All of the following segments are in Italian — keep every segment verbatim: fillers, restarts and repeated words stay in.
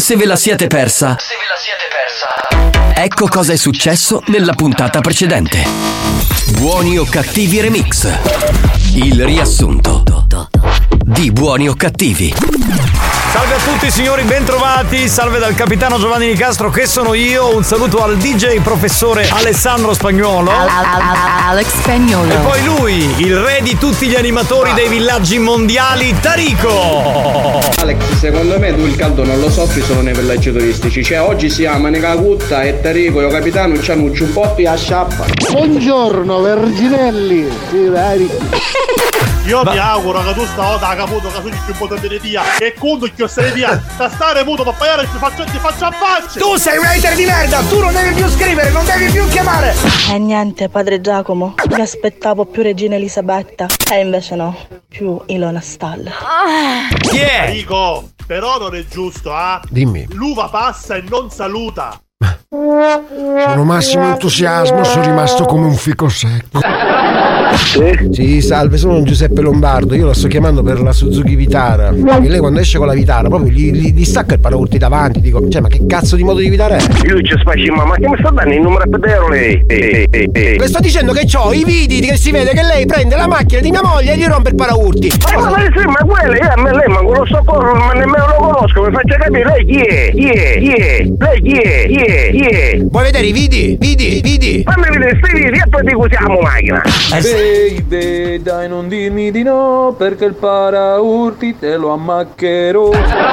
se ve la siete persa, Se ve la siete persa, ecco cosa è successo nella puntata precedente. Buoni o cattivi remix. Il riassunto di Buoni o cattivi. Salve a tutti signori, bentrovati. Salve dal capitano Giovanni Nicastro, che sono io. Un saluto al D J professore Alessandro Spagnuolo. Alex Spagnuolo. E poi lui, il re di tutti gli animatori dei villaggi mondiali, Tarico. Alex, secondo me tu il caldo non lo soffri solo nei villaggi turistici. Cioè oggi si ama Negagutta e Tarico e il capitano c'hanno un ciubbotto e a sciappa. Buongiorno Verginelli. Sì, dai. Io Ma... mi auguro che tu stavolta caputo che tu più potente via e conto che sei via da stare muto per pagare ti faccio ti faccio a faccia. Tu sei un hater di merda, tu non devi più scrivere, non devi più chiamare. E eh, niente, padre Giacomo, mi aspettavo più Regina Elisabetta e invece no, più Ilona Stahl. Chi è? Dico, però non è giusto, ah? Eh? Dimmi. L'uva passa e non saluta. Sono massimo entusiasmo, sono rimasto come un fico secco. Sì? Sì, salve, sono Giuseppe Lombardo, io la sto chiamando per la Suzuki Vitara. E lei quando esce con la Vitara proprio gli, gli, gli stacca il paraurti davanti, dico, cioè ma che cazzo di modo di Vitara è? Io ci spacci, ma che mi sta dando il numero per vedere lei? Eh, eh, eh. Le sto dicendo che c'ho i video che si vede che lei prende la macchina di mia moglie e gli rompe il paraurti. Ma, ma, ma sì, ma quello, io a me lei ma lo soccorro, ma nemmeno lo conosco, mi faccia capire lei chi è? Chi è? Chi è? Lei chi è? Chi è? Chi è? Vuoi vedere i vidi? Vidi? Vidi? Fammi vedere sti vidi e poi ti usiamo macchina. Baby, dai non dirmi di no, perché il paraurti te lo ammaccherò.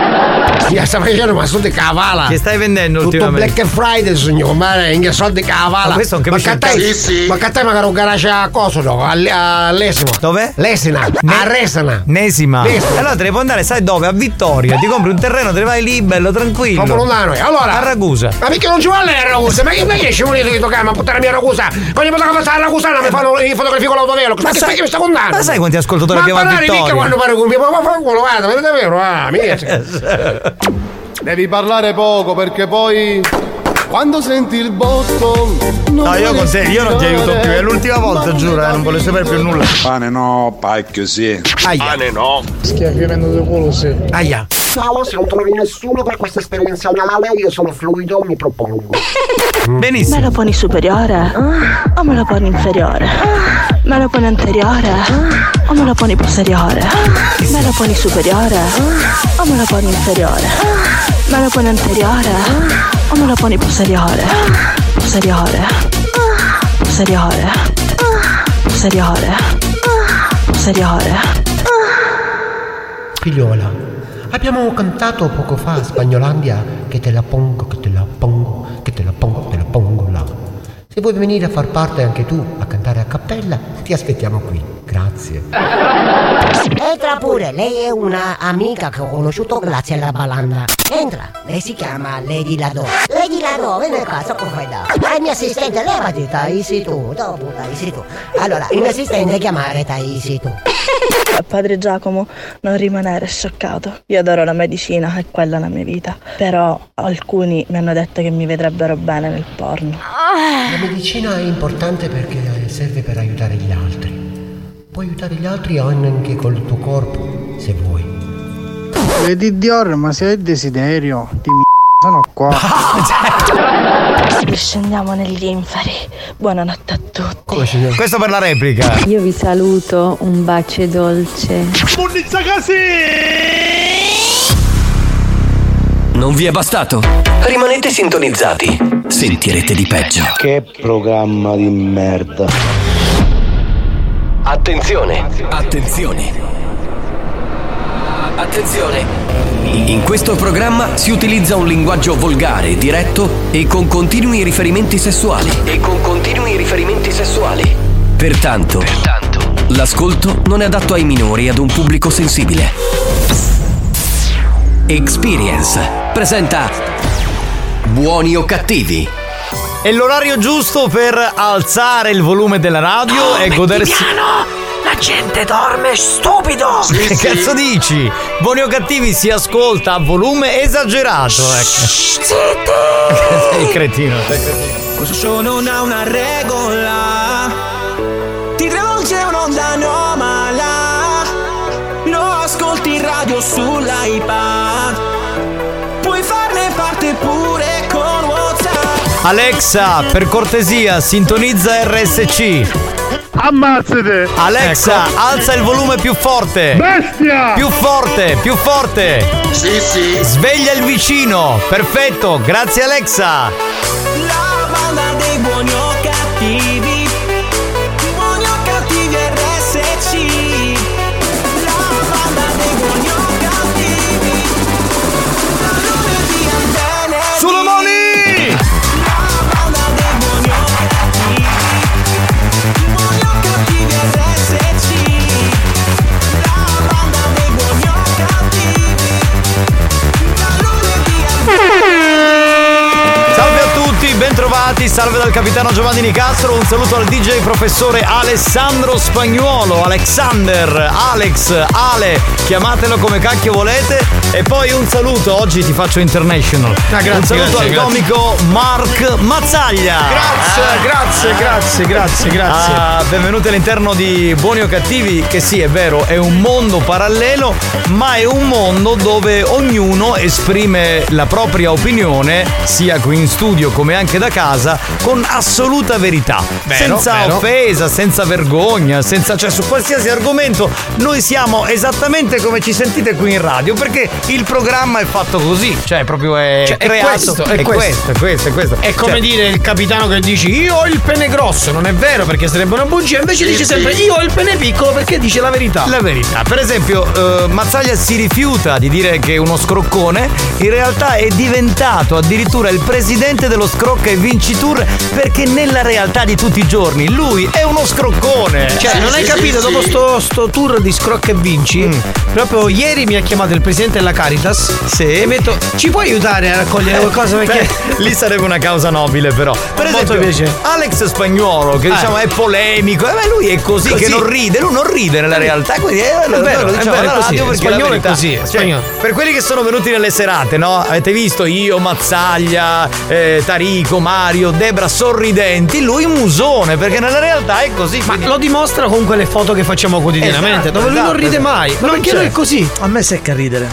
Mi sta facendo ma soldi cavala. Che stai vendendo tutto ultimamente? Black Friday signor, ma in che soldi cavala. Ma questo non capisce ma il sì, sì. Ma che te magari un garage a coso no? All'esimo. Dove? Lesina. Ne- a Resana. Nesima. Nesima. Allora te ne puoi andare, sai dove? A Vittoria. Ti compri un terreno, te ne vai lì, bello, tranquillo. Proprio lontano. Allora. A Ragusa. Ma perché non ci vuole a Ragusa? Ma che perché ci volete che toccare? Ma puttana mia Ragusa? Quando mi tocca passare a Ragusa mi fanno i fotografi con l'autovelo. Ma che sai che mi sta contando? Ma sai quanti ascoltatori abbiamo a Vittoria? Ma quando pare con mio ma fa culo, guarda, vedete vero? Ah, mica. Devi parlare poco perché poi quando senti il botto non no, io con te, io non ti aiuto più, è l'ultima volta, giuro, eh, non voglio sapere più nulla. Pane no, pacchio sì. Aia. Pane no. Schiaffamento di culo sì. Aia. Ciao, se non trovi nessuno per questa esperienza anale, io sono fluido, mi propongo. Benissimo. Me lo poni superiore? Ah. O me lo poni inferiore? Ah. Me lo poni anteriore? Ah. O me lo poni posteriore? Ah. Me lo poni superiore? Ah. O me lo poni inferiore? Ah. Me lo poni anteriore? Ah. O me lo poni posteriore? Ah. Posteriore? Ah. Posteriore? Ah. Posteriore? Ah. Posteriore? Ah. Figliola, abbiamo cantato poco fa a Spagnolandia che te la pongo, che te la pongo, che te la pongo, te la pongo là. Se vuoi venire a far parte anche tu a cantare a cappella, ti aspettiamo qui. Grazie. Entra pure, lei è una amica che ho conosciuto grazie alla balanda. Entra, lei si chiama Lady Lado. Lady Lado, vieni qua, so come fai da. Ah, il mio assistente, levati, Taisi tu, dopo Taisi tu. Allora, il mio assistente chiamare Taisi tu. Padre Giacomo, non rimanere scioccato. Io adoro la medicina, è quella la mia vita. Però alcuni mi hanno detto che mi vedrebbero bene nel porno. La medicina è importante perché serve per aiutare gli altri. Puoi aiutare gli altri anche col tuo corpo, se vuoi. Vedi Dior, ma se hai desiderio, di m***, sono qua. Scendiamo negli inferi. Buonanotte a tutti. Questo per la replica. Io vi saluto, un bacio dolce. Buonizza così! Non vi è bastato? Rimanete sintonizzati. Sentirete di peggio. Che programma di merda. Attenzione. Attenzione. Attenzione. In questo programma si utilizza un linguaggio volgare, diretto e con continui riferimenti sessuali. E con continui riferimenti sessuali. Pertanto, Pertanto, l'ascolto non è adatto ai minori e ad un pubblico sensibile. Experience presenta Buoni o cattivi. È l'orario giusto per alzare il volume della radio no, e godersi. Piano! La gente dorme, stupido! Sì, che sì. Cazzo dici? Buoni o cattivi si ascolta a volume esagerato, ecco. Zitti! Sei cretino, sei cretino. Questo show non ha una regola. Ti travolge un'onda anomala. Lo ascolti in radio sull'iPad. Puoi farne Alexa, per cortesia, sintonizza R S C. Ammazzate! Alexa, ecco. Alza il volume più forte. Bestia! Più forte, più forte. Sì, sì. Sveglia il vicino. Perfetto, grazie Alexa. La banda dei buoni o cattivi. Buoni o cattivi R S C. La banda dei buoni o cattivi. Da lunedì a venerdì. Sulle mani! Bentrovati, salve dal capitano Giovanni Nicastro, un saluto al D J professore Alessandro Spagnuolo, Alexander, Alex, Ale, chiamatelo come cacchio volete, e poi un saluto, oggi ti faccio international, ah, grazie, un saluto grazie, al grazie. comico Mark Mazzaglia. Grazie, ah, grazie, grazie, grazie, grazie. Ah, benvenuti all'interno di Buoni o Cattivi, che sì, è vero, è un mondo parallelo, ma è un mondo dove ognuno esprime la propria opinione, sia qui in studio come anche da casa, con assoluta verità, vero, senza vero. offesa, senza vergogna, senza, cioè su qualsiasi argomento noi siamo esattamente come ci sentite qui in radio, perché il programma è fatto così, cioè proprio è cioè, creato, è questo, è, è questo. questo, è questo, è questo. È come cioè, dire il capitano che dice io ho il pene grosso, non è vero perché sarebbe una bugia, invece sì, dice sì. sempre io ho il pene piccolo perché dice la verità. La verità. Per esempio, uh, Mazzaglia si rifiuta di dire che è uno scroccone, in realtà è diventato addirittura il presidente dello Scrocca e Vinci Tour, perché nella realtà di tutti i giorni lui è uno scroccone. Cioè, sì, non sì, hai capito, sì, dopo sì. sto, sto tour di Scrocca e Vinci, mm. proprio ieri mi ha chiamato il presidente della Caritas, sì. e mi ha detto ci puoi aiutare a raccogliere qualcosa perché Beh, lì sarebbe una causa nobile, però. Per molto esempio, piacere. Alex Spagnuolo, che Eh. diciamo è polemico, eh, beh, lui è così, Così. che non ride, lui non ride nella realtà, quindi eh, È lo, vero, lo è diciamo vero, alla è così. radio perché Spagnolo la è verità. così, è Cioè, spagnolo. per quelli che sono venuti nelle serate, no? Avete visto io, Mazzaglia, eh, Tarico, Mario, Debra sorridenti, lui musone, perché nella realtà è così. Ma quindi... lo dimostra con quelle foto che facciamo quotidianamente, Esatto, dove lui esatto, non ride esatto. mai. Ma Non perché c'è. lui è così? A me secca a ridere.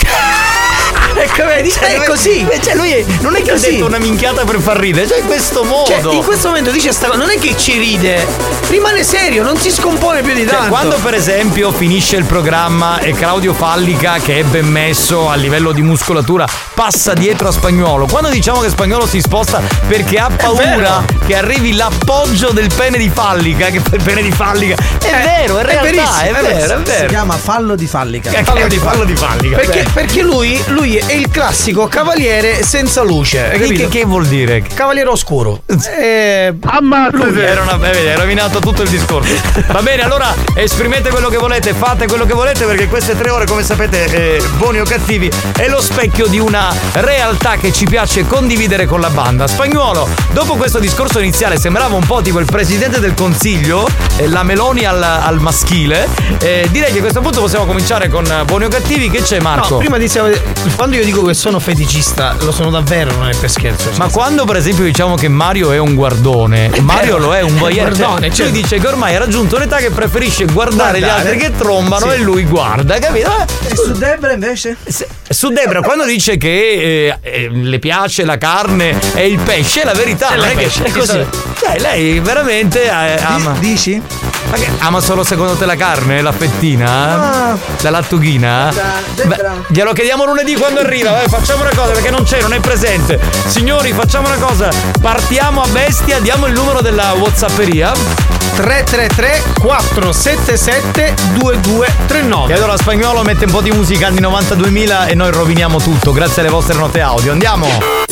Ecco, vedi, Cioè, è così. Cioè, lui è, non è che ha così. detto una minchiata per far ridere, cioè in questo modo. Cioè, in questo momento dice sta cosa, non è che ci ride, rimane serio, non si scompone più di Cioè, tanto. quando per esempio finisce il programma e Claudio Fallica, che è ben messo a livello di muscolatura, passa dietro a Spagnuolo, quando diciamo che Spagnuolo si sposta perché ha paura che arrivi l'appoggio del pene di Fallica, che il pene di Fallica è Eh, vero, è è realtà, verissimo, è è vero, è Si vero. chiama fallo di fallica. Che fallo di fallo di Fallica. Perché, Beh. perché lui, lui è il classico cavaliere senza luce, hai Che, capito? che, che vuol dire? Cavaliere oscuro. Eh, Ammazzate! Era una, eh, vedi, hai rovinato tutto il discorso. Va bene, allora esprimete quello che volete, fate quello che volete, perché queste tre ore, come sapete, eh, buoni o cattivi, è lo specchio di una realtà che ci piace condividere con la banda. Spagnuolo, dopo questo discorso iniziale sembrava un po' tipo il presidente del consiglio, eh, la Meloni al, al maschile. Eh, direi che a questo punto possiamo cominciare con eh, buoni o cattivi. Che c'è, Marco? no, prima di quando io dico che sono feticista, lo sono davvero, non è per scherzo. Ma quando per esempio diciamo che Mario è un guardone, Mario lo è un voyeur, guardone, cioè, cioè- lui dice che ormai ha raggiunto un'età che preferisce guardare, Guardare. gli altri che trombano Sì. e lui guarda, capito? E su Debra invece? Se- Su Debra quando dice che eh, eh, le piace la carne e il pesce, è la verità, È non la è che pesce, è così. Cioè, lei veramente eh, ama. Dici? Ma che ama solo secondo te la carne, la fettina? Ah. La lattughina? Debra. Beh, glielo chiediamo lunedì quando arriva, vai, facciamo una cosa perché non c'è, non è presente. Signori, facciamo una cosa, partiamo a bestia, diamo il numero della WhatsApperia. tre tre tre quattro sette sette due due tre nove. E allora Spagnuolo mette un po' di musica anni novanta duemila e noi roviniamo tutto grazie alle vostre note audio. Andiamo!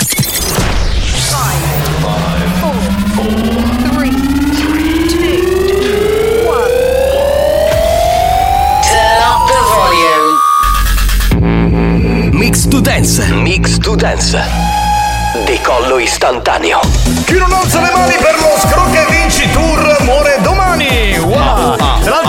Mix to Dance. Mix to Dance. Decollo istantaneo. Chi non alza le mani per lo Scrocca e Vinci Tour muore domani! Wow! Tra l'altro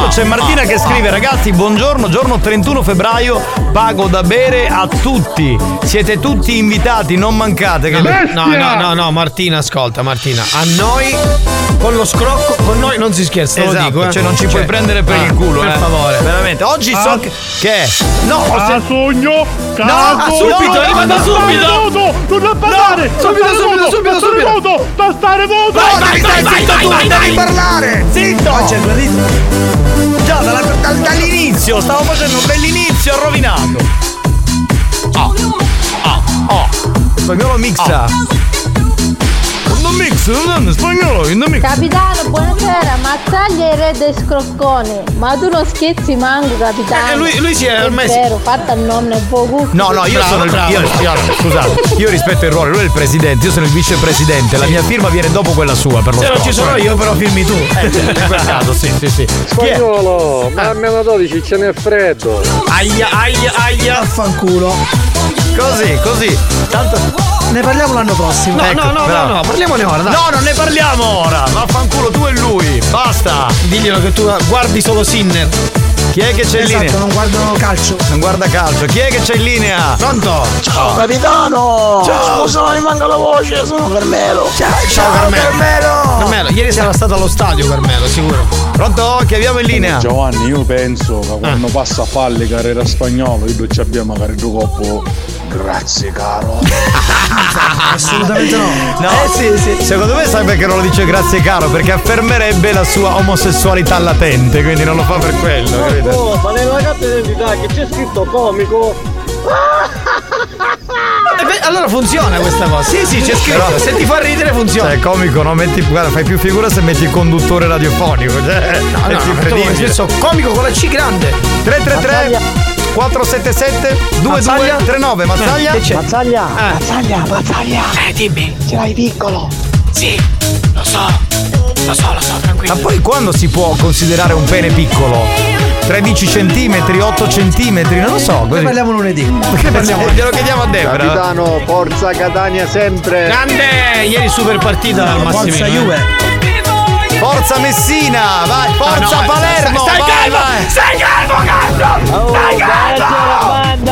c'è Martina no, che no. scrive: ragazzi, buongiorno, giorno trentuno febbraio, pago da bere a tutti. Siete tutti invitati, non mancate. Che... No, no, no, no, Martina, ascolta, Martina. A noi con lo scrocco, con noi non si scherza, esatto, lo dico, eh. cioè non ci Cioè, puoi prendere per ah, il culo, per eh. favore. Veramente. Oggi Ah. so che. Che è? No, ho Ah, sen- sogno, No, caso, subito, no, arrivata no, subito. no, non da parlare, No, subito, da stare subito, muto, subito, da stare subito. muto, da stare muto. Vai, vai, vai, vai, Zitto vai, tu, vai, devi vai. parlare! Zitto! Oggi è guarito. Già dalla- dal- dall'inizio, stavo facendo un bell'inizio rovinato. Oh, oh, oh. Spagnolo mixa. Non mix, non spagnolo, non mix. Capitano, buonasera, Mazzaglia è il re dei scrocconi. Ma tu non scherzi manco, capitano. Eh, lui- lui si è È messo- vero, fatta il nome un po'. No, no, io Bravo, sono il bravo. io, io- scusate, io rispetto il ruolo, lui è il presidente, io sono il vicepresidente, la mia firma viene dopo quella sua per lo Se non ci scopo. sono io, però firmi tu. Eh, in quel caso, sì, sì, sì. Chi è? Spagnolo, ma almeno dodici ce n'è freddo. Aia, aia, aia. Affanculo. Così, così. Tanto. Ne parliamo l'anno prossimo. No, Ecco, no, no, bravo. no, no, parliamone ora, dai. No, non ne parliamo ora. Vaffanculo tu e lui. Basta. Diglielo che tu guardi solo Sinner. Chi è che c'è in Esatto, linea? non guardano calcio. Non guarda calcio. Chi è che c'è in linea? Pronto? Ciao capitano! Ciao. Scusa, non mi manca la voce, sono Carmelo. Ciao, Ciao, Carmelo. Carmelo. Carmelo, ieri sarà stato allo stadio, Carmelo, sicuro. Pronto? Chi abbiamo in linea? Giovanni, io penso che quando passa a falle carriera spagnolo, io ci abbiamo carino coppo. Grazie caro. Assolutamente no. No, Eh sì, sì. secondo me sai perché non lo dice grazie caro? Perché affermerebbe la sua omosessualità latente, quindi non lo fa per quello, capito? Oh, ma nella carta d'identità che c'è scritto comico. Eh beh, allora funziona questa cosa. Sì, sì, c'è scritto. Però- Se ti fa ridere funziona. Cioè, è comico, no? Metti, guarda, fai più figura se metti il conduttore radiofonico. Cioè, No, no, metti no, incredibile. nel senso, comico con la C grande. tre tre tre quattro sette sette due due tre nove Mazzaglia? Eh, che c'è? Mazzaglia, Eh. Mazzaglia, Mazzaglia. Eh, dimmi. Ce l'hai piccolo. Sì, lo so. Lo so, lo so, tranquillo. Ma poi quando si può considerare un pene piccolo? tredici centimetri, otto centimetri, non lo so. Ne Così. parliamo lunedì. Perché parliamo? Glielo chiediamo a Debra. Capitano, forza Catania sempre. Grande! Ieri super partita al Massimino. Forza Juve. Forza Messina, vai, forza Ah, no, Palermo, stai, stai vai, calmo, vai. stai calmo, cazzo! Oh, Stai calmo!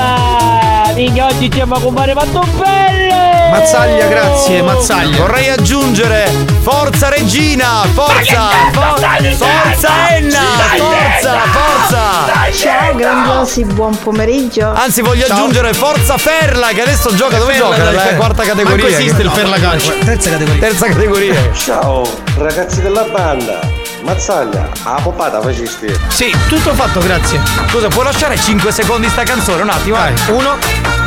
banda! Minchia, oggi ci abbiamo compare fatto bello! Mazzaglia, grazie, Mazzaglia. Vorrei aggiungere Forza Regina, forza, for- forza Enna, forza, forza. Ciao grandiosi, buon pomeriggio. Anzi, voglio Ciao. aggiungere Forza Ferla che adesso gioca, dove Ferla, gioca? dai, Nella Ferla. quarta categoria. Manco esiste il Ferla Calcio. Terza categoria. Terza categoria. Ciao ragazzi della banda, Mazzaglia, a popata facesti. Sì, tutto fatto, grazie. Scusa, puoi lasciare cinque secondi sta canzone? Un attimo, vai. Uno,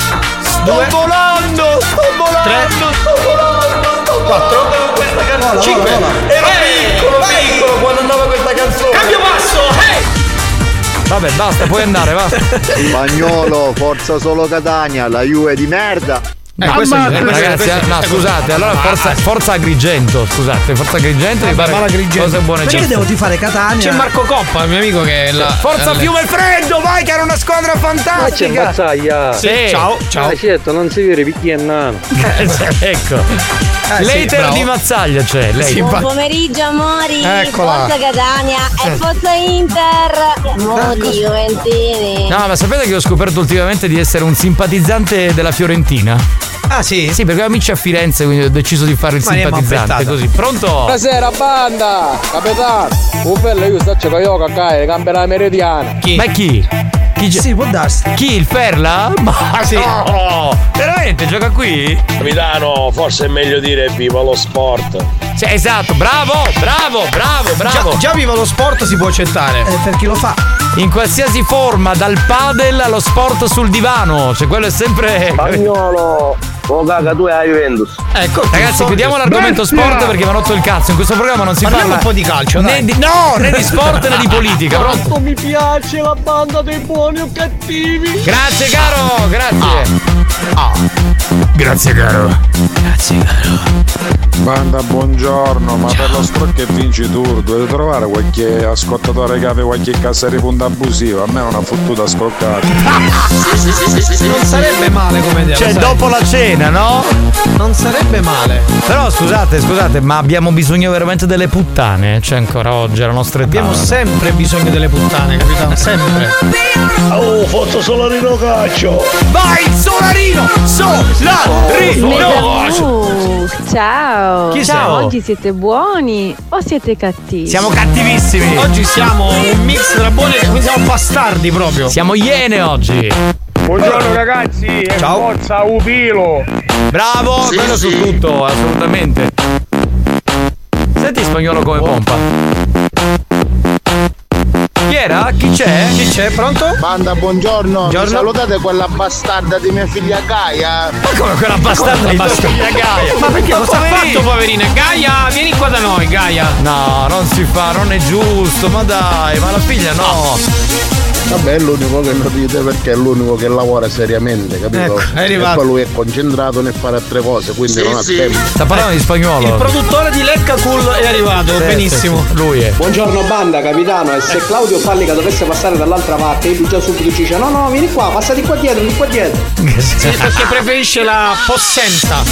Sto due, volando, sto volando, tre, sto volando, sto quattro, volando con questa canzone. cinque. Ero Eh, piccolo, vai. piccolo quando andava questa canzone. cambio passo! Hey! Vabbè, basta, puoi andare, va. Spagnolo, forza solo Catania, la Juve di merda. Eh, questo Ammazza, è, ragazzi, questo- eh, no, questo- scusate, allora forza, forza Agrigento, scusate, forza Agrigento mi pare ma l'Agrigento. cose buone. Perché C'è- devo tifare Catania? C'è Marco Coppa, il mio amico che è la. Forza la- Fiume Freddo, vai che era una squadra Ma c'è fantastica. Mazzaglia! Sì, ciao, ciao. Ah, certo, non si vede perché è nano. Ecco. Eh, sì, L'hater bravo. di Mazzaglia c'è, lei. Sì, Buon va- pomeriggio amori, Eccola. Forza Catania e Forza Inter, Modi Juventini. No, ma sapete che ho scoperto ultimamente di essere un simpatizzante della Fiorentina? Ah, sì? Sì, perché ho amici a Firenze, quindi ho deciso di fare il Ma niente, simpatizzante affettato. così. Pronto? Buonasera banda! Capitano! Un bello io sto a yoga qua, cambia la meridiana. Chi? Ma chi? Chi, gio- Sì, può darsi. chi il Ferla? Ma Sì. no! Veramente gioca qui? Capitano, forse è meglio dire viva lo sport. Sì, esatto, bravo, bravo, bravo, bravo. Già, già viva lo sport si può accettare. Eh, per chi lo fa. In qualsiasi forma, dal padel allo sport sul divano, cioè quello è sempre. Spagnolo! Oh caga, tu hai Juventus. Ecco, Ragazzi, chiudiamo l'argomento sport perché mi ha rotto il cazzo. In questo programma non si Parliamo parla un po' di calcio, né dai. di, no, né di sport né di politica. Pronto? Quanto mi piace la banda dei buoni o cattivi! Grazie caro, grazie. Ah. Grazie caro. Grazie, caro. Banda, buongiorno, ma per lo Scrocco e Vinci Tour dovete trovare qualche ascoltatore che aveva qualche cassa di punta abusiva, a me non ha fottuto a scroccare. Non sarebbe male come idea. Cioè, dopo la cena, no? Non sarebbe male. Però scusate, scusate, ma abbiamo bisogno veramente delle puttane? Cioè, ancora oggi, alla nostra età. Abbiamo sempre bisogno delle puttane, capitano, sempre. Oh, forza Solarino Caccio! Vai, Solarino! Solarino! Uh, ciao! Chi ciao! siamo? Oggi siete buoni o siete cattivi? Siamo cattivissimi! Oggi siamo un mix tra buoni e quindi siamo bastardi proprio! Siamo iene oggi! Buongiorno ragazzi, e ciao! Forza Upilo! Bravo! Sì, quello sì. su tutto, assolutamente! Senti Spagnolo come pompa! Chi era? Chi c'è? Chi c'è? Pronto? Banda, buongiorno. Buongiorno. Mi salutate quella bastarda di mia figlia Gaia. Ma come quella bastarda di tua figlia Gaia? Ma perché Ma cosa ha poverino. fatto, poverina? Gaia, vieni qua da noi, Gaia! No, non si fa, non è giusto, ma dai, ma la figlia no! Vabbè, è l'unico che non ride perché è l'unico che lavora seriamente, capito? Ecco, è arrivato. E poi lui è concentrato nel fare altre cose, quindi Sì, non ha sì. tempo. Sta parlando di spagnolo. Il produttore di Lecca Cool è arrivato, Sì, benissimo. sì, sì, lui è. Buongiorno banda, capitano, e se Claudio Fallica dovesse passare dall'altra parte, lui già subito dice no no, vieni qua, passa di qua dietro, di qua dietro. Sì, perché preferisce la possenza.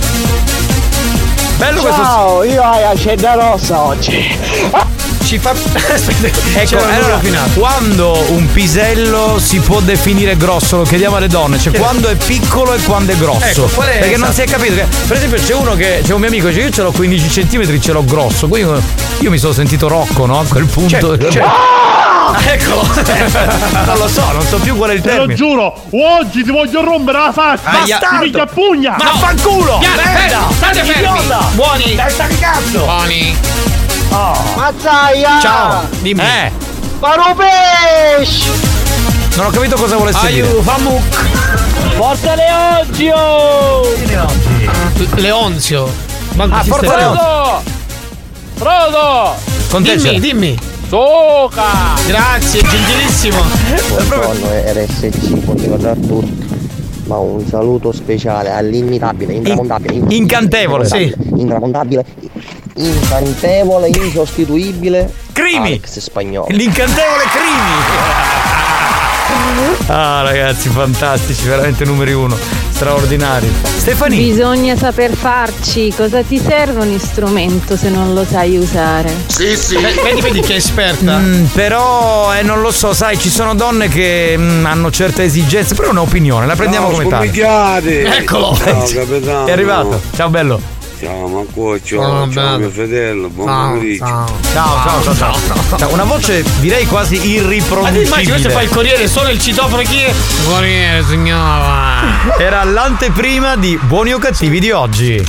Bello Ciao, questo. io hai accenda rossa oggi. Ci fa. Ecco, C'era un allora, rovinato. quando un pisello si può definire grosso, lo chiediamo alle donne, cioè Che- quando è piccolo e quando è grosso. Ecco, qual è Perché non esatto? si è capito. Che, per esempio, c'è uno che. C'è un mio amico che dice: io ce l'ho quindici centimetri, ce l'ho grosso. Quindi io mi sono sentito Rocco, no? A quel punto. Cioè, cioè- Ecco, non lo so, non so più qual è il Te lo termine. giuro, oggi ti voglio rompere la faccia! Aia. Ti picchia a pugna! Ma fanculo! Piano, fermi, state fermi! Buoni! Testa di cazzo! Buoni! Mazzaia! Ciao! Dimmi! Eh, Paro pesce! non ho capito cosa volesse dire. Aiu, famuk! Forza Leonzio! Leonzio! Ma Ah, chi forza stai- Leonzio. Frodo! Con te Dimmi, c'è. dimmi! Soca! Grazie, gentilissimo! Buongiorno R S C, buongiorno a tutti. Ma un saluto speciale all'imitabile, intramontabile, in- Incantevole, sì. intramontabile, incantevole, insostituibile Crimi! Alex Spagnolo. L'incantevole Crimi! Ah ragazzi, fantastici, veramente numeri uno, straordinari. Stefani, Bisogna saper farci. Cosa ti serve un strumento se non lo sai usare? Sì, sì. Vedi, vedi che è esperta. mm, però eh, non lo so, sai, ci sono donne che mm, hanno certe esigenze, però è un'opinione, la prendiamo come tale. Eccolo! Ciao, capitano. È arrivato. Ciao bello. Ciao Mancuccio, Oh, ciao bello. mio fratello, buon Ciao, pomeriggio. ciao. Ciao, ciao, ciao, ciao. Ciao, una voce direi quasi Ma ti irriproducibile. immagini, questo fa il corriere, solo il citofono, chi è? Corriere, signora! Era l'anteprima di Buoni o Cattivi di oggi.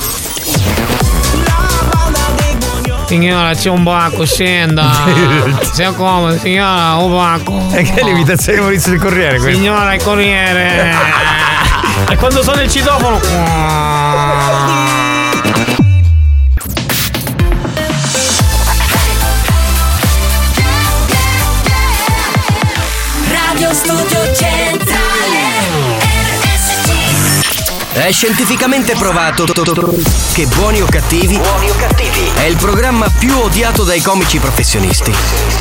Signora, c'è un bacco, scenda! Sia comodo, signora, un bacco! E che è l'imitazione di Maurizio del Corriere questa? Signora, il corriere! E quando suona il citofono... Radio Studio Centrale R S C. È scientificamente provato che Buoni o Cattivi è il programma più odiato dai comici professionisti.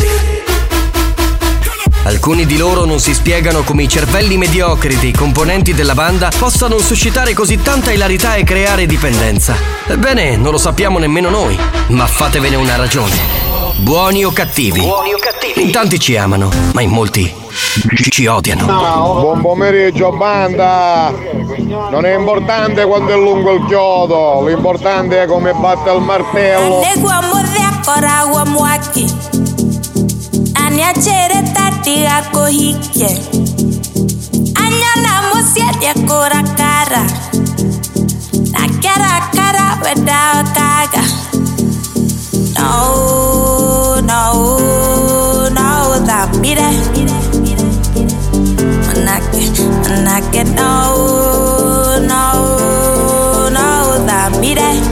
Alcuni di loro non si spiegano come i cervelli mediocri dei componenti della banda possano suscitare così tanta ilarità e creare dipendenza. Ebbene, non lo sappiamo nemmeno noi, ma fatevene una ragione. Buoni o Cattivi? Buoni o Cattivi? In tanti ci amano, ma in molti ci, ci odiano. Buon pomeriggio banda! Non è importante quando è lungo il chiodo, l'importante è come batte il martello. Negua morre kora wa mwaki. Anya chere tati ako hike. Anya na musiete kora cara. Na kara kara weda kaga. No, no, no, that be that. Manake, manake, no, no, no, that be that.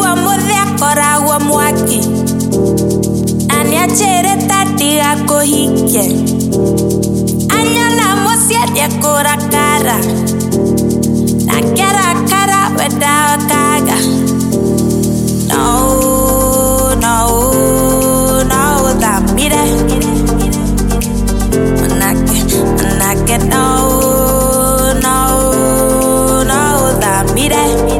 Kora wa mwaki Anya chere tati ako hike Anya la mosia dia kora kara Na kera kara weda kaga No, no, no da mire Manake, manake no, no, no da mire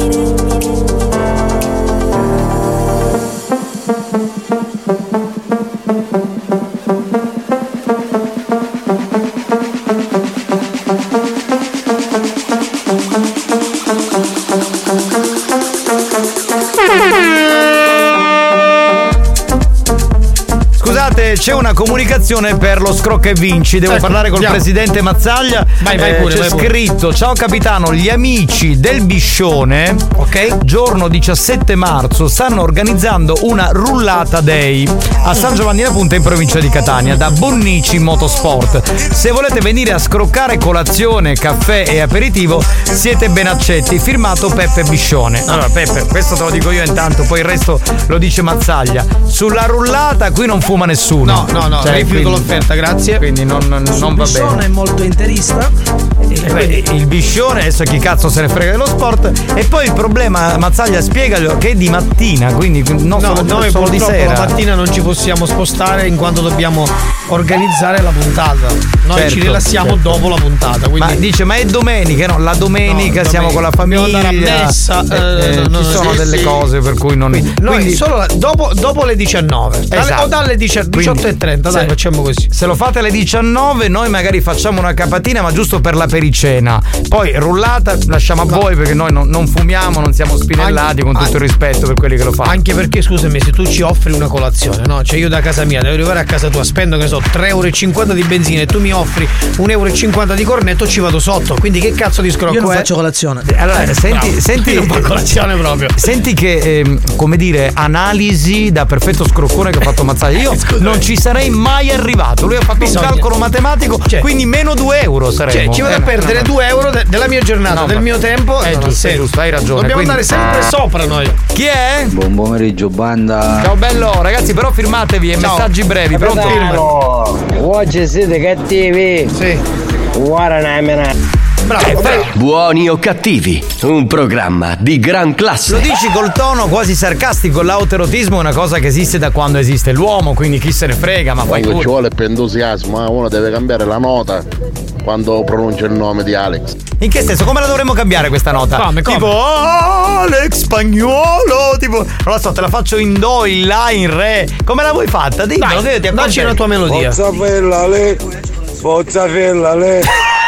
Scusate, c'è una comunicazione per lo Scrocca e Vinci. Devo ecco, parlare col andiamo. presidente Mazzaglia. Vai, vai Eh, pure, c'è vai pure. scritto: ciao capitano, gli amici del Biscione, ok, giorno diciassette marzo stanno organizzando una rullata day a San Giovanni da Punta in provincia di Catania da Bonnici Motorsport. Se volete venire a scroccare colazione, caffè e aperitivo, siete ben accetti. Firmato Peppe Biscione. Allora Peppe, questo te lo dico io intanto, poi il resto lo dice Mazzaglia. Sulla rullata qui non fuma nessuno. No, no, no, Cioè, rifiuto quindi- l'offerta, grazie. Quindi non, non, non va Biscione bene. è molto interista. Eh, beh, il Biscione, adesso chi cazzo se ne frega dello sport. E poi il problema, Mazzaglia, spiegaglielo, che è di mattina, quindi non No, solo, noi solo di purtroppo sera. la mattina non ci possiamo spostare in quanto dobbiamo organizzare la puntata. Noi Certo, ci rilassiamo certo. dopo la puntata. Quindi... Ma dice, ma è domenica, no? La domenica No, siamo domenica. con la Dobbiamo famiglia. andare a messa, eh, eh, eh, no, ci sono sì, delle sì. cose per cui non. Noi quindi- solo la- dopo, dopo le diciannove dalle- Esatto. o dalle diciotto e trenta, dai, se- facciamo così. Se lo fate alle diciannove, noi magari facciamo una capatina, ma giusto per la pericena. Poi rullata lasciamo a voi, perché noi non, non fumiamo, non siamo spinellati, con tutto il rispetto per quelli che lo fanno. Anche perché, scusami, se tu ci offri una colazione, no? Cioè io da casa mia devo arrivare a casa tua, spendo, che ne so, tre euro e cinquanta di benzina e tu mi offri un euro e cinquanta di cornetto, ci vado sotto. Quindi che cazzo di scrocco Io non è? faccio colazione. Allora, senti, Bravo. senti, Io non fa colazione proprio. Senti che, ehm, come dire, analisi da perfetto scroccone che ha fatto Mazzaglia. Io non ci sarei mai arrivato. Lui ha fatto Bisogna. un calcolo matematico, Cioè, quindi meno due euro saremmo. Cioè, ci vado Eh, a no, perdere no, no. due euro de- della mia giornata, No, del ma- mio tempo. È Non ha giusto, è senso. giusto, hai ragione. Dobbiamo quindi- andare sempre sopra noi. Chi è? Buon pomeriggio, banda. Ciao bello, ragazzi, però firmatevi e Ciao. messaggi brevi, pronto? Capitano, oggi siete cattivi. Sì. Guarda una mena. Bravo, bravo. Buoni o cattivi, un programma di gran classe. Lo dici col tono quasi sarcastico, l'autoerotismo è una cosa che esiste da quando esiste l'uomo, quindi chi se ne frega, ma fai Quando ci pure. vuole per entusiasmo, eh, uno deve cambiare la nota quando pronuncia il nome di Alex. In che senso? Come la dovremmo cambiare questa nota? Come, come? Tipo Alex Spagnuolo, tipo non lo so, te la faccio in do, in la, in re. Come la vuoi fatta? Dimmelo, Dai, che ti dacci una tua melodia. Fozzafella le, fozzafella le.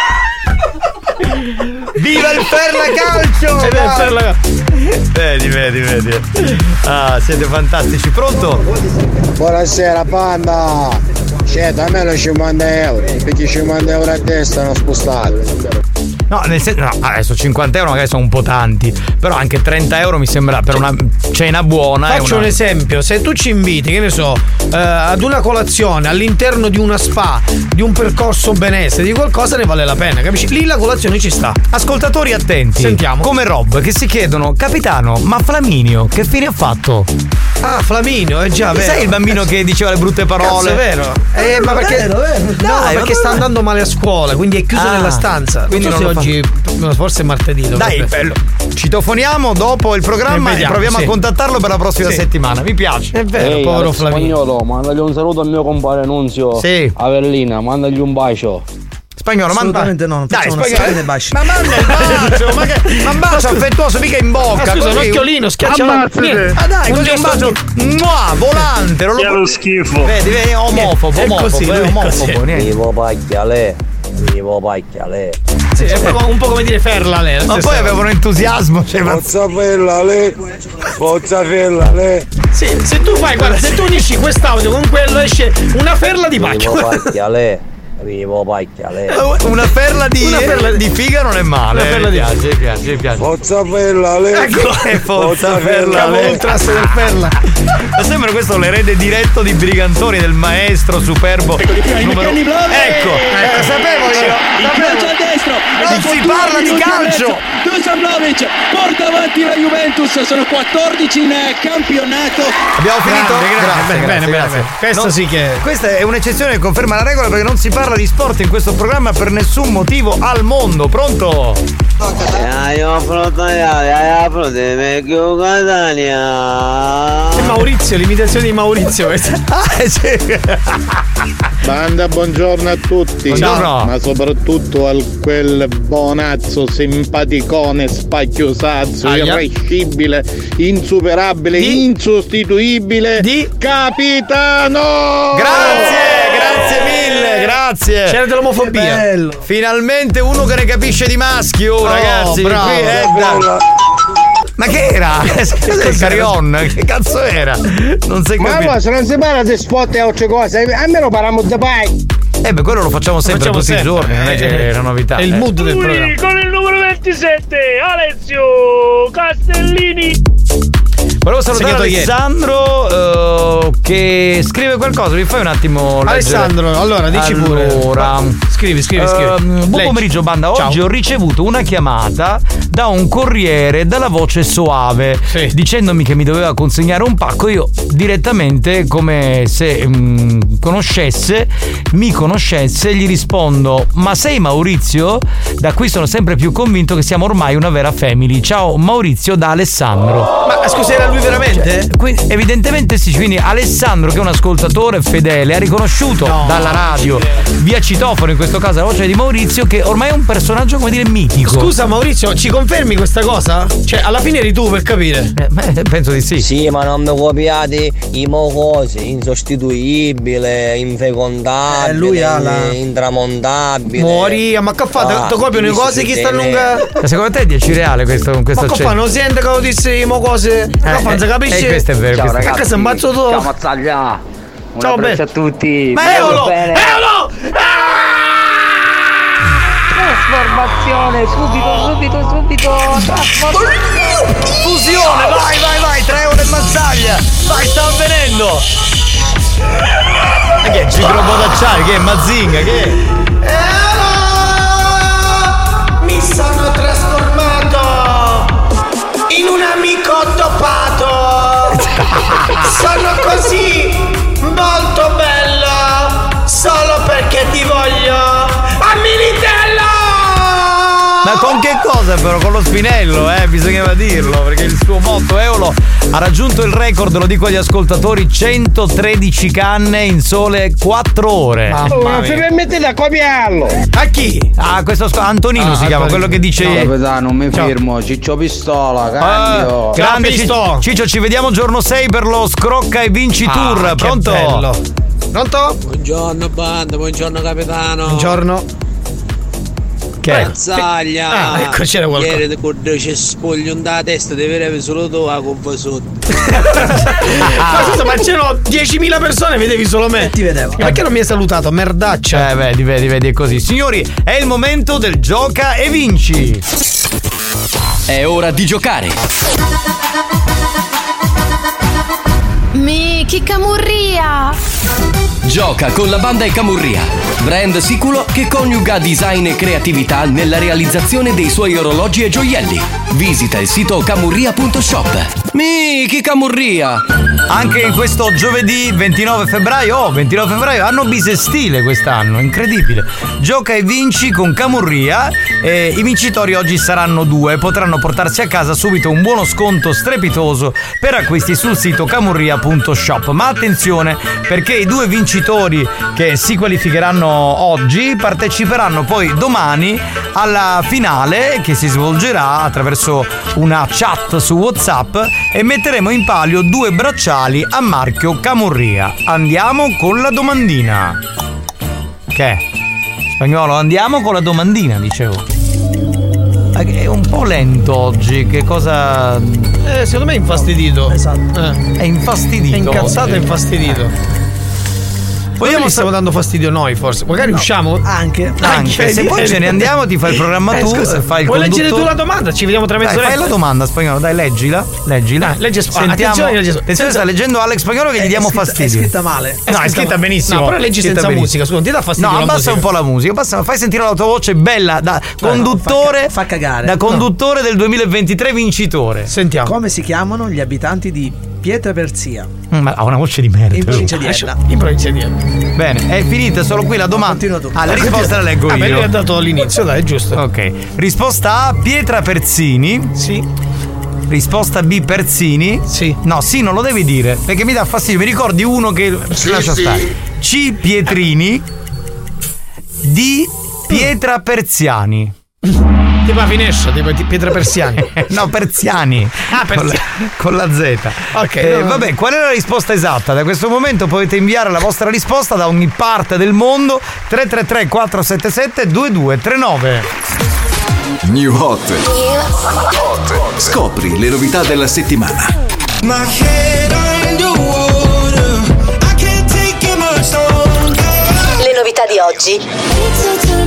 Viva il Ferla Calcio! Viva il Ferla- Vedi, vedi, vedi. Ah, siete fantastici. Pronto? Buonasera banda. C'è da me lo cinquanta euro, perché cinquanta euro a testa non spostate. No, nel senso, no, adesso cinquanta euro magari sono un po' tanti, però anche trenta euro mi sembra per una cena buona. è Faccio una... un esempio, se tu ci inviti, che ne so, eh, ad una colazione all'interno di una spa, di un percorso benessere, di qualcosa ne vale la pena, capisci? Lì la colazione ci sta. Ascoltatori attenti. Sentiamo. Come Rob che si chiedono: capitano, ma Flaminio che fine ha fatto? Ah, Flaminio, è già vero. Sai il bambino che diceva le brutte parole? Cazzo, è vero. Eh, ma perché vero, vero. No, Dai, perché ma- sta andando male a scuola, quindi è chiuso Ah, nella stanza. quindi Quindi non non so lo se oggi, no, forse è martedì. Dai, dovrebbe. bello. Citofoniamo dopo il programma E e, vediamo, proviamo sì. a contattarlo per la prossima Sì. settimana. Mi piace. È vero, Ehi, povero Alex Flaminio. Spagnolo, mandagli un saluto al mio compare Nunzio. Sì. Avellina, mandagli un bacio. Spagnolo, manda. Assolutamente no, non Dai, facciamo una spagnolo. storia dei baci. Ma manda il bacio, ma che. Ma un bacio affettuoso, mica in bocca. Ma scusa, un così. occhiolino, schiaccialo. Ammazzate. Niente. Ma dai, Un così un gesto bacio. Mua, volante. Non lo Che lo schifo. Vedi, vedi, omofobo, È omofobo, così, è lui è omofobo, così. niente. Vivo pacchiale, vivo pacchiale. Sì, è un po', un po' come dire Ferla lei. Ma poi avevano entusiasmo, cioè, ma- Fozzafella le, fozzafella le. Sì, se tu fai, guarda, se tu unisci quest'audio con quello esce una ferla di Vivo pacchio. pacchiale, Vivo pacchia, lei. Una perla di, Una perla di figa non è male. Una perla mi di- piace, mi piace, mi piace. Forza Perla, lei. Ecco, è Forza Perla. Cavo lei. Ultras del Perla. Ma sembra questo l'erede diretto di Brigantoni del maestro superbo. Numero... Ecco, eh, sapevo io. Il calcio a destro. Non si parla di calcio. Dusan Vlahovic porta avanti la Juventus. Sono quattordici in campionato. Abbiamo finito? Grande, grande, Grazie, bene, grazie, bene, grazie. bene. Questo Non- sì che- Questa è un'eccezione che conferma la regola perché non si parla di sport in questo programma per nessun motivo al mondo. Pronto? Io frontale, io fronte meglio Catania. È Maurizio, l'imitazione di Maurizio questa. Ah, sì. Banda, buongiorno a tutti. Buongiorno. Ma soprattutto a quel bonazzo simpaticone spacchiosazzo, Aia. irrescibile, insuperabile, Di? insostituibile Di? Capitano! Grazie, grazie mille, grazie. C'era dell'omofobia. Finalmente uno che ne capisce di maschi, oh, ragazzi. bravo. Qui è da- Ma che era? Il Carion, che cazzo era? Non sei Ma capito. allora se non si parla di sport e altre cose, almeno parliamo di pai. Eh beh, quello lo facciamo sempre Facciamo tutti sempre, i giorni, non è che eh, è una novità. È il eh. mood del Lui programma. con il numero ventisette, Alessio Castellini. Volevo salutare Segnato ieri. Alessandro eh, che scrive qualcosa. Mi fai un attimo leggere? Alessandro, allora dici pure. Allora, Scrivi, scrivi, scrivi. Ehm, buon Leggi. pomeriggio banda. Ciao. Oggi ho ricevuto una chiamata da un corriere dalla voce soave, Sì. dicendomi che mi doveva consegnare un pacco. Io direttamente, come se mh, conoscesse, mi conoscesse, gli rispondo: ma sei Maurizio? Da qui sono sempre più convinto che siamo ormai una vera family. Ciao Maurizio da Alessandro. Ma scusa, era lui veramente? Quindi, evidentemente sì, quindi Alessandro, che è un ascoltatore fedele, ha riconosciuto No, dalla radio, via citofono in questo caso la voce di Maurizio, che ormai è un personaggio, come dire, mitico. Scusa Maurizio, ci confermi questa cosa? Cioè, alla fine eri tu per capire. Eh, beh, penso di sì. Sì, ma non mi copiate i mocose, insostituibile, infecondabile, Eh, lui ha la- intramontabile. Muori, ma che fa? Ah, Ti copiano le visto cose che che stanno te ne- lunga. Ma secondo te è dieci reale questo con questo Ma che fa? accento? Non sente che lo dissimo cose? Che fa? Non si eh, capisce? eh, questo è vero, Ciao questo è- ragazzi, Che sei imbazzo tu? ciao Mazzaglia. Un Ciao, abbraccio Be- a tutti. Ma vi voglio Eolo! bene. Eolo! Trasformazione, subito, subito, subito. Trasformazione. Fusione, vai, vai, vai, tre euro e mazzaglia. Vai, sta avvenendo. Ma che è Gigrobo d'acciaio? Che è Mazinga? Che è? Mi sono trasformato in un amico doppato. Sono così molto bello solo perché ti voglio a Militello. Ma con che cosa però? Con lo spinello, eh? Bisognava dirlo, perché il suo motto Eolo ha raggiunto il record, lo dico agli ascoltatori, centotredici canne in sole quattro ore. Oh, non si permette da copiarlo. A chi? Ah, questo sc- Antonino Ah, si chiama, Antonino. quello che dice. Capitano, mi Ciao. firmo, Ciccio Pistola, Ah, cambio. grande Capisto. Ciccio. Ciccio, ci vediamo giorno sei per lo Scrocca e Vinci Ah, Tour. che Pronto? bello. Pronto? Buongiorno banda, buongiorno capitano. Buongiorno. Che è? Mazzaglia. Ah, ecco, c'era qualcosa. Ieri quando c'è spoglio da testa deve avere solo tu la confa sotto. Ma scusa, ma c'erano diecimila persone, vedevi solo me. Ti vedevo. Perché non mi hai salutato, merdaccia? Eh, vedi, vedi, vedi, è così. Signori, è il momento del gioca e vinci. È ora di giocare. Mi, che camurria. Gioca con la banda e Camurria, brand sicuro che coniuga design e creatività nella realizzazione dei suoi orologi e gioielli. Visita il sito camurria punto shop. Michi Camurria! Anche in questo giovedì ventinove febbraio, oh, ventinove febbraio, anno bisestile quest'anno, incredibile. Gioca e vinci con Camurria. E i vincitori oggi saranno due, potranno portarsi a casa subito un buono sconto strepitoso per acquisti sul sito camurria punto shop. Ma attenzione, perché i due vincitori che si qualificheranno oggi parteciperanno poi domani alla finale che si svolgerà attraverso una chat su WhatsApp e metteremo in palio due bracciali a marchio Camurria. Andiamo con la domandina. Che? Spagnolo, andiamo con la domandina, dicevo. È un po' lento oggi, che cosa. Eh, secondo me è infastidito. Esatto. Eh. È infastidito. È incazzato e oggi. infastidito. Vogliamo gli stiamo dando fastidio noi, forse. Magari No, usciamo. Anche. Anche se poi ce ne andiamo, ti fai il programma Eh, tu, scusa, e fai il vuoi conduttore. leggere tu la domanda? Ci vediamo tra Dai, mezz'ora. fai la domanda, Spagnolo, dai, leggila. Leggila. Dai, leggi Sp- Sentiamo. attenzione, leggi- Attenzione, senza- sta leggendo Alex Spagnolo che gli diamo scritta- fastidio. è scritta male. No, è scritta benissimo. No, però leggi Scritta senza benissimo. musica, scusa, non ti dà fastidio No, la abbassa musica. un po' la musica, abbassa- fai sentire la tua voce bella da conduttore. fa, fa cagare. Da conduttore del duemilaventitré vincitore. Sentiamo. Come si chiamano gli abitanti di Pietraperzia? Mm, Ma ha una voce di merda. In provincia di lui. Enna. In provincia di Enna. Bene, è finita solo qui la domanda. Continua tu. Ah, la risposta la leggo Ah, beh, io. lui ha dato all'inizio, dai, è giusto. Ok. Risposta A, Pietra Perzini. Sì. Risposta B, Perzini. Sì. No, sì, non lo devi dire, perché mi dà fastidio. Mi ricordi uno che Sì, lascia sì. stare. C, Pietrini. D, Pietra Perziani. Tipo a Finescia, tipo Pietra Persiani. No, Perziani. Ah, Con la, Persiani. con la Z. Ok, Eh, no. vabbè, qual è la risposta esatta? Da questo momento potete inviare la vostra risposta da ogni parte del mondo. tre tre tre quattro sette sette due due tre nove. New Hot. Scopri le novità della settimana. Le novità di oggi.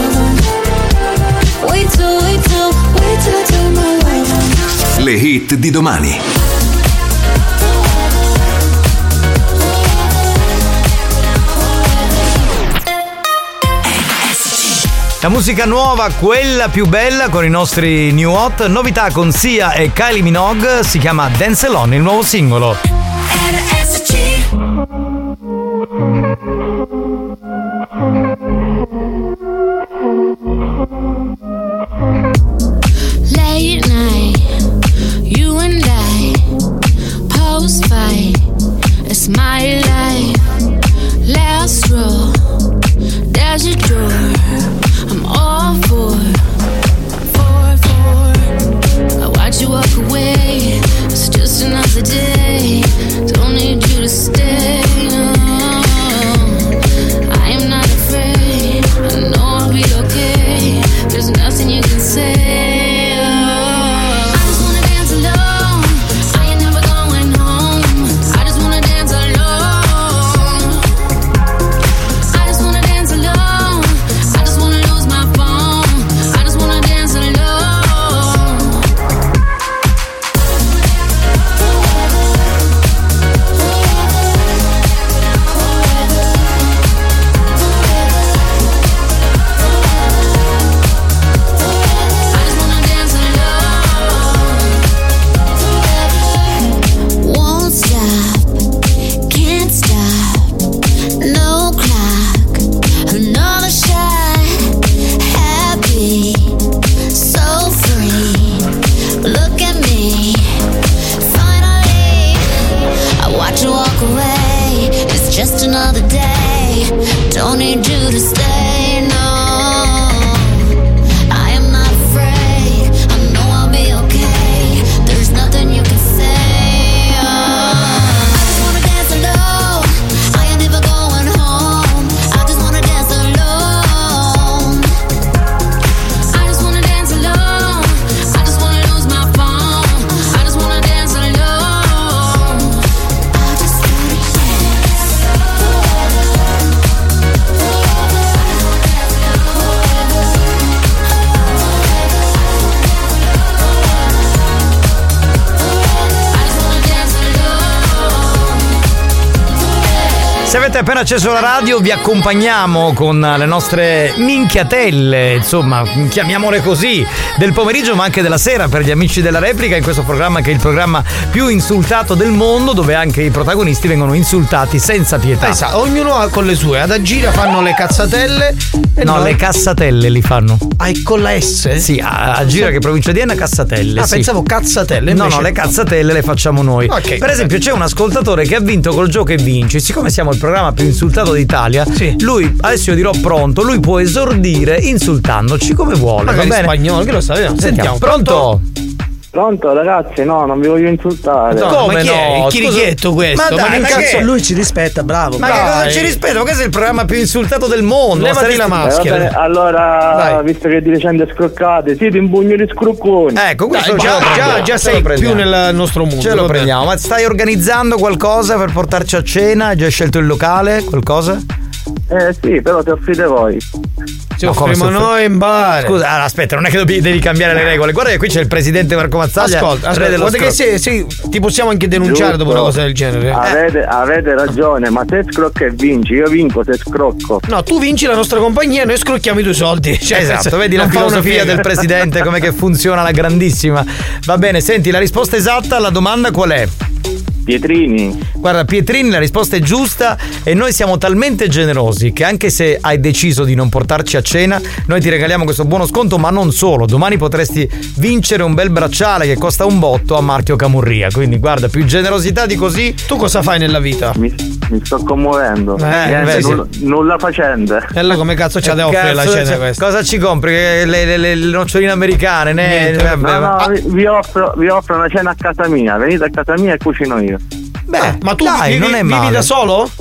Le hit di domani. La musica nuova, quella più bella con i nostri New Hot. Novità con Sia e Kylie Minogue, si chiama Dance Alone, il nuovo singolo. Late night, you and I, post fight, it's my life. Last row, there's a door, I'm all for, for, for. I watch you walk away, it's just another day. Don't need you to stay, no. I am not afraid, I know I'll be okay. There's nothing you can say. Won't stop, can't stop, no clock, another shot, happy, so free, look at me, finally, I watch you walk away, it's just another day, don't need you to stay, no, I am not afraid, I know I'll be okay, there's nothing you can say. I just wanna dance alone. I ain't never going home. I just wanna dance alone. I just wanna dance alone. I just wanna lose my phone. I just wanna dance alone. I just wanna Se avete appena acceso la radio, vi accompagniamo con le nostre minchiatelle, insomma, chiamiamole così, del pomeriggio ma anche della sera per gli amici della replica, in questo programma che è il programma più insultato del mondo, dove anche i protagonisti vengono insultati senza pietà. Esatto, ognuno ha con le sue. Ad Agira fanno le cazzatelle. E No, noi- le cassatelle li fanno. Ah, è con la S? Sì, a, a Gira, che è provincia di Enna, cassatelle. Ah, sì. pensavo cazzatelle. No, invece- no, le cazzatelle le facciamo noi. Ok, per esempio, c'è un ascoltatore che ha vinto col gioco e vinci. Siccome siamo il programma più insultato d'Italia, lui, adesso io dirò pronto, lui può esordire insultandoci come vuole. Magari va bene? spagnolo, che lo sapeva. Sentiamo. Sentiamo. Pronto? Pronto ragazzi? No, non vi voglio insultare. No, come ma chi è? no? Il chirichetto questo? Ma, Ma dai, che ma cazzo- che- lui ci rispetta, bravo. Ma bravo. che cosa ci rispetta? Ma questo è il programma più insultato del mondo. Levati Saresti- la maschera. Eh, vabbè, allora, Dai. visto che di recente scroccate, siete in pugno di scrocconi. Ecco, questo Dai, ce lo già, prendiamo, già, già ce sei lo prendiamo. più nel nostro mondo. Ce lo va bene. prendiamo. Ma stai organizzando qualcosa per portarci a cena? Hai già scelto il locale? Qualcosa? Eh sì, però se offrite voi. Ci Ma come offriamo se offri- noi in bar. Scusa, allora, aspetta, non è che devi, devi cambiare le regole. Guarda che qui c'è il presidente Marco Mazzaglia. Ascolta, re ascolta dello guarda che scrocco. se, se ti possiamo anche denunciare Giusto. dopo una cosa del genere. Eh. Avete, avete ragione, ma se scrocca e vinci, io vinco se scrocco. No, tu vinci la nostra compagnia e noi scrocchiamo i tuoi soldi. Cioè, Esatto, vedi la non fa una filosofia piega. del presidente, come che funziona la grandissima. Va bene, senti, la risposta esatta alla domanda qual è? Pietrini. Guarda, Pietrini, la risposta è giusta e noi siamo talmente generosi che anche se hai deciso di non portarci a cena, noi ti regaliamo questo buono sconto, ma non solo. Domani potresti vincere un bel bracciale che costa un botto a marchio Camurria. Quindi guarda, più generosità di così. Tu cosa fai nella vita? Mi, mi sto commuovendo. Eh, Niente, beh, sì. nulla, nulla facente. E allora come cazzo c'ha da offrire la Cazzo, cena cioè, questa? cosa ci compri? Le, le- le- le noccioline americane? Ne, Niente. vabbè, No, no, ma- vi, vi offro, vi offro una cena a casa mia. Venite a casa mia e cucino io. Beh, Ma tu dai, vivi, non è vivi male. da solo?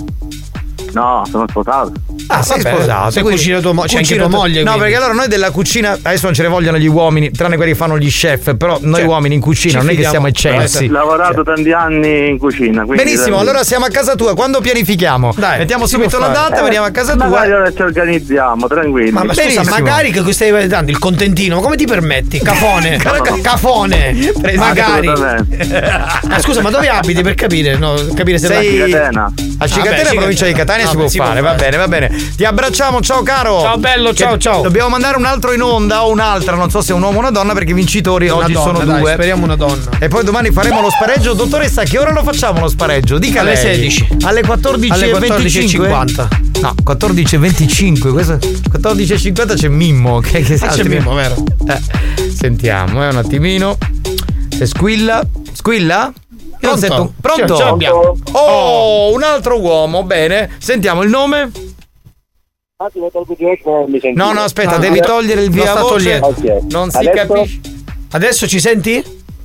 No, sono sposato. Ah, sei Vabbè, sposato. se quindi- cucina tua mo- c'è anche cucina tua tu- moglie, No, quindi. perché allora noi della cucina adesso non ce ne vogliono gli uomini, tranne quelli che fanno gli chef, però noi Cioè, uomini in cucina ci non è che fidiamo. siamo eccelsi. Ho lavorato tanti anni in cucina. quindi- Benissimo, allora siamo a casa tua. Quando pianifichiamo? Dai, mettiamo si subito può la fare. data, veniamo a casa tua. Magari ora ci organizziamo, tranquilli. Ma, ma scusa, Benissimo. magari che stai dando il contentino, ma come ti permetti? Cafone, No. cafone, magari. Assolutamente. Ah, scusa, ma dove abiti per capire? No, capire se Sei- vai- Catena. A Cicatena, Vabbè, provincia di Catania, si Vabbè, può si fare. può Va bene, va bene. Ti abbracciamo, ciao caro. Ciao bello, ciao, Che- ciao. Dobbiamo mandare un altro in onda o un'altra, non so se è un uomo o una donna, perché i vincitori Una oggi donna, sono dai, due. speriamo una donna. E poi domani faremo lo spareggio. Dottoressa, a che ora lo facciamo lo spareggio? Dica Alle lei. sedici. Alle quattordici Alle e quattordici e venticinque? cinquanta. No, quattordici e venticinque. Questo quattordici e cinquanta c'è Mimmo. Che, che Ah, c'è Mimmo, vero? Eh, sentiamo, eh, un attimino. Se squilla. Squilla? Io non Pronto? sento. Pronto? Ce l'abbiamo. Oh, un altro uomo. Bene. Sentiamo il nome. No, no, aspetta, Ah, devi no. togliere il Lo via sta voce. togliendo. Non si Adesso? capisce. Adesso ci senti?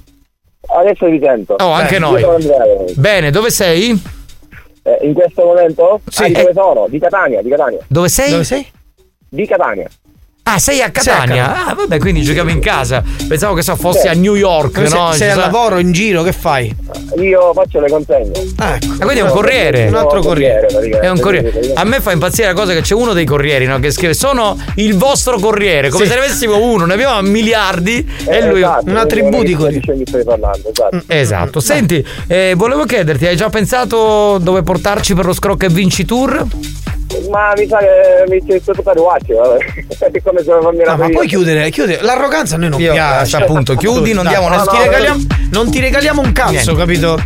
Adesso vi sento. Oh, anche Eh, noi. io sono Andrea. Bene, dove sei? Eh, in questo momento? Sì. Ah, di dove sono? Di Catania, di Catania. Dove sei? Dove sei? Di Catania. Ah, sei a Sei a Catania? Catania. Ah, vabbè, quindi giochiamo in casa. Pensavo che so fossi Sì. a New York, Sei, no? sei Ci al sa- lavoro, in giro, che fai? Io faccio le consegne. Ah, ecco. Ah, quindi è un corriere. Un altro corriere. È un corriere. A me fa impazzire la cosa che c'è uno dei corrieri, no? Che scrive: sono il vostro corriere, come Sì. se ne avessimo uno, ne abbiamo miliardi Eh, e lui. esatto, una tribù di corrieri. dice mi stai parlando, esatto. Esatto. Senti, eh, volevo chiederti, hai già pensato dove portarci per lo Scrocca e Vinci Tour? Ma mi sa che mi c'è stato fare guaccio, vabbè. È come se non mi No, ma puoi chiudere, chiudere. L'arroganza a noi non Io, piace. appunto, chiudi, non Dai, diamo non, una ti no, regaliamo, non ti regaliamo un cazzo, Niente. capito?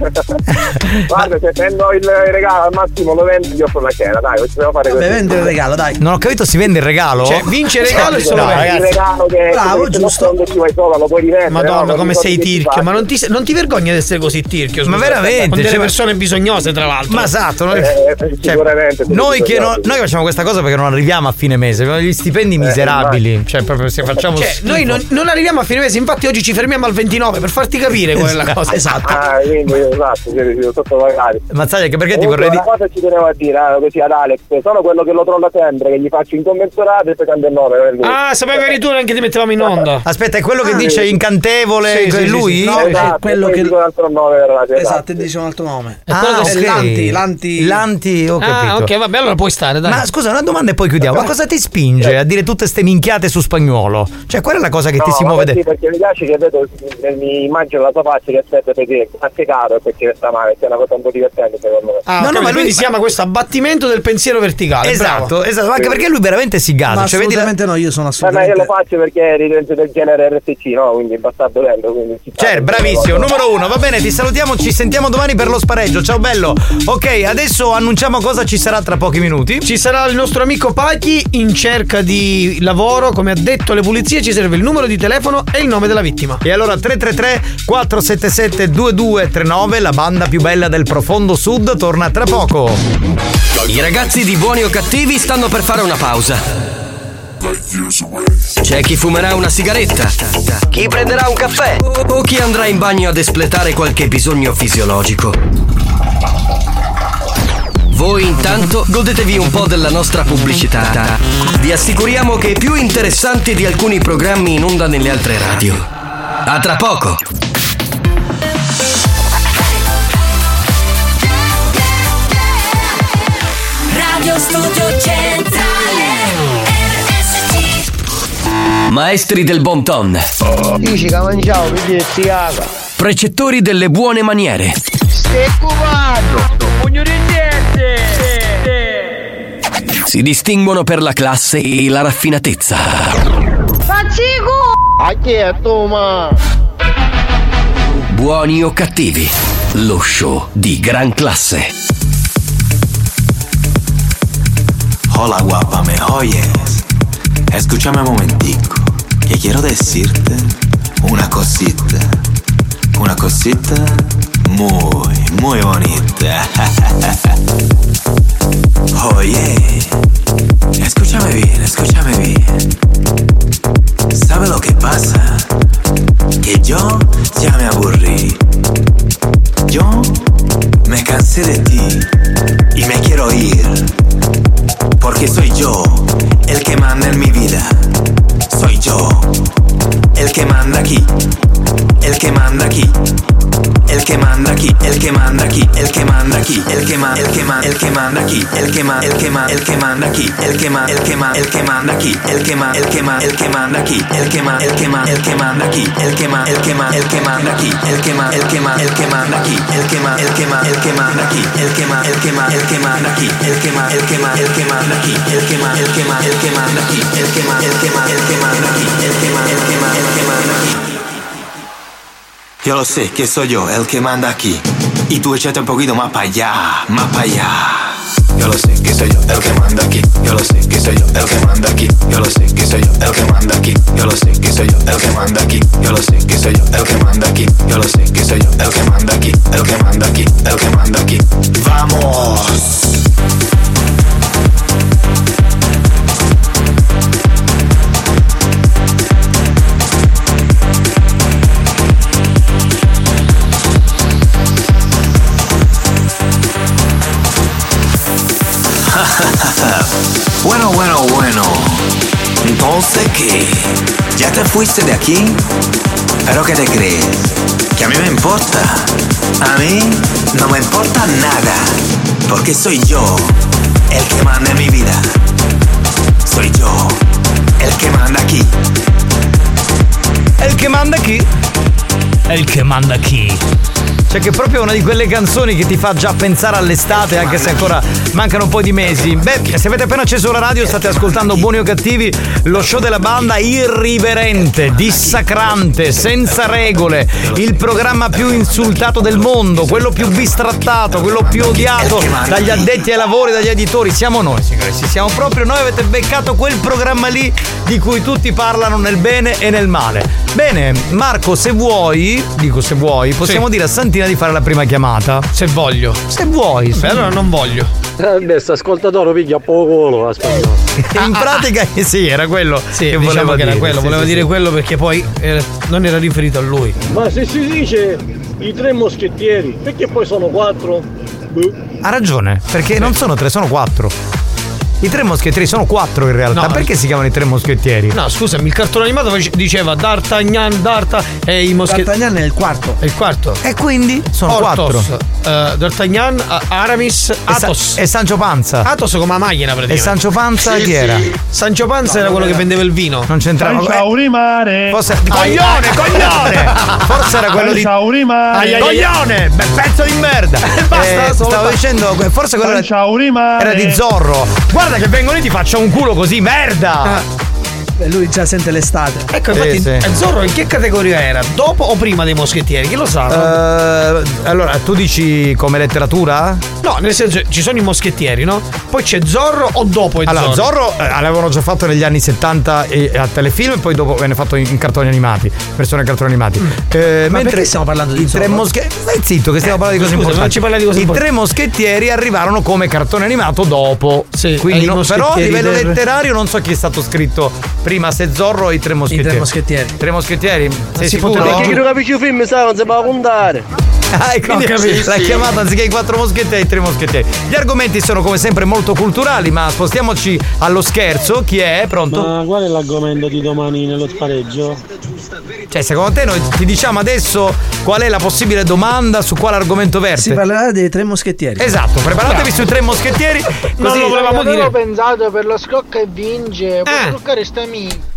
Guarda, se prendo il regalo al massimo lo vendo e gli offro la cena, dai, possiamo fare così. Vabbè, vendere il regalo, dai. Non ho capito, si vende il regalo? Cioè, vince il regalo e solo No, vende. il ragazzi. regalo che Bravo, che se giusto. no quando ci vai sopra lo puoi rivendere. Madonna, no? come Non sei so che ti tirchio, faccio. ma non ti, non ti vergogni di essere così tirchio? Ma scusa? veramente, Con delle cioè- persone bisognose, tra l'altro. Ma esatto, noi, Eh, cioè, sicuramente. noi, che non- Sì. noi facciamo questa cosa perché non arriviamo a fine mese, abbiamo gli stipendi miserabili, cioè proprio se facciamo Cioè, schifo. noi non, non arriviamo a fine mese, infatti oggi ci fermiamo al ventinove per farti capire qual è la cosa. Esatto. Ah, quindi esatto, sì, sì, sottopagati. Mazzaglia, che perché ti Comunque, vorrei dire. una cosa ci tenevo a dire eh, così ad Alex, sono quello che lo trolla sempre, che gli faccio incommensurato e poi cambia il nome per lui. Ah, sapevi che eri tu neanche ti mettevamo in onda. Aspetta, è quello che Ah, dice sì. incantevole, Sì, sì, è sì, lui? sì. No, esatto, è quello poi che- dico un altro nome per la Esatto, e dice un altro nome. Ah, Quello che- ok. Lanti, Lanti. Lanti, ho capito. Ah, ok, vabbè, allora puoi stare, dai. Ma scusa, una domanda e poi chiudiamo. Ma cosa ti spinge a dire tutte ste minchiate su spagnolo? Cioè, quella è la cosa che ti No, si ma muove sì, dentro. perché mi piace che vedo, mi immagino la tua faccia che aspetta perché è caro e perché sta male, che è una cosa un po' divertente secondo me. Ah, No, ok, no, ma lui- quindi si chiama questo abbattimento del pensiero verticale. Esatto, bravo. esatto, anche Sì. perché lui veramente si gasa. Ma Cioè, vedi la- assolutamente no, io sono Ma, ma io assolutamente. lo faccio perché eri dentro del genere R T C, no? Quindi bastardo lento, quindi ci sta. Certo, bravissimo, numero uno, va bene, ti salutiamo, ci sentiamo domani per lo spareggio, ciao bello. Ok, adesso annunciamo cosa ci sarà tra pochi minuti. Ci sarà il nostro amico Pachi in cerca di lavoro, come ha detto alle pulizie, ci serve il numero di telefono e il nome della vittima. E allora tre tre tre quattro sette sette due due tre nove, la banda più bella del profondo sud, torna tra poco. I ragazzi di Buoni o Cattivi stanno per fare una pausa. C'è chi fumerà una sigaretta, chi prenderà un caffè o chi andrà in bagno ad espletare qualche bisogno fisiologico. Voi intanto godetevi un po' della nostra pubblicità. Vi assicuriamo che è più interessante di alcuni programmi in onda nelle altre radio. A tra poco! Radio Studio Centrale R S C. Maestri del bon ton. Dici che mangiavo, mi caga. Precettori delle buone maniere. Stai cubando. Pugno di niente. Si distinguono per la classe e la raffinatezza. Faccico! A chi è tu, ma? Buoni o cattivi, lo show di gran classe. Hola guapa, me oyes. Escúchame un momentico, que quiero decirte una cosita. Una cosita muy, muy bonita. Oye, escúchame bien, escúchame bien. ¿Sabe lo que pasa? Que yo ya me aburrí. Yo me cansé de ti y me quiero ir. Porque soy yo el que manda en mi vida. Soy yo el que manda aquí. El que manda aquí. El que manda aquí, el que manda aquí, el que manda aquí, el que ma, el que ma, el que manda aquí, el que ma, el que ma, el que manda aquí, el que ma, el que ma, el que manda aquí, el que ma, el que ma, el que manda aquí, el que ma, el que ma, el que manda aquí, el que ma, el que ma, el que manda aquí, el que ma, el que ma, el que manda aquí, el que ma, el que ma, el que manda aquí, el que ma, el que ma, el que manda aquí, el que ma, el que ma, el que manda aquí, el que ma, el que ma, el que manda aquí, el que ma, el que ma, el que manda aquí, el que ma, el que ma, el que manda aquí. Yo lo sé que soy yo el que manda aquí. Y tú échate un poquito más para allá, más para allá. Yo lo sé que soy yo el que manda aquí. Yo lo sé que soy yo el que manda aquí. Yo lo sé que soy yo el que manda aquí. Yo lo sé que soy yo el que manda aquí. Yo lo sé que soy yo el que manda aquí. Yo lo sé que soy yo el que manda aquí. El que manda aquí, el que manda aquí. ¡Vamos! Bueno, bueno, bueno. Entonces, ¿qué? ¿Ya te fuiste de aquí? ¿Pero qué te crees? ¿Que a mí me importa? A mí no me importa nada. Porque soy yo el que manda en mi vida. Soy yo el que manda aquí. El che manda chi? È il che manda chi? Cioè che è proprio una di quelle canzoni che ti fa già pensare all'estate, anche se ancora mancano un po' di mesi. Beh, se avete appena acceso la radio state ascoltando Buoni o Cattivi, lo show della banda irriverente, dissacrante, senza regole, il programma più insultato del mondo, quello più bistrattato, quello più odiato dagli addetti ai lavori, dagli editori. Siamo noi, signori, sì, siamo proprio noi. Avete beccato quel programma lì di cui tutti parlano nel bene e nel male. Bene, Marco, se vuoi, dico se vuoi, possiamo sì. dire a Santina di fare la prima chiamata? Se voglio. Se vuoi. Beh, allora non voglio. Eh, sto ascoltatore piglia poco, aspetta. In pratica sì, era quello sì, che diciamo voleva che dire. era quello, sì, voleva sì, dire sì. quello perché poi eh, non era riferito a lui. Ma se si dice i tre moschettieri, perché poi sono quattro? Buh. Ha ragione, perché sì. non sono tre, sono quattro. I tre moschettieri sono quattro in realtà. No, perché si chiamano i tre moschettieri? No, scusami, il cartone animato diceva D'Artagnan, D'Arta e i moschettieri. D'Artagnan è il quarto. È il quarto. E quindi sono Portos, quattro. Uh, D'Artagnan, Aramis, Athos. E, Sa- e Sancio Panza. Athos come la macchina praticamente. E Sancio Panza sì, chi era? Sì. Sancio Panza no, era quello era. che vendeva il vino. Non c'entrava. Ciao rimare. Forse coglione, coglione. Forse era quello di Ciao rimare. Coglione, bel pezzo di merda. Basta, eh, stavo dicendo, forse quello era, ciao rimare. era di Zorro. Guarda che vengono e ti faccio un culo così, merda. E lui già sente l'estate. Ecco, infatti, Sì, sì. Zorro in che categoria era? Dopo o prima dei moschettieri? Chi lo sa? Eh, allora, tu dici come letteratura? No, nel senso, ci sono i moschettieri, no? Poi c'è Zorro o dopo è Allora, Zorro? Zorro eh, l'avevano già fatto negli anni settanta e, a telefilm e poi dopo venne fatto in, in cartoni animati, versione cartoni animati. Eh, Ma mentre perché stiamo parlando di i tre Zorro? moschettieri. Stai zitto, che stiamo Eh, parlando di cose scusa, importanti. non ci parla di cose I importanti. tre moschettieri arrivarono come cartone animato dopo. Sì, Quindi i non- però a moschettieri livello del- letterario non so chi è stato scritto prima, se Zorro o i tre moschettieri. I tre moschettieri. Tre moschettieri? Sei si sicuro? poteva- Perché chi non capisce il film sa, non si può contare. Ah, e quindi No, capisci? l'ha chiamata anziché i quattro moschettieri, i tre moschettieri. Gli argomenti sono come sempre molto culturali, ma spostiamoci allo scherzo. Chi è? Pronto? Ma qual è l'argomento di domani nello spareggio? Cioè, secondo te noi ti diciamo adesso qual è la possibile domanda su quale argomento verte? Si parlerà dei tre moschettieri. Esatto, preparatevi sui tre moschettieri. Così Avevo pensato per lo scocca e vince, può scoccare sta amica.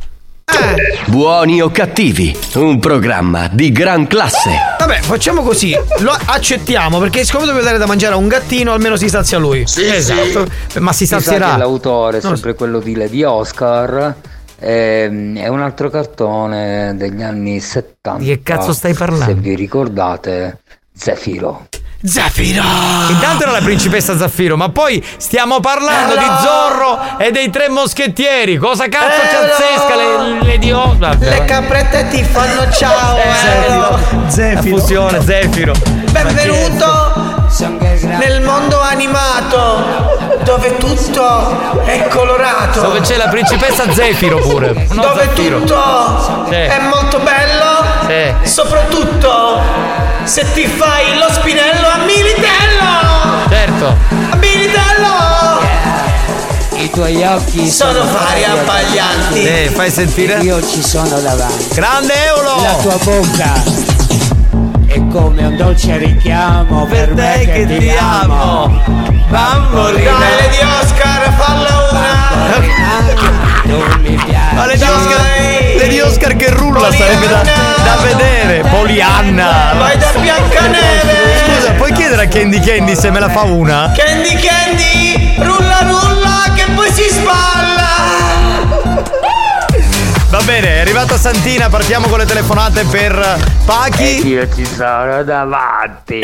Buoni o cattivi, un programma di gran classe. Vabbè, facciamo così, lo accettiamo perché siccome dobbiamo dare da mangiare a un gattino almeno si sazia lui. Esatto. Ma si Mi sa sazierà. che l'autore è Non lo sempre quello di Lady Oscar. ehm, È un altro cartone degli anni settanta. Di che cazzo stai parlando? Se vi ricordate, Zefiro. Zefiro! Intanto era la principessa Zaffiro, ma poi stiamo parlando di Zorro e dei tre moschettieri. Cosa cazzo ci azzesca le, le di Oscar? Le caprette ti fanno ciao, Zefiro. Zefiro. La fusione, Zefiro. Benvenuto nel mondo animato dove tutto è colorato. Dove c'è la principessa Zefiro pure. No, dove Zaffiro. tutto Sì. è molto bello. Sì. Soprattutto se ti fai lo spinello a Militello. Certo. A Militello. I tuoi occhi Sono vari abbaglianti. Eh, fai sentire. Io ci sono davanti. Grande Eolo. La tua bocca è come un dolce richiamo per, me che, ti amo. Bamboli. Dai, Lady Oscar, falla una. Tu mi piaci. Ma Lady Oscar, Lady Oscar che rulla sarebbe da, da vedere. Polianna. Vai da Biancaneve. Scusa, puoi chiedere a Candy Candy se me la fa una? Candy Candy, rulla rulla che poi si spalla. Va bene, è arrivata Santina, partiamo con le telefonate per Pachi. Io ci sono davanti.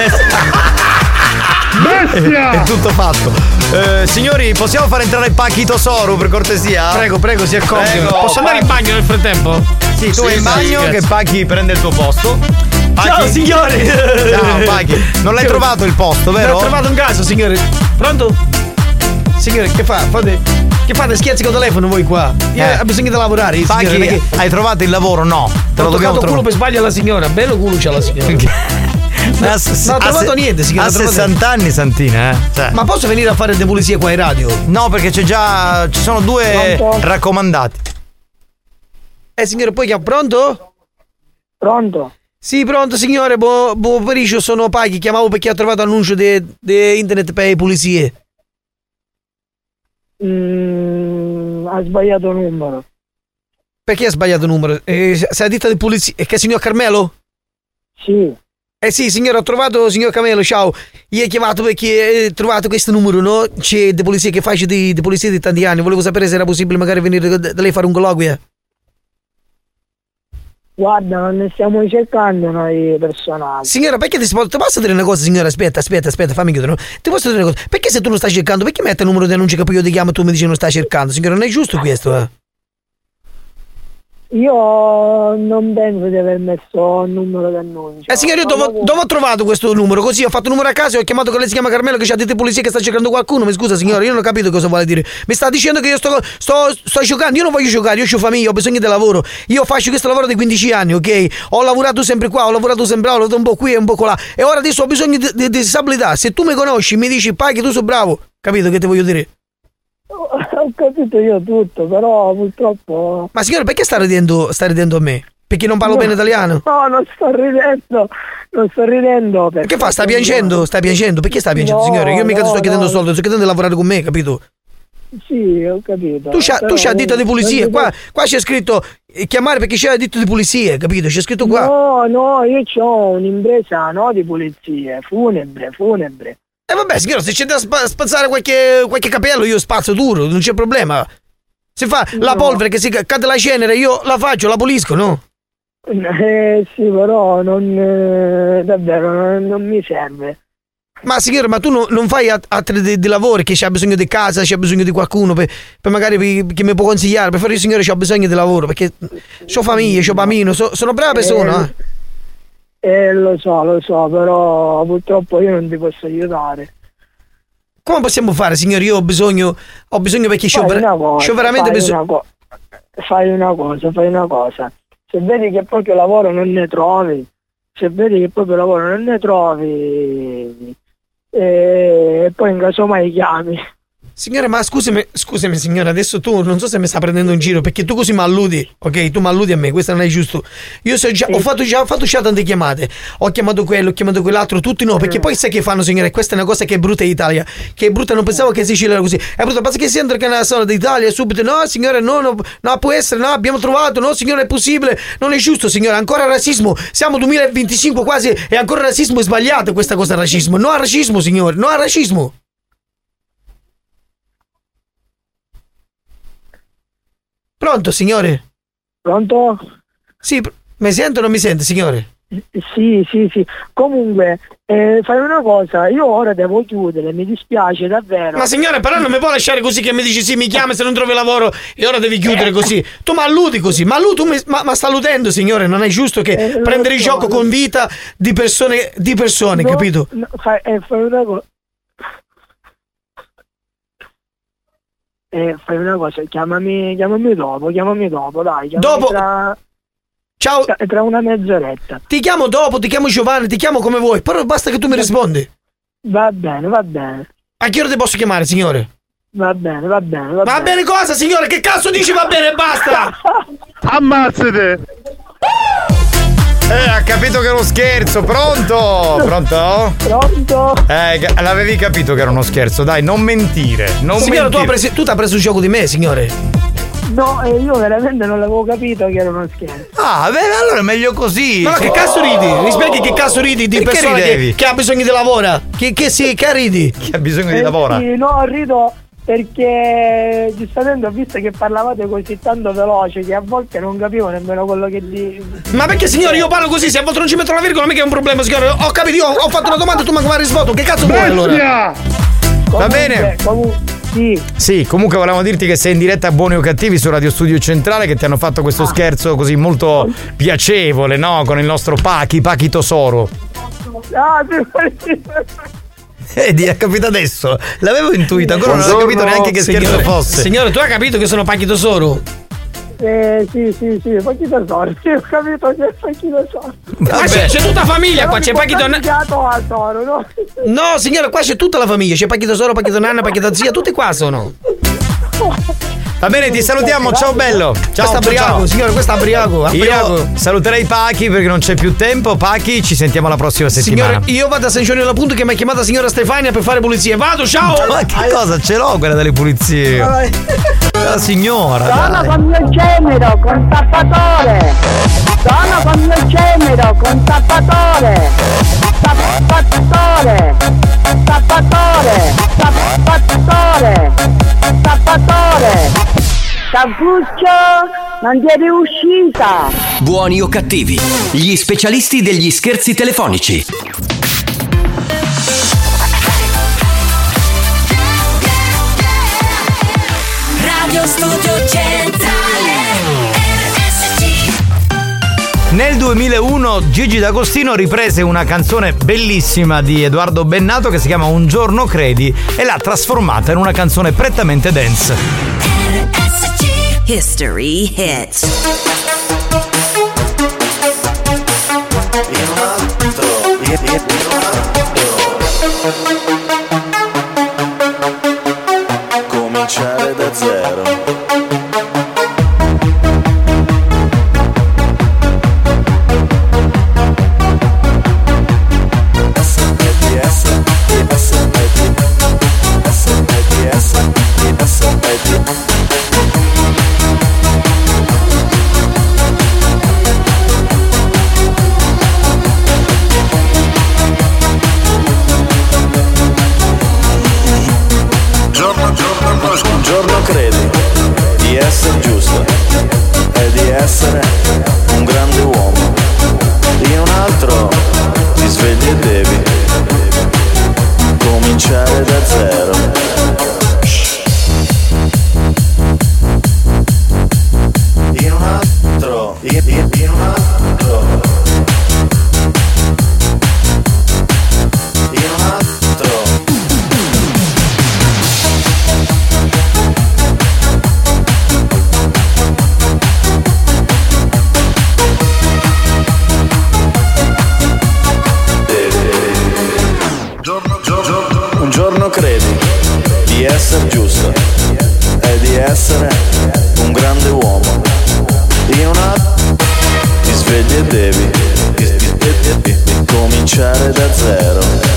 Bestia! È tutto fatto. Eh, signori, possiamo far entrare Pachi Tosoru per cortesia? Prego, prego, si accomodi. Prego, Posso andare in Pachi. bagno nel frattempo? Sì, tu Sì, vai in sì, bagno grazie. che Pachi prende il tuo posto. Pachi. Ciao, signori. Ciao Pachi. Non l'hai trovato il posto, vero? Non ho trovato un caso, signore. Pronto? Signore, che fa? Fate. Che fate? Scherzi con il telefono voi qua? Io Eh. ho bisogno di lavorare. io, Pachi, signore, perché hai trovato il lavoro? No. Te ho lo dobbiamo toccato culo trovare. per sbaglio alla signora. Bello culo c'ha la signora. Ma non ho trovato niente, signora. Ha ho trovato- sessanta anni Santina, eh. Cioè. Ma posso venire a fare le pulizie qua in radio? No, perché c'è già. Ci sono due Pronto? raccomandati. Eh, signore, poi chiamo. Pronto? Pronto? Sì, pronto, signore. Buon buon pomeriggio, sono Paghi. Chiamavo perché ho trovato annuncio di internet per le pulizie. Mm, ha sbagliato numero. Perché ha sbagliato numero? Eh, sei a ditta di pulizia. È che signor Carmelo? Sì. Eh sì, signore, ho trovato signor Carmelo, ciao. Io ho chiamato perché ho trovato questo numero, no? C'è di polizia che faccio di, di polizia di tanti anni. Volevo sapere se era possibile magari venire da da lei a fare un colloquio. Guarda, non ne stiamo cercando noi personali. Signora, perché ti, ti posso dire una cosa, signora? Aspetta, aspetta, aspetta, fammi chiudere. No? Ti posso dire una cosa? Perché se tu non stai cercando, perché metti il numero di annuncio che poi io ti chiamo e tu mi dici non stai cercando? Signora, non è giusto questo, eh? Io non penso di aver messo il numero d'annuncio. Eh signore, io dove, dove ho trovato questo numero? Così ho fatto un numero a caso e ho chiamato che lei si chiama Carmelo, che c'ha dite polizia che sta cercando qualcuno. Mi scusa signore, io non ho capito cosa vuole dire. Mi sta dicendo che io sto, sto, sto giocando. Io non voglio giocare, io ho famiglia, ho bisogno di lavoro. Io faccio questo lavoro di quindici anni, ok? Ho lavorato sempre qua, ho lavorato sempre là, ho lavorato un po' qui e un po' là. E ora adesso ho bisogno di, di, di stabilità. Se tu mi conosci, mi dici pai che tu sei bravo. Capito che ti voglio dire? Ho capito io tutto, però purtroppo... Ma signore, perché sta ridendo, sta ridendo a me? Perché non parlo No, bene italiano? No, non sto ridendo, non sto ridendo perché... Che fa? Sta piangendo? Sta piangendo? Perché sta piangendo, No, signore? Io mica ti no, sto chiedendo no. soldi, sto chiedendo di lavorare con me, capito? Sì, ho capito. Tu c'ha, tu però- c'ha dito di pulizia, qua, qua c'è scritto eh, chiamare perché c'è dito di pulizia, capito? C'è scritto qua. No, no, io ho un'impresa, no, di pulizie, funebre, funebre. E eh vabbè, signore, se c'è da spa- spazzare qualche, qualche capello io spazzo duro, non c'è problema. Si fa la polvere che si cade la cenere, io la faccio, la pulisco, no? Eh sì, però non eh, davvero non, non mi serve. Ma signore, ma tu no, non fai altri di, di lavori, che c'ha bisogno di casa, c'ha bisogno di qualcuno per, per magari per, che mi può consigliare, per fare il signore c'ho bisogno di lavoro, perché c'ho famiglia, c'ho bambino, so, sono brava persona. Eh, eh, lo so, lo so, però purtroppo io non ti posso aiutare. Come possiamo fare, signore? Io ho bisogno, ho bisogno perché c'ho, ver- c'ho veramente bisogno. Co- fai una cosa, fai una cosa. Se vedi che proprio lavoro non ne trovi, se vedi che proprio lavoro non ne trovi, e poi in caso mai chiami. Signore, ma scusami, scusami signore, adesso tu non so se mi sta prendendo in giro, perché tu così mi alludi, ok? Tu mi alludi a me, questo non è giusto. Io so già, ho fatto già, ho fatto già tante chiamate, ho chiamato quello, ho chiamato quell'altro, tutti no, perché poi sai che fanno, signore? Questa è una cosa che è brutta in Italia, che è brutta, non pensavo che Sicilia era così. È brutta, basta che si entra nella zona d'Italia subito, no signore, no, no, no, può essere, no, abbiamo trovato, no signore, è possibile, non è giusto signore, ancora razzismo, siamo duemilaventicinque quasi e ancora razzismo, è sbagliato questa cosa, razzismo, no al razzismo signore, no al razzismo. Pronto, signore? Pronto? Sì, mi sente o non mi sente, signore? Sì, sì, sì. Comunque, eh, fai una cosa, io ora devo chiudere, mi dispiace davvero. Ma signore, però non mi può lasciare così che mi dici sì, mi chiama se non trovi lavoro e ora devi chiudere così. Tu mi alludi così, ma lui tu mi, ma, ma sta alludendo, signore, non è giusto che eh, prendere il so, gioco con vita di persone, di persone, no, capito? No, fai, eh, fai una cosa. Eh, fai una cosa, chiamami, chiamami dopo, chiamami dopo, dai, chiamami dopo. Tra... Ciao. Tra, tra una mezz'oretta. Ti chiamo dopo, ti chiamo Giovanni, ti chiamo come vuoi, però basta che tu mi rispondi. Va bene, va bene. A che ora ti posso chiamare, signore? Va bene, va bene, va, va bene. bene cosa, signore? Che cazzo dici va bene e basta? Ammazzate! Eh, ha capito che era uno scherzo, pronto? Pronto? Pronto? Eh, l'avevi capito che era uno scherzo, dai, non mentire, non signore, mentire. tu hai preso, preso il gioco di me, signore. No, eh, io veramente non l'avevo capito che era uno scherzo. Ah, beh, allora è meglio così. Ma no, che cazzo ridi? Mi spieghi che cazzo ridi di persona che, che ha bisogno di lavoro? Che, che sì, che ridi? Che ha bisogno eh, di lavoro? Sì, no, rido perché giustamente ho visto che parlavate così tanto veloce che a volte non capivo nemmeno quello che di. Ma perché signore io parlo così, se a volte non ci metto la virgola mica è un problema signore. Ho capito, io ho fatto una domanda e tu mi hai risposto. Che cazzo vuoi allora? Va Comunque, bene. Comunque, sì. Sì, comunque volevamo dirti che sei in diretta a Buoni o Cattivi su Radio Studio Centrale, che ti hanno fatto questo ah. scherzo così molto piacevole, no? Con il nostro Pachi, Pachi Tosoro. Ah, sì. Vedi, ha capito adesso. L'avevo intuito, ancora non avevo capito neanche che signore, scherzo fosse. Signore, tu hai capito che sono Pachi Tosoro? Eh, sì, sì, sì, Pachi Tosoro. Sì, ho capito che è Pachi Tosoro. Ma c'è, c'è tutta famiglia qua, c'è Pachi Tosoro, no? No, signore, qua c'è tutta la famiglia, c'è Pachi Tosoro, Pachi Nonna, Pachi Zia, tutti qua sono. Va bene, ti salutiamo, ciao bello. Ciao, questo abriaco, ciao. signore, questo abriaco, abriaco. Io saluterei Pachi perché non c'è più tempo. Pachi, ci sentiamo la prossima settimana. Signore, io vado a San Giorgio della Punta che mi ha chiamata signora Stefania per fare pulizie. Vado, ciao! Ma che cosa? Ce l'ho quella delle pulizie. La signora. Sono con mio genero, con tappatore. Sono con mio genero, con tappatore. Tappatore. Tappatore. Tappatore. Tappatore. Cappuccio, non ti è riuscita. Buoni o cattivi, gli specialisti degli scherzi telefonici. Radio Studio Centrale R S C. Nel duemilauno Gigi D'Agostino riprese una canzone bellissima di Edoardo Bennato che si chiama Un giorno credi e l'ha trasformata in una canzone prettamente dance. History Hits. Cominciare da zero. essere giusto e di essere un grande uomo. In un altro ti svegli e devi cominciare da zero. In un altro, in, in, in un altro, in un altro. Un giorno credi di essere giusto e di essere un grande uomo. In un attimo ti svegli e devi cominciare da zero.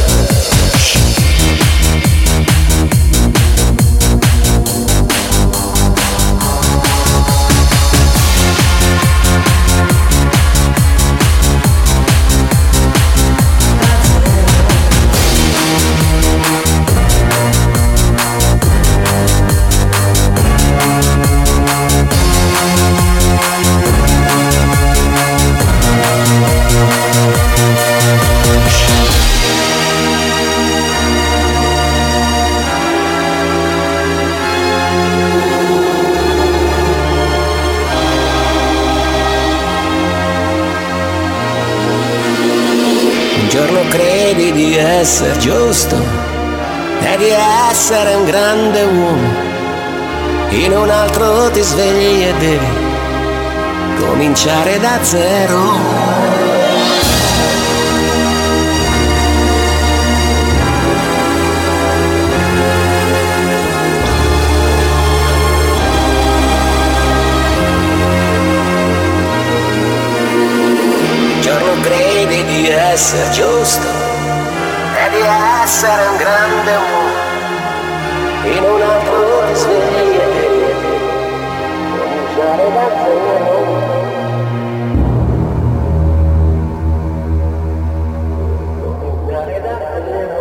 Credi di essere giusto e di essere un grande uomo. In un altro ti svegli e devi cominciare da zero. Credi di essere giusto e di essere un grande uomo. In un altro ti svegli e devi cominciare da zero. Cominciare da zero.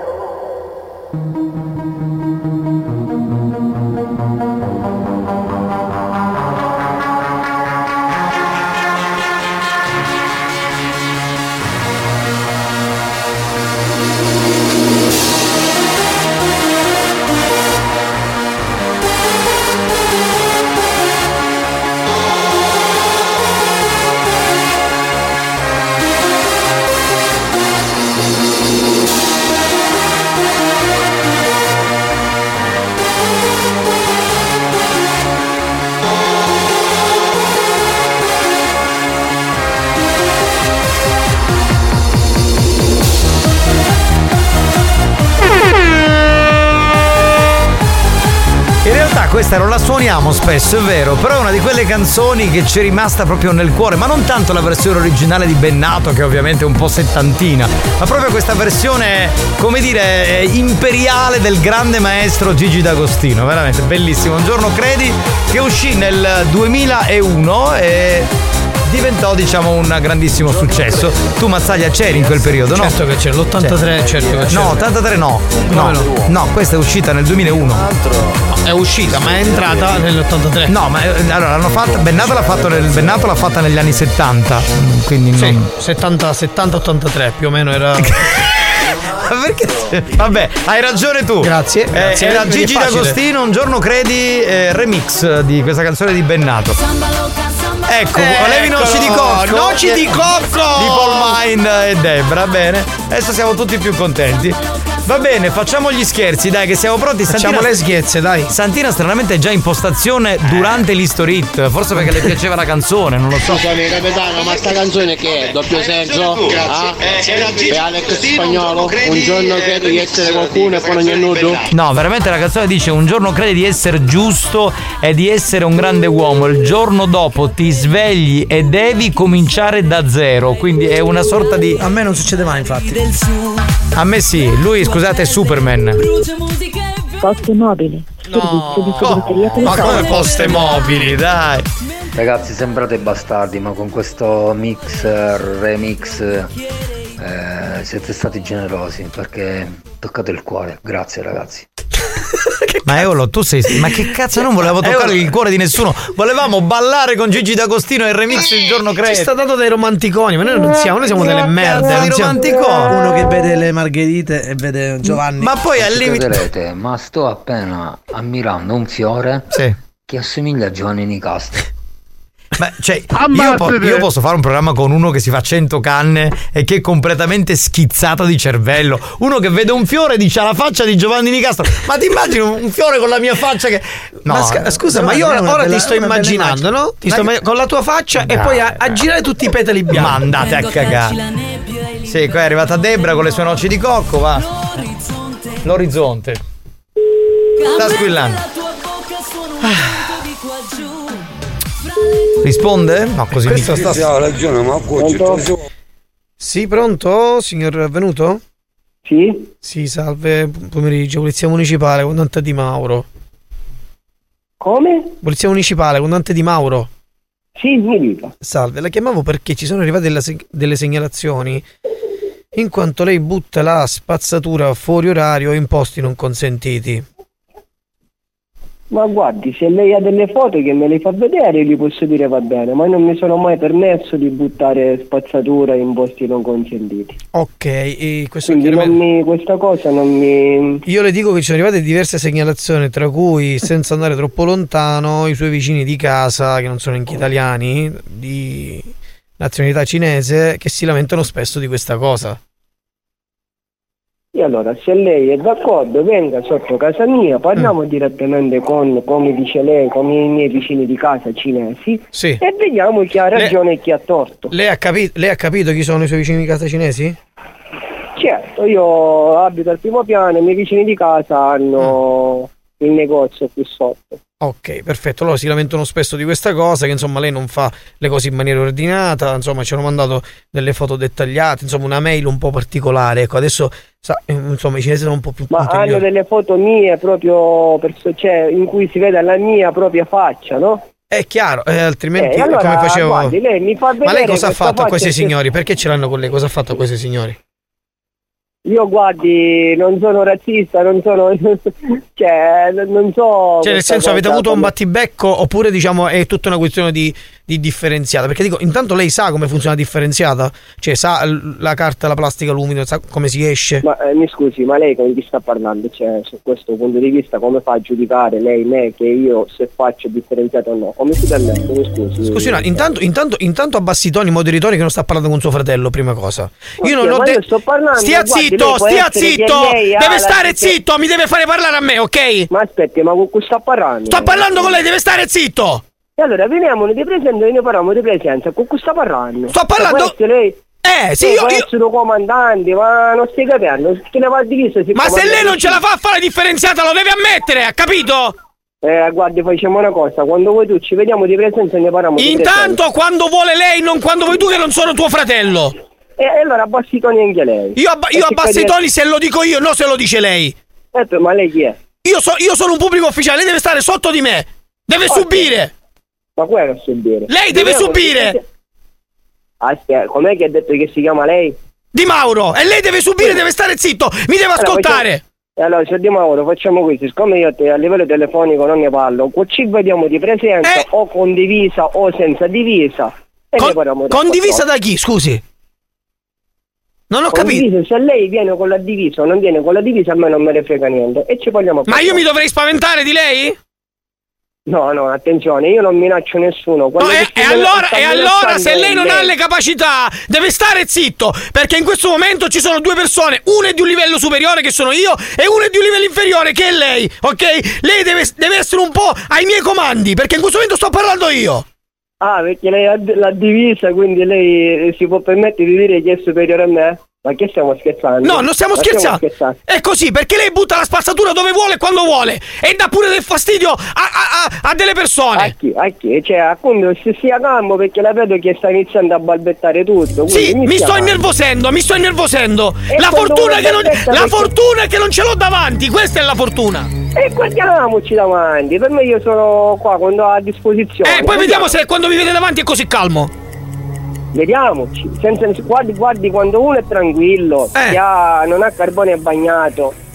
Questa non la suoniamo spesso, è vero, però è una di quelle canzoni che ci è rimasta proprio nel cuore, ma non tanto la versione originale di Bennato, che ovviamente è un po' settantina, ma proprio questa versione, come dire, imperiale del grande maestro Gigi D'Agostino, veramente bellissimo. Un giorno credi, che uscì nel duemilauno e diventò, diciamo, un grandissimo successo. Tu, Mazzaglia, c'eri in quel periodo, no? Certo che c'era, l'ottantatré, c'è. certo che c'era. No, ottantatré no. No, no. no, questa è uscita nel duemilauno. No, è uscita, ma è entrata nell'ottantatré. No, ma eh, allora l'hanno fatta. Bennato l'ha fatto nel Bennato l'ha fatta negli anni settanta. Quindi sì, non... settanta, settanta, ottantatré più o meno era. Perché? Vabbè, hai ragione tu. Grazie. Eh, grazie. Era Gigi D'Agostino, Un giorno credi, eh, remix di questa canzone di Bennato. Ecco, volevi noci di cocco? Noci di cocco! Di Paul Mine e Debra, bene. Adesso siamo tutti più contenti. Va bene, facciamo gli scherzi, dai, che siamo pronti. Facciamo Santina, le scherze, dai. Santina stranamente è già in postazione durante l'History Hit, forse perché le piaceva la canzone, non lo so. Scusami capitano, ma sta canzone che è? Doppio senso? Ah? Per Alex Spagnolo? Un giorno credi di essere qualcuno e poi non è nudo? No, veramente la canzone dice: un giorno credi di essere giusto e di essere un grande uomo, il giorno dopo ti svegli e devi cominciare da zero. Quindi è una sorta di... A me non succede mai, infatti. A me sì, lui, scusate, è Superman. Poste mobili. No, servizio di segreteria ma come poste mobili, dai. Ragazzi, sembrate bastardi, ma con questo mix, remix, eh, siete stati generosi perché toccate il cuore. Grazie ragazzi. Che Ma Eolo, tu sei. Ma che cazzo, non volevo toccare il cuore di nessuno. Volevamo ballare con Gigi D'Agostino e il remix il giorno credo. Ci sta dando dei romanticoni, ma noi non siamo, noi siamo delle merde. Dei romanticoni. Uno che vede le margherite e vede Giovanni. Ma poi al limite. Vedrete, ma sto appena ammirando un fiore sì. che assomiglia a Giovanni Nicastro. Beh, cioè, io, po- io posso fare un programma con uno che si fa cento canne e che è completamente schizzato di cervello. Uno che vede un fiore e dice ha la faccia di Giovanni Nicastro. Ma ti immagini un fiore con la mia faccia che. No, ma sc- scusa, ma io ora, ora bella, ti sto immaginando, no? Ti sto ma... con la tua faccia no, e poi a, a girare tutti i petali bianchi. Ma andate a cagare. Sì, qua è arrivata Debra con le sue noci di cocco, va. L'orizzonte. Sta squillando. Ah. Risponde? No, così mi sta. Sì, pronto? Signor Venuto? Sì? Sì, salve, pomeriggio, Polizia Municipale, comandante Di Mauro. Come? Polizia Municipale, comandante Di Mauro. Sì, mi dica. Salve, la chiamavo perché ci sono arrivate delle, delle segnalazioni in quanto lei butta la spazzatura fuori orario in posti non consentiti. Ma guardi, se lei ha delle foto che me le fa vedere gli posso dire va bene, ma non mi sono mai permesso di buttare spazzatura in posti non consentiti. Ok, e questo quindi chiaramente... non mi, questa cosa non mi... Io le dico che ci sono arrivate diverse segnalazioni, tra cui, senza andare troppo lontano, i suoi vicini di casa, che non sono neanche italiani, di nazionalità cinese, che si lamentano spesso di questa cosa. E allora, se lei è d'accordo, venga sotto casa mia, parliamo mm. direttamente con, come dice lei, con i miei vicini di casa cinesi sì. e vediamo chi ha ragione lei, e chi ha torto. Lei ha, capi- lei ha capito chi sono i suoi vicini di casa cinesi? Certo, io abito al primo piano e i miei vicini di casa hanno mm. il negozio qui sotto. Ok, perfetto, loro si lamentano spesso di questa cosa, che insomma lei non fa le cose in maniera ordinata, insomma ci hanno mandato delle foto dettagliate, insomma una mail un po' particolare, ecco adesso sa, insomma i cinesi sono un po' più ma puntiglioni. Hanno delle foto mie proprio, per, cioè in cui si vede la mia propria faccia, no? È chiaro, eh, altrimenti eh, allora, come facevo? Guardi, lei mi fa vedere. Ma lei cosa ha fatto a questi che... signori? Perché ce l'hanno con lei? Cosa ha fatto a questi signori? Io guardi, non sono razzista, non sono, cioè, non so. Cioè, nel senso, avete avuto un battibecco oppure diciamo è tutta una questione di, di differenziata? Perché dico, intanto lei sa come funziona la differenziata? Cioè, sa la carta, la plastica, l'umido, sa come si esce? Ma eh, mi scusi, ma lei con chi sta parlando? Cioè, su questo punto di vista, come fa a giudicare lei, me, che io se faccio differenziato o no? Come si permette? Mi scusi. Scusi, no, intanto, intanto, intanto abbassi i toni, moderi i toni che non sta parlando con suo fratello, prima cosa. Io okay, non ho detto. Sto parlando. Stia zitto! Stia zitto, deve stare zitto, mi deve fare parlare a me, ok? Ma aspetti, ma con cui sta parlando? Sto parlando con lei, deve stare zitto. E allora veniamo di presenza e ne parliamo di presenza, con cui sta parlando? Sto parlando. Lei... Eh, sì, io io essere comandante, ma non stai capendo, che ne va di vista, ma se lei non ce la fa a fare differenziata lo deve ammettere, ha capito? Eh, guardi, facciamo una cosa, quando vuoi tu ci vediamo di presenza e ne parliamo di presenza. Intanto quando vuole lei, non quando vuoi tu che non sono tuo fratello. E eh, allora abbassi i toni anche lei. Io, abba- io abbasso i toni se lo dico io, non se lo dice lei. Eh, ma lei chi è? Io, so- io sono un pubblico ufficiale, lei deve stare sotto di me. Deve okay. subire. Ma quello a subire. Lei deve Dobbiamo subire. Che... Aspetta, com'è che ha detto che si chiama lei? Di Mauro. E lei deve subire, sì. Deve stare zitto. Mi deve allora, ascoltare. Facciamo... E allora, se Di Mauro facciamo questo, siccome io te, a livello telefonico non ne parlo, ci vediamo di presenza eh. o con divisa o senza divisa. E con, ne parliamo condivisa da chi, scusi? Non ho capito. Divisa, se lei viene con la divisa o non viene con la divisa a me non me ne frega niente e ci vogliamo. Ma io mi dovrei spaventare di lei? No, no, attenzione, io non minaccio nessuno. No, e, e allora, e allora se lei non lei. ha le capacità deve stare zitto, perché in questo momento ci sono due persone, una è di un livello superiore che sono io e una è di un livello inferiore che è lei, ok? Lei deve, deve essere un po' ai miei comandi, perché in questo momento sto parlando io. Ah, perché lei ha la divisa, quindi lei si può permettere di dire che è superiore a me? Ma che stiamo scherzando? No, non stiamo scherzando. stiamo scherzando. È così, perché lei butta la spazzatura dove vuole e quando vuole e dà pure del fastidio a, a, a, a delle persone. A chi? A chi? Cioè, appunto, se sia calmo perché la vedo che sta iniziando a balbettare tutto. Sì, mi, mi sto calmo. innervosendo, mi sto innervosendo. E la fortuna, che non, la perché... fortuna è che non ce l'ho davanti, questa è la fortuna. E guardiamoci davanti, per me io sono qua quando ho a disposizione. Eh, poi vediamo, vediamo se quando mi vede davanti è così calmo. Vediamoci, senza, guardi, guardi quando uno è tranquillo, eh. che ha, non ha carbone bagnato,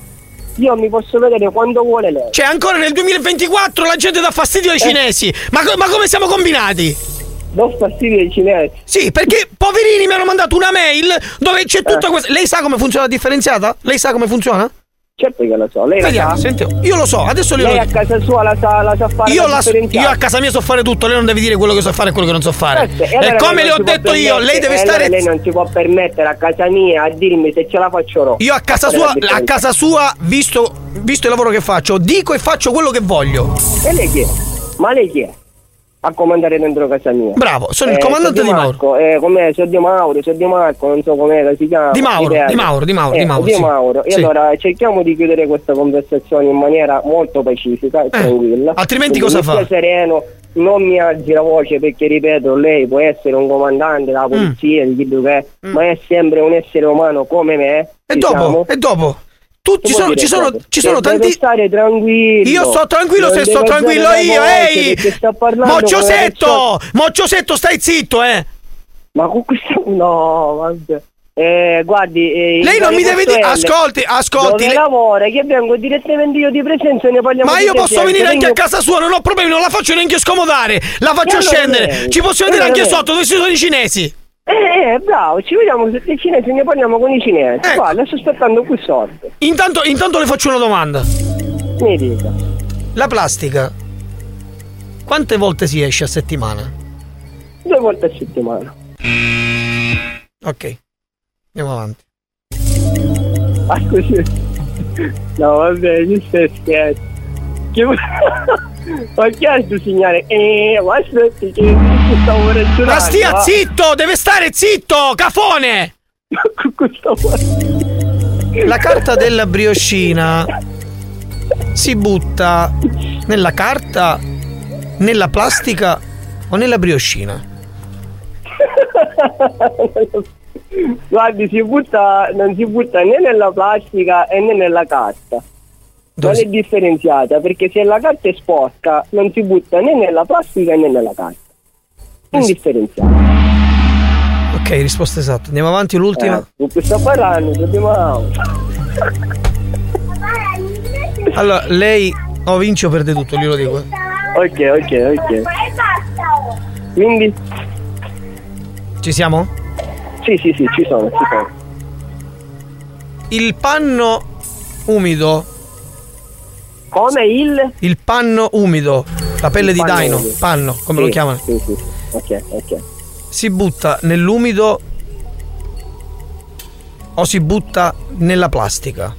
io mi posso vedere quando vuole lei. Cioè, ancora nel duemilaventiquattro la gente dà fastidio ai Eh. cinesi. Ma, co- ma come siamo combinati? Do fastidio ai cinesi? Sì, perché poverini mi hanno mandato una mail dove c'è tutta questa. Lei sa come funziona la differenziata? Lei sa come funziona? Certo che lo so, lei Vediamo, la sa? senti, io lo so, adesso lei glielo a casa sua la sa, la sa fare io, la la so- differenziata? io a casa mia so fare tutto, lei non deve dire quello che so fare e quello che non so fare. Certo, E, allora come lei le non ho si può detto io, permettere- lei deve e stare. allora lei non si può permettere a casa mia a dirmi se ce la faccio o no. Io a casa Fare sua, la a differenza. casa sua, visto, visto il lavoro che faccio, dico e faccio quello che voglio. E lei chi è? Ma lei chi è? A comandare dentro casa mia. Bravo, sono il comandante di Mauro. Eh, com'è? Sono di Mauro, sono di Marco, non so com'è si chiama. Di Mauro, Ripeto. di Mauro, di Mauro, Eh, di Mauro, di sì. Mauro. E Sì. allora cerchiamo di chiudere questa conversazione in maniera molto pacifica e tranquilla. altrimenti Quindi cosa mi fa? stia sereno, non mi alzi la voce perché ripeto, lei può essere un comandante della polizia, di chi che è, ma è sempre un essere umano come me. E diciamo. dopo, e dopo. Tu, ci sono, ci sono, ci sono Deve tanti. stare tranquillo. Io sto tranquillo Non se sto deve tranquillo alzare la io, voce ehi! perché sta parlando con Mocciosetto! una persona- Mocciosetto, stai zitto, eh! Ma con questo no, vabbè. Eh, guardi, eh, Lei in non mi Italia deve dire. Post L, Ascolti, ascolti. dove lei- lavora, che vengo direttamente io di presenza e ne parliamo Ma di io posso presenza, venire anche a vengo- casa sua, non ho problemi, non la faccio neanche scomodare, la faccio E allora scendere. vieni. Ci possiamo E vedere allora anche vieni. sotto dove ci sono i cinesi. Eh, eh, bravo, ci vediamo se i cinesi, ne parliamo con i cinesi. Guarda, sto aspettando qui sotto. Intanto, intanto le faccio una domanda. Mi dica. La plastica, quante volte si esce a settimana? Due volte a settimana. Ok, andiamo avanti. Ah, così. No, vabbè, mi stai scherzo. Che... Ma che è questo signore? Eh, ma aspetti che ti stavo ragionando. Ma stia va. zitto, deve stare zitto, cafone! La carta della brioscina si butta nella carta, nella plastica o nella brioscina? Guardi, si butta, non si butta né nella plastica e né nella carta. Non è differenziata perché se la carta è sporca non si butta né nella plastica né nella carta. Indifferenziata. Ok, risposta esatta. Andiamo avanti, l'ultima. Eh, con cui sto parlando, dobbiamo. Allora, lei o vince o perde tutto, glielo dico. eh. Ok, ok, ok. Quindi? Ci siamo? Sì, sì, sì, ci sono, ci sono. Il panno umido. Come il? Il panno umido. La pelle Il di panno daino. umido. Panno, come Sì, lo chiamano? Sì, sì, sì. Ok, ok. Si butta nell'umido o si butta nella plastica?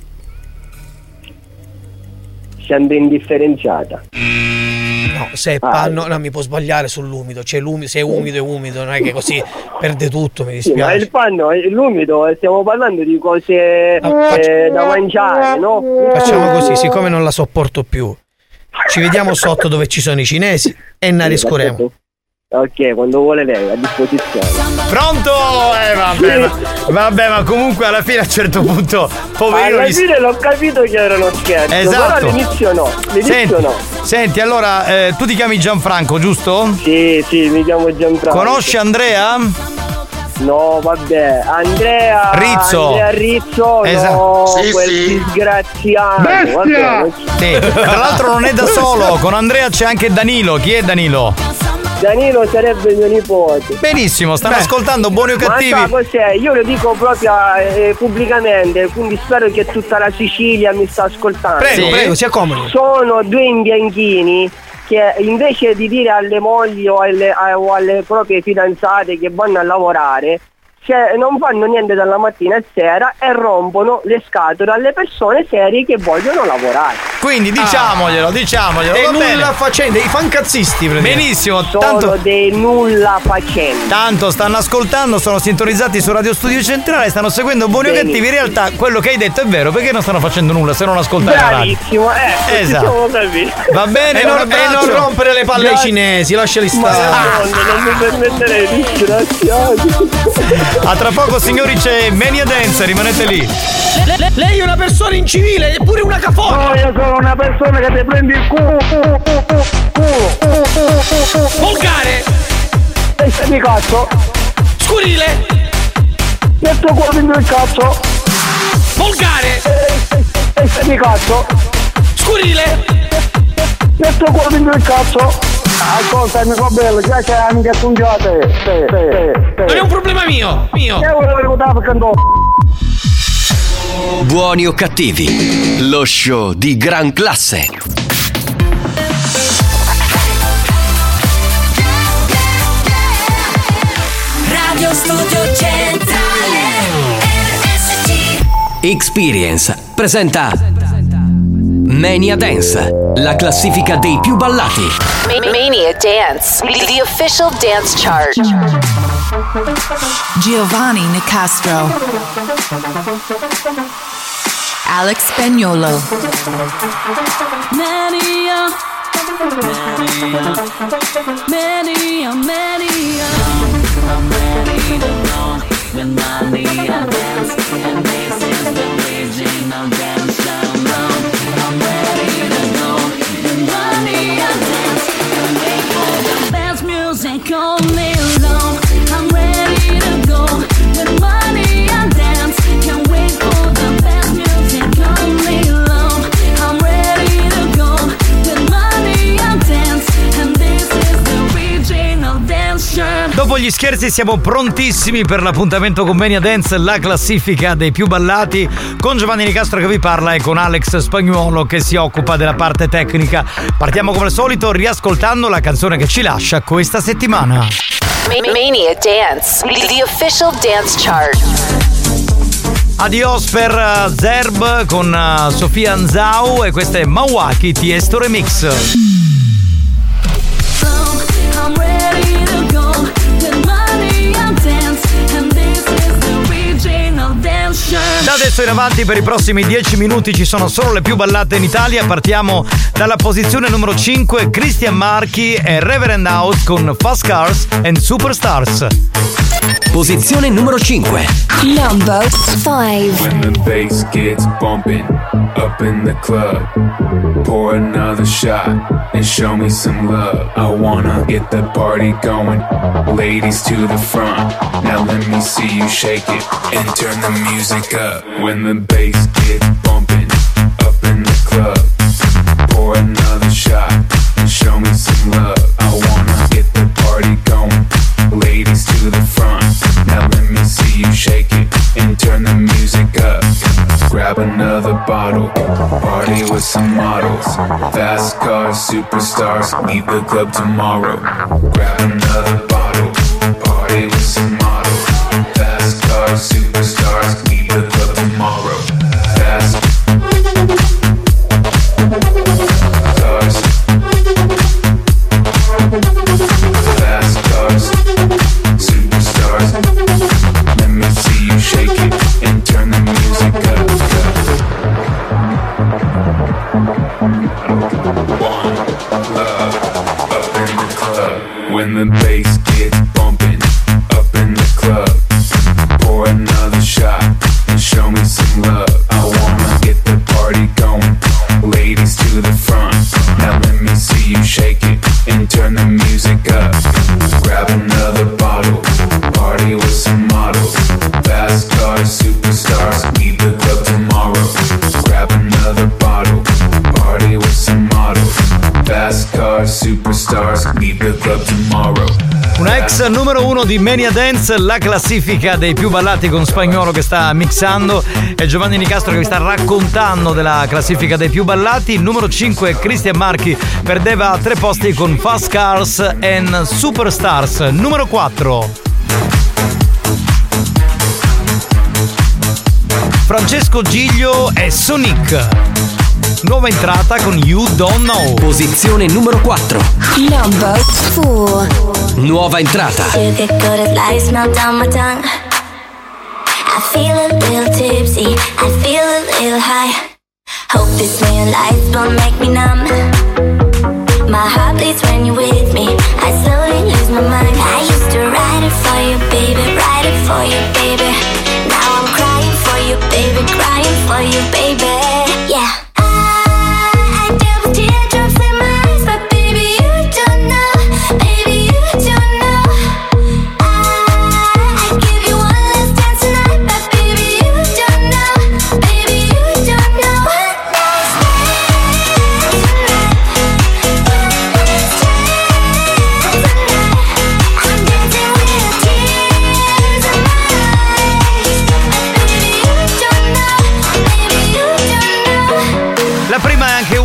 Sempre indifferenziata. No, se è panno, no, mi può sbagliare sull'umido. C'è l'umido, se è umido è umido, non è che così perde tutto, mi Sì, ma dispiace. il panno, eh, l'umido, eh, stiamo parlando di cose eh, da mangiare, no? Facciamo così, siccome non la sopporto più, ci vediamo sotto dove ci sono i cinesi e ne riscoremo. Ok, quando vuole lei, a disposizione. Pronto? Eh vabbè, ma, vabbè, ma comunque alla fine a un certo punto, poverino. Alla gli- fine l'ho capito che era uno scherzo, Esatto. però all'inizio no, all'inizio Senti, no. senti, allora, eh, tu ti chiami Gianfranco, giusto? Sì, sì, mi chiamo Gianfranco. Conosci Andrea? No, vabbè, Andrea Rizzo. Andrea Rizzo, Esatto. no, Sì, quel sì. disgraziato. Bestia! Vabbè. Sì, tra l'altro non è da solo, con Andrea c'è anche Danilo. Chi è Danilo? Danilo sarebbe mio nipote. Benissimo, stanno ascoltando Buoni o Cattivi. Ma sa cos'è? Io lo dico proprio eh, pubblicamente, quindi spero che tutta la Sicilia mi sta ascoltando. Prego, Sì. prego, si accomodi. Sono due imbianchini che invece di dire alle mogli o alle, a- o alle proprie fidanzate che vanno a lavorare, se non fanno niente dalla mattina a sera e rompono le scatole alle persone serie che vogliono lavorare. Quindi diciamoglielo, diciamoglielo. Dei va bene. nulla facenti, dei fancazzisti. praticamente. Benissimo, Sono tanto, dei nulla facenti. tanto stanno ascoltando, sono sintonizzati su Radio Studio Centrale, stanno seguendo Buoni o Benissimo. Cattivi. In realtà quello che hai detto è vero, perché non stanno facendo nulla se non ascoltare la radio. Bravissimo, ecco, Esatto. ci siamo capiti. Va bene, E non, un e non abbraccio. rompere le palle ai Grazie. cinesi, lasciali Ma stare. no, non mi permetterei di disgraziato. A tra poco signori c'è Mania Dance, rimanete lì. Le- le- lei è una persona incivile, è pure una cafona. No, io sono una persona che ti prendi il culo, culo, culo, culo, culo. Volgare, Testa di cazzo, scurile, metto cuore dentro il cazzo. volgare, Testa di cazzo. Scurile. Metto qua dentro il cazzo. Ascolta, mio bello, già c'è anche pungiate. Non è un problema mio, mio. Io volevo ricordare perché andò. Buoni o cattivi, lo show di gran classe. Radio Studio Centrale R S C. Experience presenta Mania Dance, la classifica dei più ballati. Mania Dance, the official dance chart. Giovanni Nicastro, Alex Spagnolo, Mania, Mania, Mania. I'm ready to go with Mania Dance, and this is the original dance sound. I'm ready to go with Mania Dance, and wait for the dance music all day long. I'm ready to go with Mania Dance, can't wait for the dance music all day long. I'm ready to go with Mania Dance, and this is the original dance show. Dopo gli scherzi siamo prontissimi per l'appuntamento con Mania Dance, la classifica dei più ballati, con Giovanni Nicastro che vi parla e con Alex Spagnuolo che si occupa della parte tecnica. Partiamo come al solito riascoltando la canzone che ci lascia questa settimana. Mania Dance, the official dance chart. Adios per uh, Zerb con uh, Sofia Anzau e questa è Mawaki Tiesto Remix. I'm ready to go with Mania Dance, and this is the original dance show. Da adesso in avanti per i prossimi dieci minuti ci sono solo le più ballate in Italia. Partiamo dalla posizione numero cinque, Christian Marchi e Reverend House con Fast Cars and Superstars. Posizione numero cinque. Number five. When the bass gets bumping up in the club, pour another shot and show me some love. I wanna get the party going, ladies to the front. Now let me see you shake it and turn the music up. When the bass gets bumping up in the club, pour another shot and show me some love. I wanna get the party going, ladies to the front. Now let me see you shake it and turn the music up. Grab another bottle, party with some models. Fast cars, superstars, leave the club tomorrow. Grab another bottle, party with some models. Fast cars, superstars, leave the club tomorrow. Fast cars, fast cars, superstars. Let me see you shake it and turn the music up. One love up in the club. When the bass gets bumping up in the club, pour another shot and show me some love. I wanna get the party going, ladies to the front. Now let me see you shake it and turn the music up. Grab another bottle, party with some models. Fast cars, superstars, leave the club tomorrow. Grab another bottle, party with some models. Fast cars, superstars, leave the club tomorrow. Una ex numero uno di Mania Dance, la classifica dei più ballati con Spagnuolo che sta mixando, e Giovanni Nicastro che vi sta raccontando della classifica dei più ballati. Il numero cinque, Christian Marchi, perdeva tre posti con Fast Cars and Superstars. Numero quattro, Francesco Giglio e Sonic, nuova entrata con You Don't Know. Posizione numero quattro. Number four. Nuova entrata. You get good as lights melt down my tongue. I feel a little tipsy, I feel a little high. Hope this neon lights don't make me numb. My heart bleeds when you're with me, I slowly lose my mind. I used to write it for you, baby, write it for you, baby. Now I'm crying for you, baby, crying for you, baby. Yeah.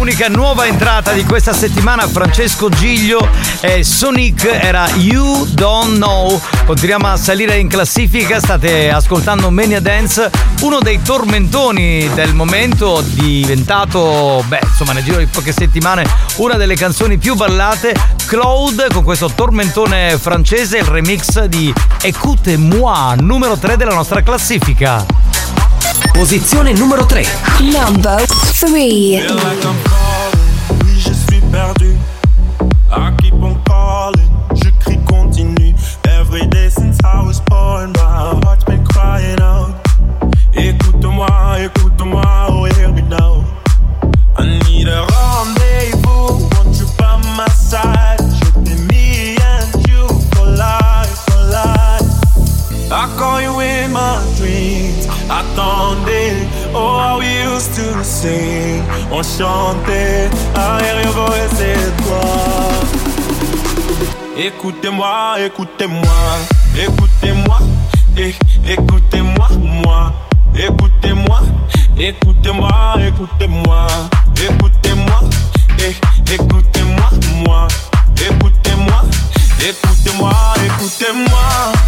l'unica nuova entrata di questa settimana, Francesco Giglio e Sonic, era You Don't Know. Continuiamo a salire in classifica, state ascoltando Mania Dance, uno dei tormentoni del momento, diventato, beh, insomma, nel giro di poche settimane una delle canzoni più ballate. Claude con questo tormentone francese, il remix di Écoute-moi, numero tre della nostra classifica. Posizione numero tre. Number three. Feel like I'm falling, oui je suis perdu. I keep on calling, je crie continue. Every day since I was born, my heart's been crying out. Écoute-moi, écoute-moi, oh hear me now. I need a rendezvous, want you by my side. Should be me and you for life, for life. I call you in my dreams, attendez, oh how we used to sing, on chantait, I hear your voice, c'est toi. Écoutez-moi, écoutez-moi, écoutez-moi, eh, écoutez-moi, moi, écoutez-moi, écoutez-moi, écoutez-moi, écoutez-moi, eh, écoutez-moi, moi, écoutez-moi, écoutez-moi, écoutez-moi.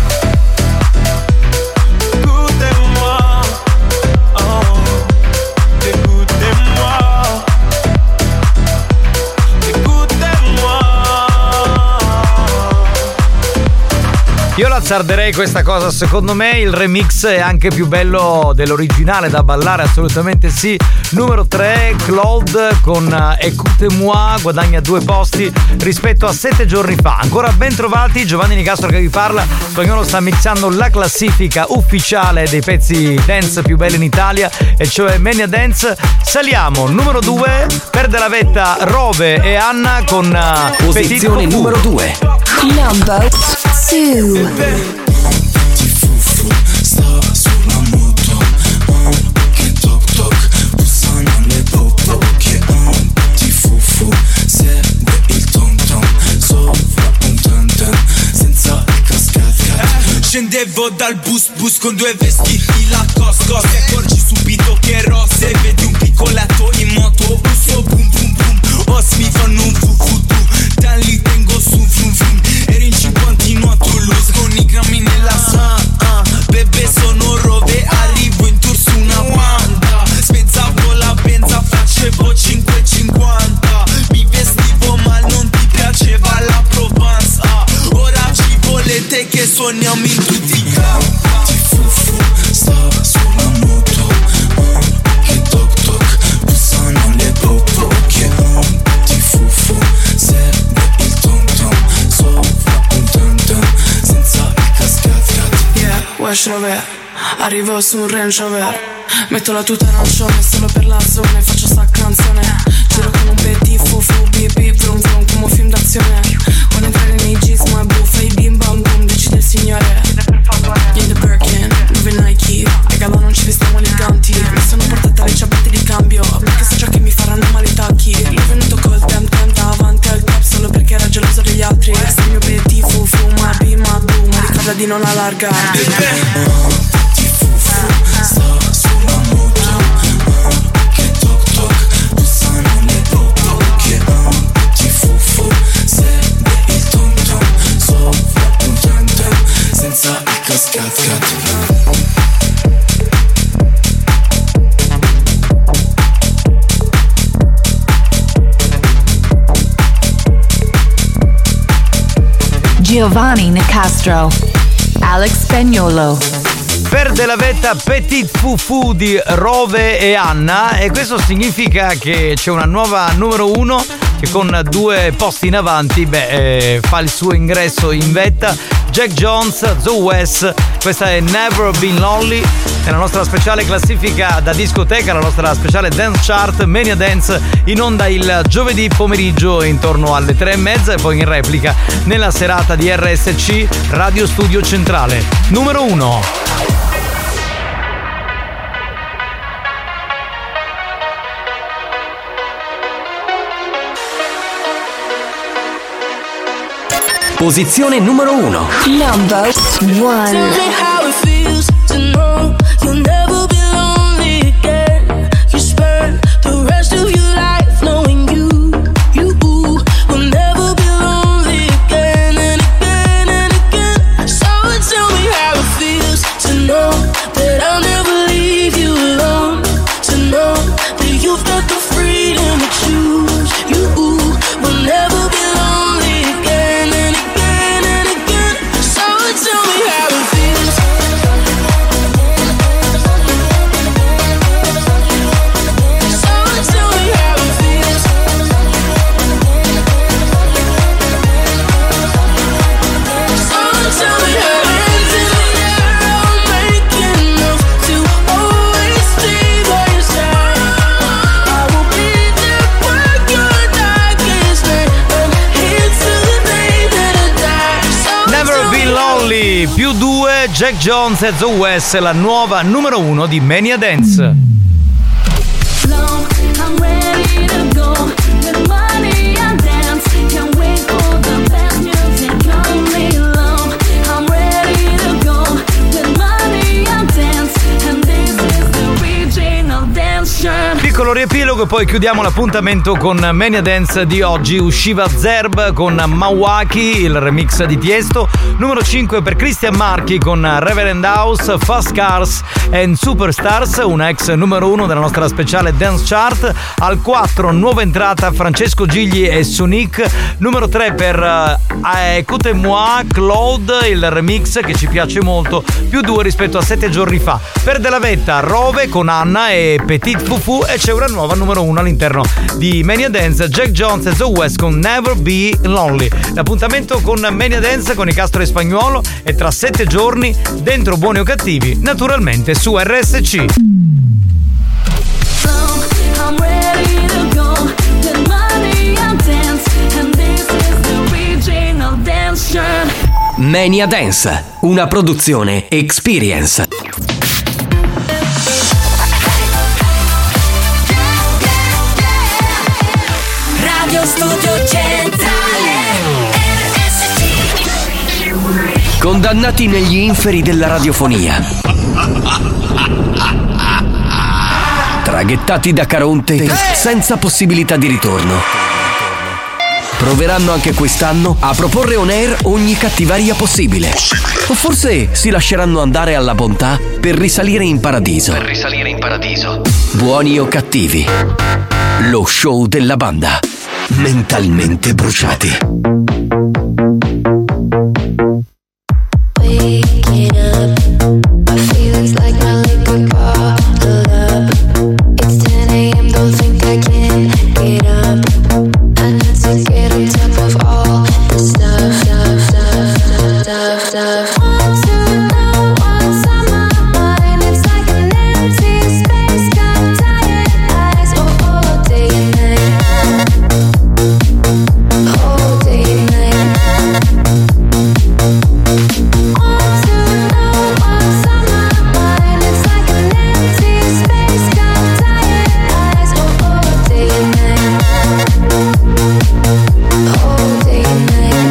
Écoutez-moi, oh, écoutez-moi, écoutez-moi. Io l'azzarderei questa cosa, secondo me il remix è anche più bello dell'originale, da ballare assolutamente sì. Numero tre, Claude con Écoute-moi, guadagna due posti rispetto a sette giorni fa. Ancora ben trovati, Giovanni Nicastro che vi parla. Spagnolo sta mixando la classifica ufficiale dei pezzi dance più belli in Italia, e cioè Mania Dance. Saliamo, numero due, perde la vetta Rove e Anna con posizione numero due. Number two. Ti fufu, stava sulla moto, oh, che toc toc, bussano le popo, che oh, ti fufu, segue il tom tom, sopra un tan tan, senza il cascata. Scendevo dal bus bus con due vestiti Lacoste, ti accorgi subito che rosse, vedi un piccoletto in moto, busso boom boom boom, os mi fanno un fufu tu, da lì tengo su frum frum, ero in cinquantino a Toulouse con i grammi nella sa, uh, bebè sono Rove, arrivo in tour su una Wanda, spezzavo la benza, facevo cinque e cinquanta, mi vestivo ma non ti piaceva la Provence, uh, ora ci volete che suoniamo in tutti i campi. Ti fufu, stava sulla moto, oh, che toc toc, bussano le popo, che oh, ti fufu, segue il tom tom, sopra un tan tan, senza il cascat. Yeah, Wesh Rover, arrivo su un Range Rover, metto la tuta arancione solo per la zona e faccio sta canzone. Giro con un petit fufu, bip bip vroom vroom come un film d'azione. Vuole entrare nei jeans ma è buffa, i bim bam boom, decide il signore. In the Birkin, nuove Nike, ai gala non ci vestiamo eleganti. Mi sono portata le ciabatte di cambio, perché so già che mi faranno male i tacchi. L'ho venuto col temp temp davanti al cap solo perché era geloso degli altri. Questo è il mio petit fufu, ma bim ma boom, ricorda di non allargarti. Ti fufu, stava sulla moto, oh, che toc toc, bussano le popo, che oh, ti fufu, segue il tom tom, sopra un tan tan, senza il cascat. Giovanni Nicastro, Alex Spagnuolo. Perde la vetta Petit Fufu di Rove e Anna, e questo significa che c'è una nuova numero uno che con due posti in avanti beh, eh, fa il suo ingresso in vetta. Jack Jones, Zoe West, questa è Never Been Lonely, nella nostra speciale classifica da discoteca, la nostra speciale dance chart Mania Dance, in onda il giovedì pomeriggio intorno alle tre e mezza e poi in replica nella serata di R S C Radio Studio Centrale. Numero uno. Posizione numero uno. Number one. Tell me how it feels to know you'll never be lonely again. You spend the rest of your life knowing You've got the freedom to choose. You will never be lonely again and again and again. So tell me how it feels. So tell me how it feels. So tell me how it feels. I'm making enough to always stay by your side. I will be there when you're darkest night. I'm here till the day that I die. So Never Be Lonely, più due, Jack Jones e Zoe West, la nuova numero uno di Mania Dance. I'm ready to go. With money I dance. Can't wait for the best music. Only alone. I'm ready to go. With money I dance. And this is the original dance chart. Piccolo riepilogo e poi chiudiamo l'appuntamento con Mania Dance di oggi. Usciva Zerb con Mawaki, il remix di Tiesto. Numero cinque per Christian Marchi con Reverend House, Fast Cars and Superstars, una ex numero uno della nostra speciale Dance Chart. Al quattro, nuova entrata, Francesco Gigli e Sonic. Numero tre per uh, Écoute-moi, Claude, il remix che ci piace molto, più due rispetto a sette giorni fa. Per Della Vetta, Rove con Anna e Petit Fufu, e c'è una nuova numero uno all'interno di Mania Dance, Jack Jones e Zoe West con Never Be Lonely. L'appuntamento con Mania Dance con i Castro e Spagnuolo è tra sette giorni, dentro Buoni o Cattivi, naturalmente su R S C. I'm ready to go. With money I dance. And this is the original dance chart. Mania Dance, una produzione Experience. Radio Studio Centrale R S C. Condannati negli inferi della radiofonia, traghettati da Caronte senza possibilità di ritorno, proveranno anche quest'anno a proporre on air ogni cattiveria possibile. O forse si lasceranno andare alla bontà per risalire in paradiso. Per risalire in paradiso. Buoni o Cattivi, lo show della banda. Mentalmente bruciati. Waking up, my feelings like my liquor bottled up. It's ten a.m., don't think I can get up. I need to get on top of all the stuff, stuff, stuff, stuff, stuff, stuff. Want to know what's on my mind? It's like an empty space, got tired eyes, oh, all day and night. All day and night. Want to know what's on my mind? It's like an empty space, got tired eyes, oh, all day and night. All day and night.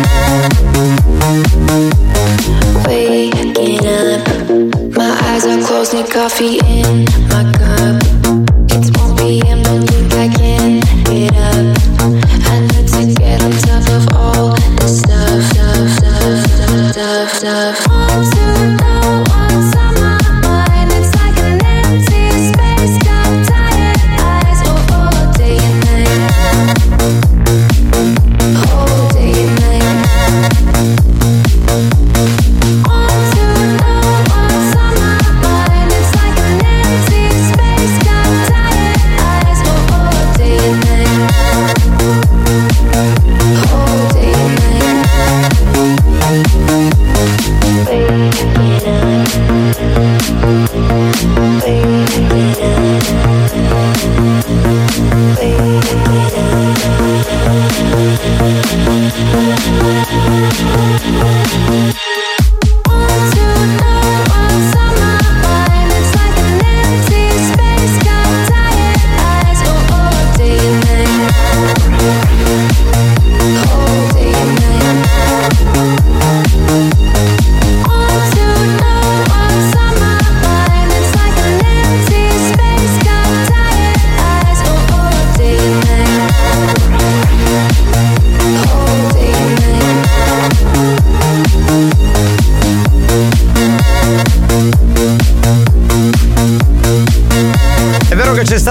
Waking up, my eyes are closed, need coffee in my cup. It's one p.m., don't think I can get up. I need to get on top of all the stuff, stuff, stuff, stuff, stuff, stuff. Want to know what's on my mind? It's like an empty space, got tired eyes, oh, all day and night. All day and night. Want to know what's on my mind? It's like an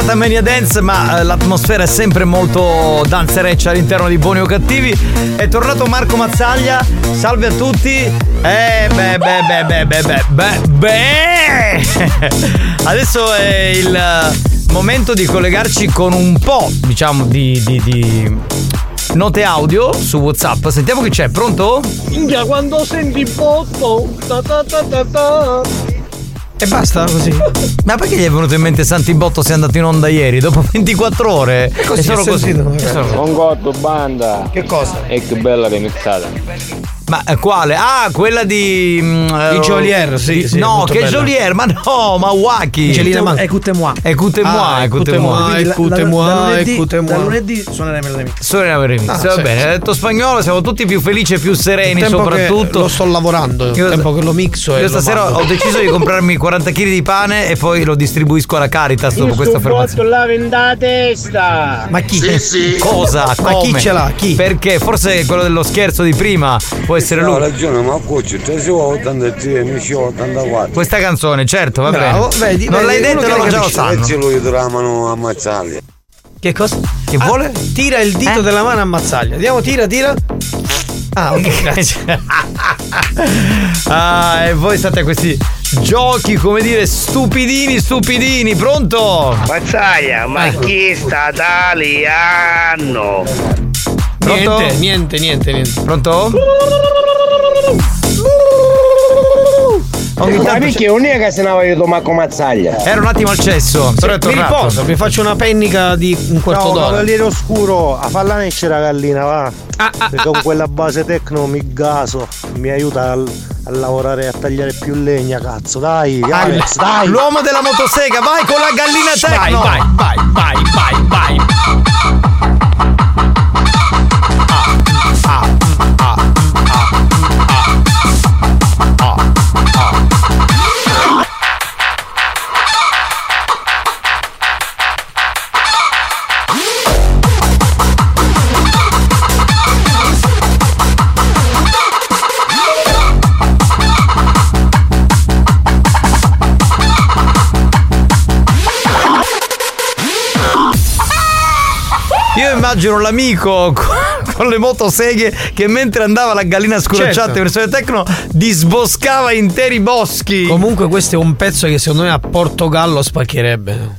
puntata Mania Dance, ma eh, l'atmosfera è sempre molto danzereccia all'interno di Buoni o Cattivi. È tornato Marco Mazzaglia. Salve a tutti. Eh beh beh beh beh beh beh beh beh. Adesso è il momento di collegarci con un po', diciamo, di, di, di note audio su WhatsApp. Sentiamo chi c'è. Pronto? Minchia, quando senti il botto ta ta ta ta ta. E basta così. Ma perché gli è venuto in mente Santibotto se è andato in onda ieri? Dopo ventiquattro ore? E così è solo così. Congotto, banda. Che cosa? E che bella remixata. Ma eh, quale? Ah, quella di uh, di Jolier, sì, di, sì. No, che Jolier, ma no, ma Wacky. Écoutez-moi. Écoutez-moi, écoutez-moi. Écoutez-moi, écoutez-moi. Da lunedì suoneremo il remix. Suoneremo il remix, Ah, va sì, bene. sì. Ha detto Spagnolo, siamo tutti più felici e più sereni, Il tempo soprattutto. che lo sto lavorando, il Io- tempo che lo mixo e Io lo stasera mando. ho deciso di comprarmi quaranta chili di pane e poi lo distribuisco alla Caritas dopo questa affermazione. la venda testa. Ma chi? Cosa? Ma Come? chi ce l'ha? Chi? Perché? Forse quello dello scherzo di prima può essere No, lui. ragione, ma cuccio, tre si ottantatré, mi si ottantaquattro. Questa canzone, certo, va Bravo, bene. vedi, non vedi, l'hai uno detto, che loro già lo capisce. sanno. E lui la mano a Mazzaglia. Che cosa? Che vuole? Tira il dito Eh? della mano a Mazzaglia. Andiamo, tira, tira. Ah, ok, grazie. Ah, e voi state a questi giochi, come dire, stupidini, stupidini. Pronto? Mazzaglia, ma chi sta italiano? Pronto? Niente, niente, niente, niente. Pronto? Ogni Ma tanto perché non è che se ne va io Marco Mazzaglia? Era un attimo al cesso, però è Mi tornato. riposo, mi faccio una pennica di un quarto No, d'ora. cavaliere oscuro, a falla nascere la gallina, va. Ah, ah, Perché con quella base tecno mi gaso, mi aiuta a, a lavorare, a tagliare più legna, cazzo, dai, Alex, dai. L'uomo della motosega, vai con la gallina tecno. Vai, vai, vai, vai, vai, vai. Io immagino l'amico con, con le motoseghe che mentre andava la gallina sculacciata Certo. in versione tecno disboscava interi boschi. Comunque questo è un pezzo che secondo me a Portogallo spaccherebbe.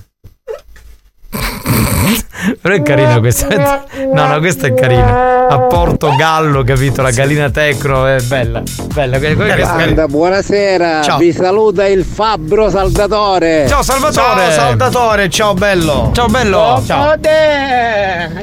Però è carino questo. No, no, questo è carino. A Portogallo, capito? La gallina tecno è bella. Bella. que- que- questa è carina. Buonasera, Ciao. vi saluta il Fabbro Saldatore. Ciao Salvatore. Ciao Saldatore, ciao bello. Ciao bello. Ciao. Cocode!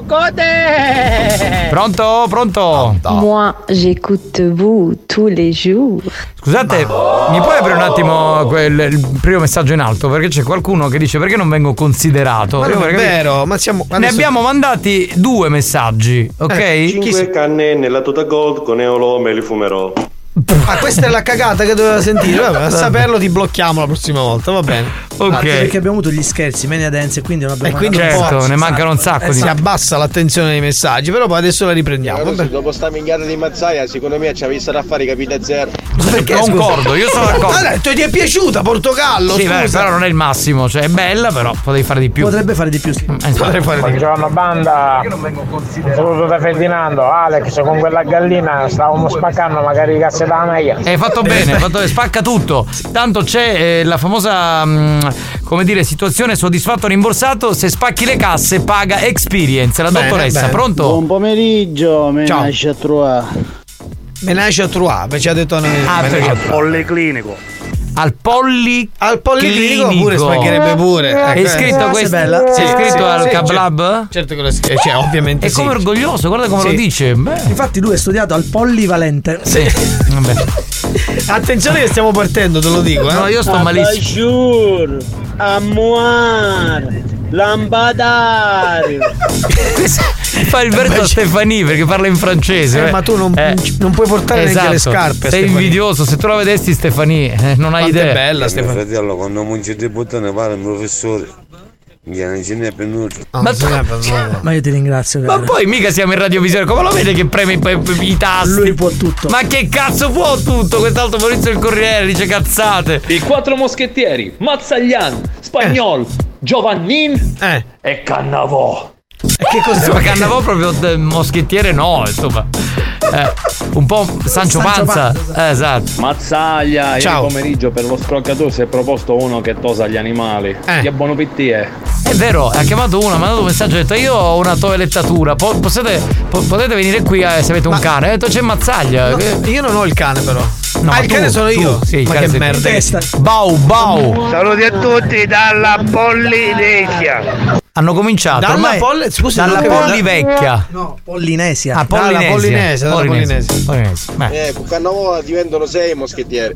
Cocode! Pronto? Pronto? Moi, j'écoute vous tous les jours. Scusate, mi puoi aprire un attimo quel, il primo messaggio in alto? Perché c'è qualcuno che dice perché non vengo considerato. Ma Io non è vorrei capire- vero, ma siamo Ne adesso- abbiamo mandati due messaggi, ok? Eh, chi si- Cinque canne nella tuta gold con Eolo me li fumerò. Ah, questa è la cagata che doveva sentire. Vabbè, a saperlo ti blocchiamo la prossima volta, va bene. Anche perché abbiamo avuto gli scherzi, Mania Dance, e quindi non abbiamo E quindi mandato un po'- messaggi. ne mancano un sacco Eh, di- si abbassa l'attenzione ai messaggi, però poi adesso la riprendiamo. Allora, Vabbè. se dopo sta minchiata di Mazzaia, secondo me ci ha visto a fare capite zero. Perché, Concordo, scusa? io sono d'accordo. Ha detto ti è piaciuta Portogallo? Sì, scusa. beh, però non è il massimo, cioè è bella, però potevi fare di più. Potrebbe fare di più, sì. Potrei fare di più. Buongiorno banda, saluto da Ferdinando, Alex con quella gallina stavamo spaccando magari i cazzi da meglio. Hai fatto bene, hai fatto bene, spacca tutto. Tanto c'è eh, la famosa, mh, come dire, situazione soddisfatto o rimborsato. Se spacchi le casse paga Experience. La Bene, dottoressa, bene. pronto? Buon pomeriggio, menage a trois. Menage a trois, perché ci ha detto noi. Ah, perché- Policlinico. Al polli Al policlinico pure spaccherebbe pure. È Ecco, iscritto a eh. questo? Bella. È Sì, iscritto sì, al sì, Cablab? Certo che lo è, cioè, ovviamente È sì. come orgoglioso, guarda come Sì. lo dice. Beh. Infatti lui è studiato al Pollivalente. Sì. Vabbè. Attenzione che stiamo partendo, te lo dico, eh. No, io sto malissimo. Bonjour, amour, lampadario. Fa il verso a Stefani perché parla in francese. Eh, ma tu non, non puoi portare neanche le scarpe. Sei Stefani. invidioso, se tu la vedessi Stefani, eh, non hai Quanto è idea. bella, Mio Stefano. fratello, quando non ci debuttano, parla il professore. Non ce n'è venuto. Ma, tu- Ma io ti ringrazio, ma caro. poi mica siamo in radiovisione, come lo vede che preme i, i tasti? Lui può tutto. Ma che cazzo può tutto? Quest'altro Maurizio del Corriere dice cazzate. I quattro moschettieri, Mazzaglian, Spagnol, Giovannin eh. e Cannavò. E che cos'è? Ma Cannavò proprio del moschettiere no, insomma. Eh, un po' Sancio, Sancio Panza, Panza. Eh, esatto. Mazzaglia, Ciao. ieri pomeriggio per lo scroccatore si è proposto uno che tosa gli animali. Eh. Che buono per te è. È vero, ha chiamato uno, ha mandato un messaggio, ha detto io ho una toelettatura, po- potete, po- potete venire qui eh, se avete un Ma- cane. Ha detto c'è Mazzaglia. No, Che- io non ho il cane però. No, ah, il tu, cane sono tu. io. Sì, il Ma cane che sei merda. tu. Bau, bau. Saluti a tutti dalla Polinesia. Hanno cominciato Dalla ormai Polle- scusi, dalla non che- Polli vecchia. No, Pollinesia. Ah, Pollinesia. Dalla Pollinesia, dalla Pollinesia. Pollinesia. Beh. Eh, con Cannavò diventano sei moschettieri.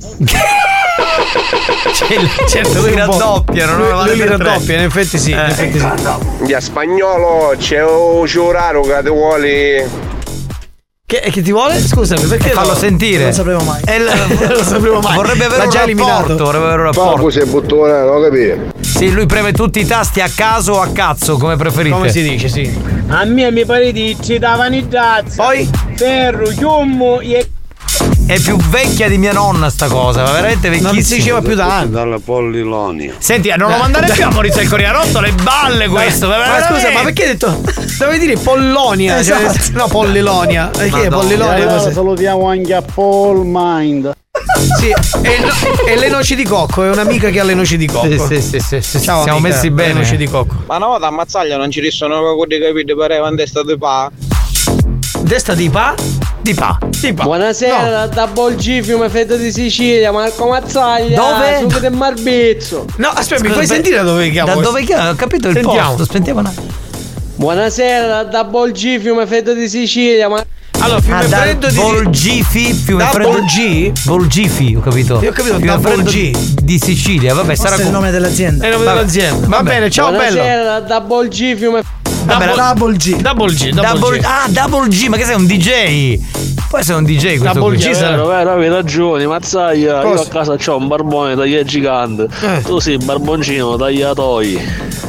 Certo, lui raddoppiano, Lui, no? lui li raddoppia, in effetti sì. Eh. In effetti sì. In spagnolo c'è un giuraro che ti vuole. Che, che ti vuole? Scusami, perché Fallo no? sentire. Non sapevo mai. È il- Non lo sapevo mai. Vorrebbe avere L'ha un già rapporto, eliminato. vorrebbe avere un rapporto. Poco sei buttone, non capire. Sì, lui preme tutti i tasti a caso o a cazzo, come preferite. Come si dice, sì. A me mi pare di ci davano i jazz. Poi? Ferro, chiummo e. È più vecchia di mia nonna sta cosa, ma veramente vecchissima. Non si diceva più da anni. Dalla Pollilonia. Senti, non lo mandare più a Maurizio il Corriere, ha rotto le balle questo. Ma veramente. scusa, ma perché hai detto? Dovevi dire Pollonia. Esatto. Cioè, no, Pollilonia. Perché Madonna. Pollilonia? Allora Cos'è? salutiamo anche a Paul Mind. Sì, e, no- e le noci di cocco, è un'amica che ha le noci di cocco. Sì, sì, sì, sì, sì. Ciao, siamo amica, messi le bene. noci di cocco. Ma no, da Mazzaglia non ci rissono quelli capiti pareva in testa di pa. Testa di pa? Di pa. Di pa. Buonasera, da Bolgi, fiume freddo di Sicilia, Marco Mazzaglia. Dove? Succo del Marbizzo. No, aspetta, mi Scusa, fai beh, sentire da dove chiamo? Da questo? dove chiamo? Ho capito il Sentiamo. posto. Aspettiamo un attimo. Buonasera, da Bolgi, fiume freddo di Sicilia, ma. Allora, fiume Ah, da freddo di Volgifi, fiume Da freddo. Volgi? Volgifi, ho capito. Io ho capito, Fiume da freddo Volgi. di Sicilia, vabbè, Questo sarà è il com- nome dell'azienda. È il nome Vabbè. dell'azienda. Va Vabbè. bene, ciao bello. Buonasera, da Bolgi, fiume. Vabbè, la- Double G. Double G, double Double, G. ah, Double G, ma che sei un D J? Può essere un D J questo Double qui. G sarà- Vero, vero, avevi ragione, Mazzaglia. Cosa? Io a casa c'ho un barbone taglia gigante. Eh. Tu sei barboncino tagliatoi.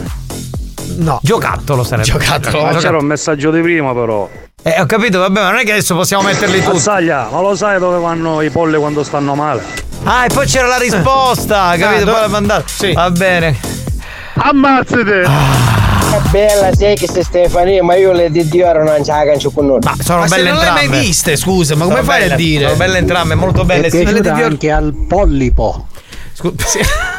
No. Giocattolo sarebbe. Giocattolo. Ma c'era un messaggio di prima però. Eh, ho capito, vabbè, ma non è che adesso possiamo metterli tutti. Mazzaglia, ma lo sai dove vanno i polli quando stanno male? Ah, e poi c'era la risposta, capito? Ah, Poi dove- l'ha mandato. Sì. Va bene. Ammazzate! È bella, sai che sei Stefania, ma io le di Dio non ce la cancio con noi. Ma sono Ma se belle non entrambe. le hai mai viste, scusa, ma come Sono fai belle, a dire? Sono belle entrambe, molto belle. Sì. piaciuta Quelle di Fior- Anche al pollipo. Scu- sì.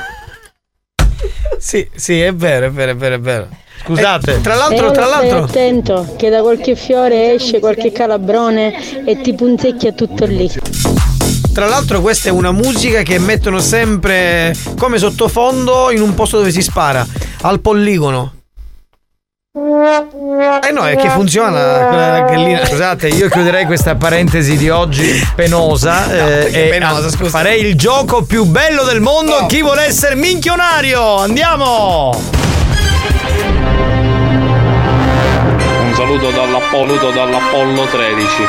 Sì, sì, è vero, è vero, è vero, è vero. Scusate. Eh, tra l'altro, E tra ora stai l'altro. attento che da qualche fiore esce qualche calabrone e ti punzecchia tutto lì. Tra l'altro questa è una musica che mettono sempre come sottofondo in un posto dove si spara, al poligono. Eh no, è che funziona quella gallina. Scusate, io chiuderei questa parentesi di oggi penosa. eh, che e penosa, scusa. farei il gioco più bello del mondo. Chi vuole essere minchionario? Andiamo! Un saluto dall'Apollo, dall'Apollo tredici.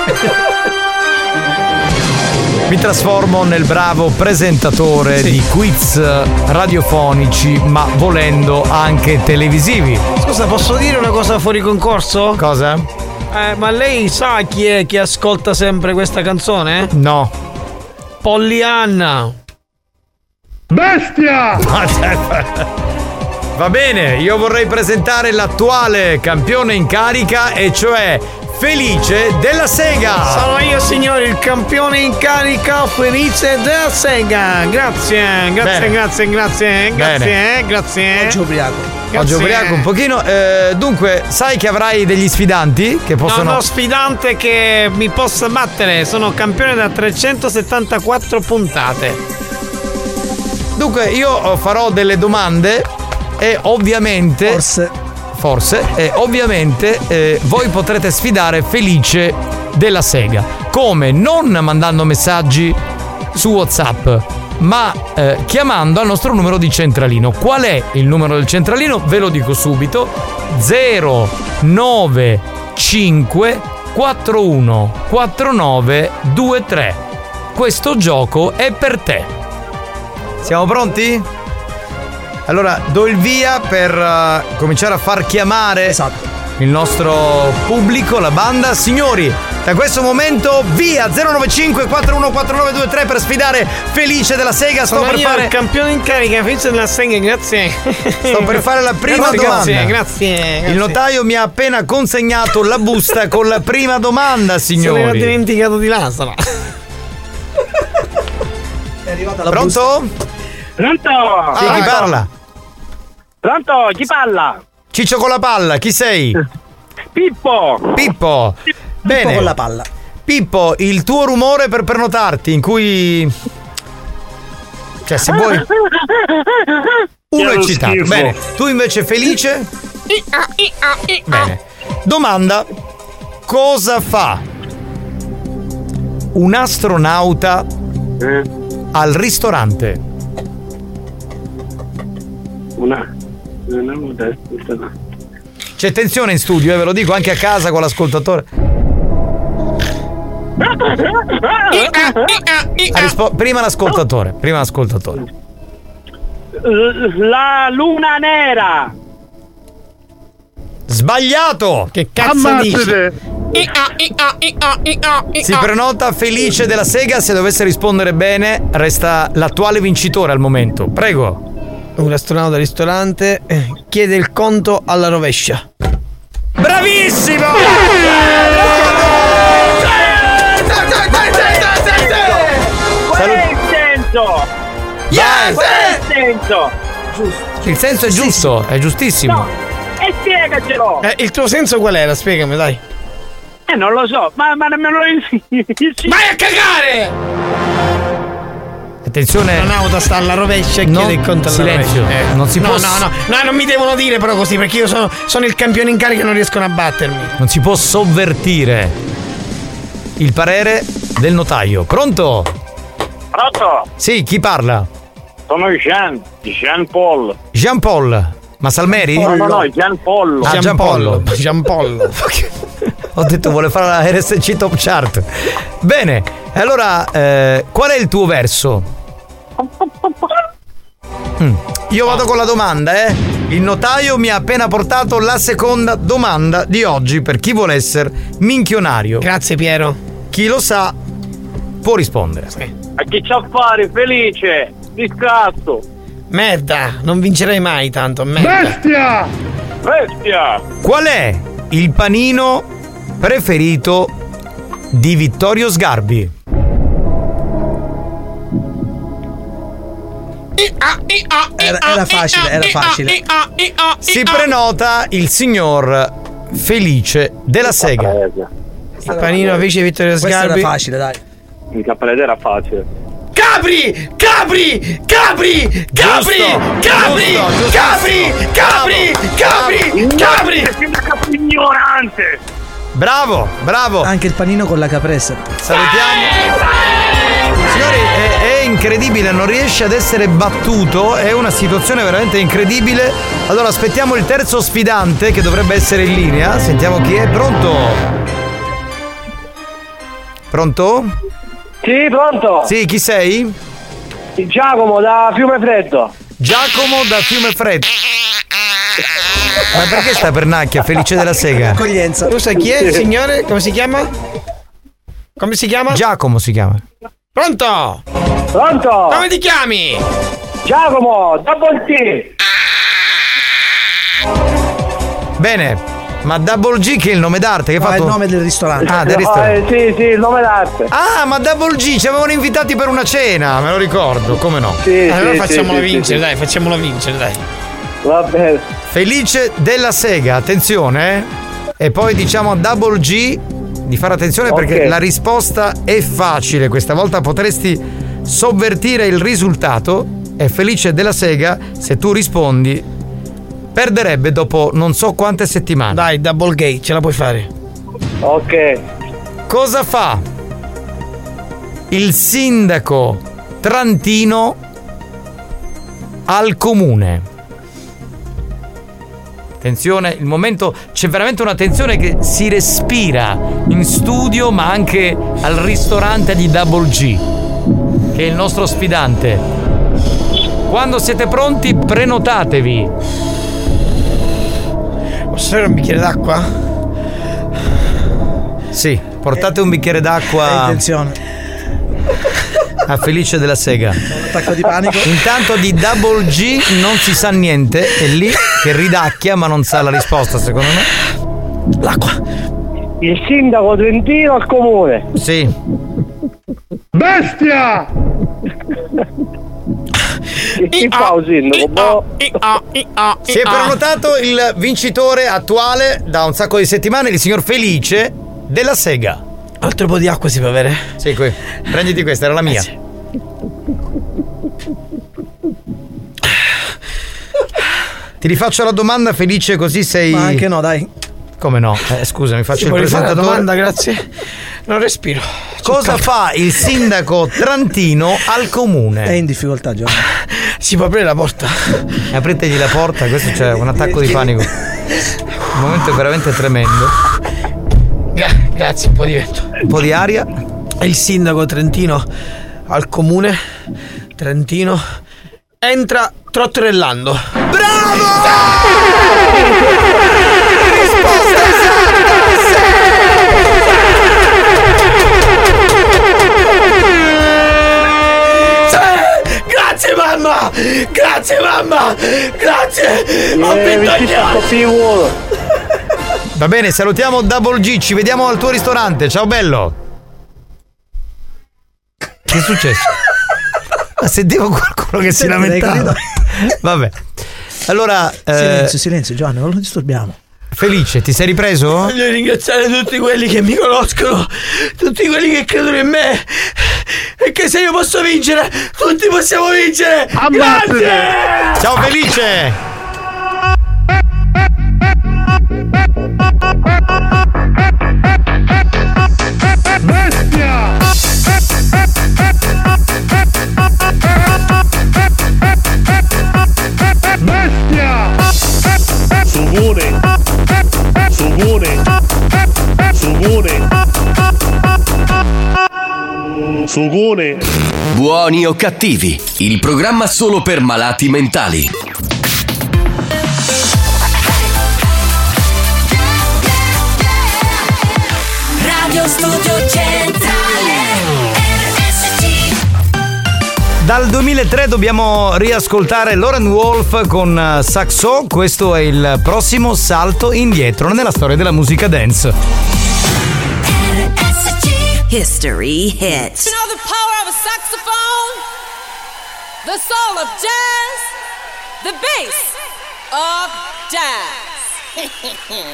Mi trasformo nel bravo presentatore Sì. di quiz radiofonici, ma volendo anche televisivi. Scusa, posso dire una cosa fuori concorso? Cosa? Eh, ma lei sa chi è che ascolta sempre questa canzone? No. Pollyanna. Bestia! Va bene, io vorrei presentare l'attuale campione in carica, e cioè Felice della Sega. Sono io, signori, il campione in carica, Felice della Sega. Grazie, grazie, Bene. grazie, grazie, grazie, Bene. grazie. Oggi ubriaco. Oggi Grazie. ubriaco un pochino. Eh, dunque, sai che avrai degli sfidanti che possono. No, no, sfidante che mi possa battere. Sono campione da trecentosettantaquattro puntate. Dunque, io farò delle domande e ovviamente. Forse. Forse, e ovviamente eh, voi potrete sfidare Felice della Sega. Come? Non mandando messaggi su WhatsApp, ma eh, chiamando al nostro numero di centralino. Qual è il numero del centralino? Ve lo dico subito: zero nove cinque quattro uno quattro nove due tre. Questo gioco è per te. Siamo pronti? Allora, do il via per uh, cominciare a far chiamare Esatto. il nostro pubblico, la banda. Signori, Da questo momento via zero nove cinque quattro uno quattro nove due tre per sfidare Felice della Sega. Sto Sono per io fare il campione in carica, Felice della Sega, grazie. Sto per fare la prima grazie, domanda. Grazie, grazie, grazie. Il notaio mi ha appena consegnato la busta con la prima domanda, signori. Se ne ho dimenticato di Lazzaro. È arrivata la Pronto? Pronto? Sì, chi parla? Pronto? Chi parla? Ciccio con la palla, chi sei? Pippo. Pippo. Bene. Pippo con la palla. Pippo, il tuo rumore per prenotarti in cui... Cioè, se vuoi... Uno è eccitato. Bene. Tu invece Felice? Bene. Domanda. Cosa fa un astronauta Eh? al ristorante? Una... Una volta... C'è attenzione in studio, eh, ve lo dico anche a casa con l'ascoltatore. Ha rispo- prima l'ascoltatore, prima l'ascoltatore. La luna nera. Sbagliato! Che cazzo dici? Si prenota Felice della Sega, se dovesse rispondere bene resta l'attuale vincitore al momento. Prego. Un astronauta al ristorante eh, chiede il conto alla rovescia. Bravissimo! Qual è il senso? Yes! Qual è il senso? Il senso è giusto, è giustissimo. No, e spiegacelo. Eh, il tuo senso qual era? Spiegami, dai. Eh, non lo so, ma, ma nemmeno lo insegni. Vai a cagare! Attenzione. L'astronauta sta alla rovescia e Non- chiede il conto alla silenzio. rovescia. Eh. Non si no, può- no, no, no, non mi devono dire però così, perché io sono, sono il campione in carica e non riescono a battermi. Non si può sovvertire il parere del notaio. Pronto? Pronto? Sì, chi parla? Sono Jean, Jean Paul. Jean Paul. Ma Salmeri? No, no, no, Jean Paul. Ah, Giampollo. Giampollo. Ho detto vuole fare la R S C Top Chart. Bene, allora eh, qual è il tuo verso? Mm. Io vado con la domanda, eh. Il notaio mi ha appena portato la seconda domanda di oggi per chi vuole essere minchionario. Grazie Piero. Chi lo sa può rispondere. A chi c'ha a fare, Felice? Discazzo. Merda, non vincerei mai tanto, merda. Bestia! Bestia! Qual è il panino preferito di Vittorio Sgarbi? Era, era facile, era facile. Si prenota il signor Felice della Sega. Il panino fece Vittorio Questo Sgarbi. era facile, dai. Il cappelletto era facile. Capri! Capri! Capri! Capri! Capri! Capri! Capri! Capri! Capri! Capri ignorante! Bravo, bravo. Anche il panino con la caprese. Salutiamo. Signori, è, è incredibile, non riesce ad essere battuto, è una situazione veramente incredibile. Allora aspettiamo il terzo sfidante che dovrebbe essere in linea. Sentiamo chi è. Pronto? Pronto? Sì, pronto? Sì, chi sei? Giacomo da Fiume Freddo. Giacomo da Fiume Freddo. Ma perché sta per nacchia, Felice della Sega? Accoglienza. Tu sai chi è il signore? Come si chiama? Come si chiama? Giacomo si chiama. Pronto? Pronto? Come ti chiami? Giacomo, Double T. Bene, ma Double G che è il nome d'arte che hai No, è fatto? il nome del ristorante. Ah, del No, ristorante. eh, sì, sì, il nome d'arte. Ah, ma Double G ci avevano invitati per una cena, me lo ricordo, come no? Sì, Allora sì, facciamola sì, vincere, sì, dai, facciamola vincere, dai. sì. Va bene. Felice della Sega, attenzione, eh? E poi diciamo a Double G di fare attenzione perché Ok. la risposta è facile, questa volta potresti sovvertire il risultato e Felice della Sega, se tu rispondi, perderebbe dopo non so quante settimane. Dai, Double Gay, ce la puoi fare. Ok. Cosa fa il sindaco trantino al comune? Attenzione, il momento, c'è veramente una tensione che si respira in studio ma anche al ristorante di Double G, che è il nostro sfidante. Quando siete pronti prenotatevi. Posso avere un bicchiere d'acqua? Sì, portate un bicchiere d'acqua. Attenzione. A Felice della Sega. Un attacco di panico. Intanto di Double G non si sa niente, è lì che ridacchia ma non sa la risposta secondo me. L'acqua. Il sindaco trentino al comune. Sì. Bestia! Che fa un sindaco? Si è prenotato il vincitore attuale da un sacco di settimane, il signor Felice della Sega. Altro po' di acqua si può avere? Sì, qui. Prenditi questa, era la mia. Grazie. Ti rifaccio la domanda, Felice, così sei. Ma anche no, dai. Come no? Eh, scusa, mi faccio Si il può rifare la presentatore. domanda, grazie. Non respiro. Cosa fa il sindaco trantino al comune? È in difficoltà, Giovanni. Si può aprire la porta? Apritegli la porta, questo c'è un attacco di panico. Un momento veramente tremendo. Gra- grazie, un po' di vento. Un po' di aria. Il sindaco trentino al comune trentino entra trotterellando. Bravo! Risposta esatta! Grazie mamma! Grazie mamma! Grazie! Ho vinto gli altri! Va bene, salutiamo Double G, ci vediamo al tuo ristorante. Ciao bello. Che è successo? Ma sentivo qualcuno che si lamentava. Vabbè. Allora, Silenzio, eh, silenzio, Giovanni, non lo disturbiamo. Felice, ti sei ripreso? Voglio ringraziare tutti quelli che mi conoscono, tutti quelli che credono in me. E che se io posso vincere, tutti possiamo vincere. Grazie! Ciao Felice! Bestia! Bestia! Sugone! Sugone! Sugone! Sugone! Buoni o cattivi, il programma solo per malati mentali. Radio Studio Centrale R S C. Dal duemilatré dobbiamo riascoltare Lauren Wolf con Saxo. Questo è il prossimo salto indietro nella storia della musica dance. History hits. You know the power of a saxophone, the soul of jazz, the bass of jazz.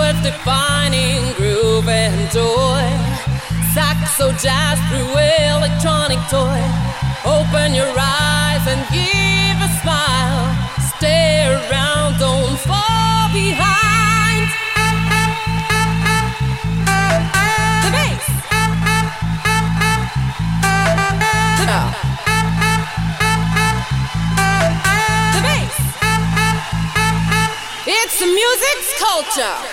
words defining groove and joy. Saxo jazz through electronic toy. Open your eyes and give a smile. Stay around, don't fall behind. The bass. The, the bass. It's the music's culture.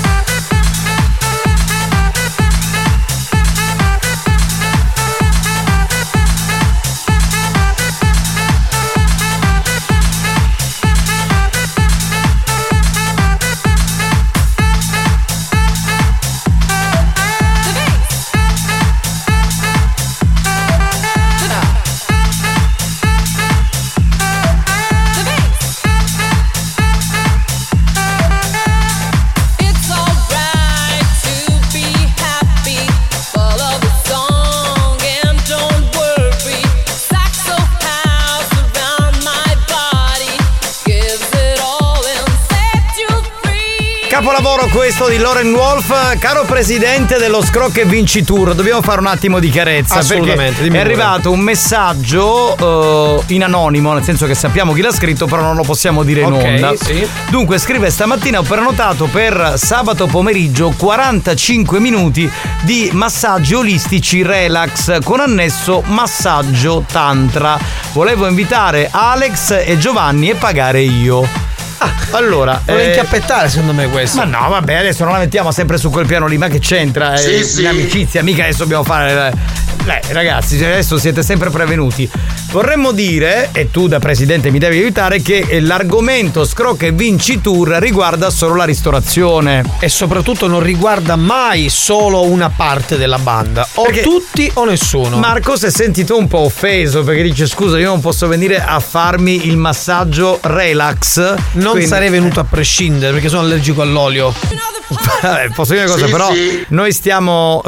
Capolavoro questo di Lauren Wolf. Caro presidente dello Scrocca e Vinci Tour, dobbiamo fare un attimo di chiarezza. Assolutamente, perché è arrivato un messaggio uh, in anonimo, nel senso che sappiamo chi l'ha scritto, però non lo possiamo dire in okay, onda. Sì. Dunque scrive: stamattina ho prenotato per sabato pomeriggio quarantacinque minuti di massaggi olistici relax con annesso massaggio tantra. Volevo invitare Alex e Giovanni e pagare io. Ah, allora vuole eh, inchiappettare secondo me questo. Ma no, vabbè, adesso non la mettiamo sempre su quel piano lì, ma che c'entra? Sì, eh, sì. L'amicizia, mica adesso dobbiamo fare. Eh, ragazzi, adesso siete sempre prevenuti. Vorremmo dire, e tu da presidente mi devi aiutare, che l'argomento Scrocca e Vinci Tour riguarda solo la ristorazione. E soprattutto non riguarda mai solo una parte della banda. O perché tutti o nessuno. Marco si è sentito un po' offeso perché dice: scusa, io non posso venire a farmi il massaggio relax. Non quindi sarei venuto a prescindere perché sono allergico all'olio. Vabbè, posso dire una cosa, Sì, però sì. noi stiamo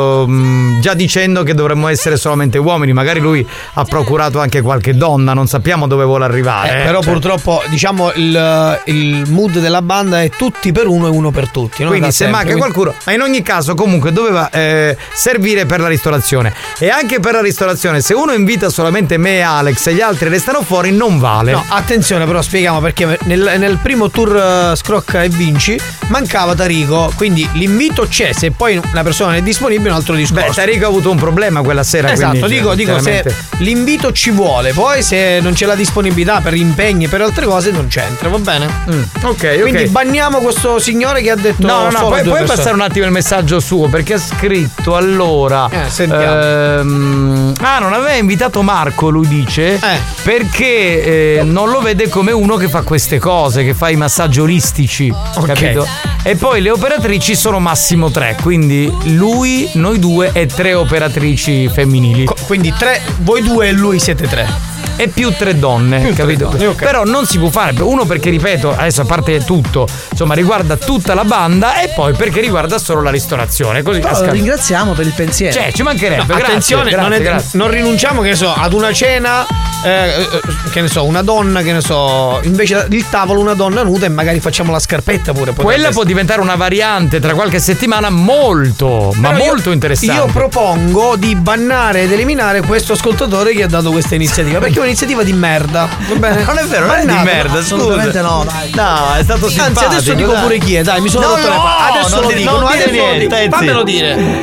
ehm, già dicendo che dovremmo essere solamente uomini. Magari lui ha procurato anche qualche donna, non sappiamo dove vuole arrivare. Eh, però cioè. purtroppo diciamo il, il mood della banda è tutti per uno e uno per tutti, no? Quindi Da se sempre. manca qualcuno, ma in ogni caso comunque doveva eh, servire per la ristorazione. E anche per la ristorazione, se uno invita solamente me e Alex e gli altri restano fuori, non vale. No, attenzione, però spieghiamo perché nel, nel primo tour uh, Scrocca e Vinci mancava Tarico, quindi l'invito c'è, se poi una persona è disponibile è un altro discorso. Beh, Tarico ha avuto un problema quella sera. Esatto, quindi, dico, dico se l'invito ci vuole, poi se non c'è la disponibilità per impegni e per altre cose non c'entra, va bene? Mm, ok, Quindi ok. banniamo questo signore che ha detto No, no, no, solo poi due puoi persone. passare un attimo il messaggio suo, perché ha scritto allora. Eh, sentiamo. ehm, ah, non aveva invitato Marco, lui dice. Eh. Perché eh, non lo vede come uno che fa queste cose, che fa i massaggi olistici. Ok. Capito? E poi le operatrici sono massimo tre, quindi lui, noi due e tre operatrici femminili. Co- quindi tre, voi due e lui siete tre. E più tre donne, Più tre capito? donne, ok. Però non si può fare. Uno perché, ripeto, adesso a parte tutto, insomma, riguarda tutta la banda, e poi perché riguarda solo la ristorazione. Così Però a lo scar- ringraziamo per il pensiero. Cioè, ci mancherebbe. No, grazie, attenzione, grazie, non, è- grazie. non rinunciamo, che ne so, ad una cena, eh, eh, che ne so, una donna, che ne so, invece il tavolo una donna nuda e magari facciamo la scarpetta pure. potrebbe Quella può essere. diventare una variante tra qualche settimana molto, ma Però io- molto interessante. Io propongo di bannare ed eliminare questo ascoltatore che ha dato questa iniziativa, perché è un'iniziativa di merda. Va bene? Non è vero, non è di Bannate, merda, no, assolutamente scusa. no, dai. No, è stato simpatico. Anzi, adesso dico dai. pure chi è, dai, mi sono No, rotto le no, palle. Adesso non lo dire- dico, non no, dire adesso lo niente, dico. stai Fammelo zitto. dire.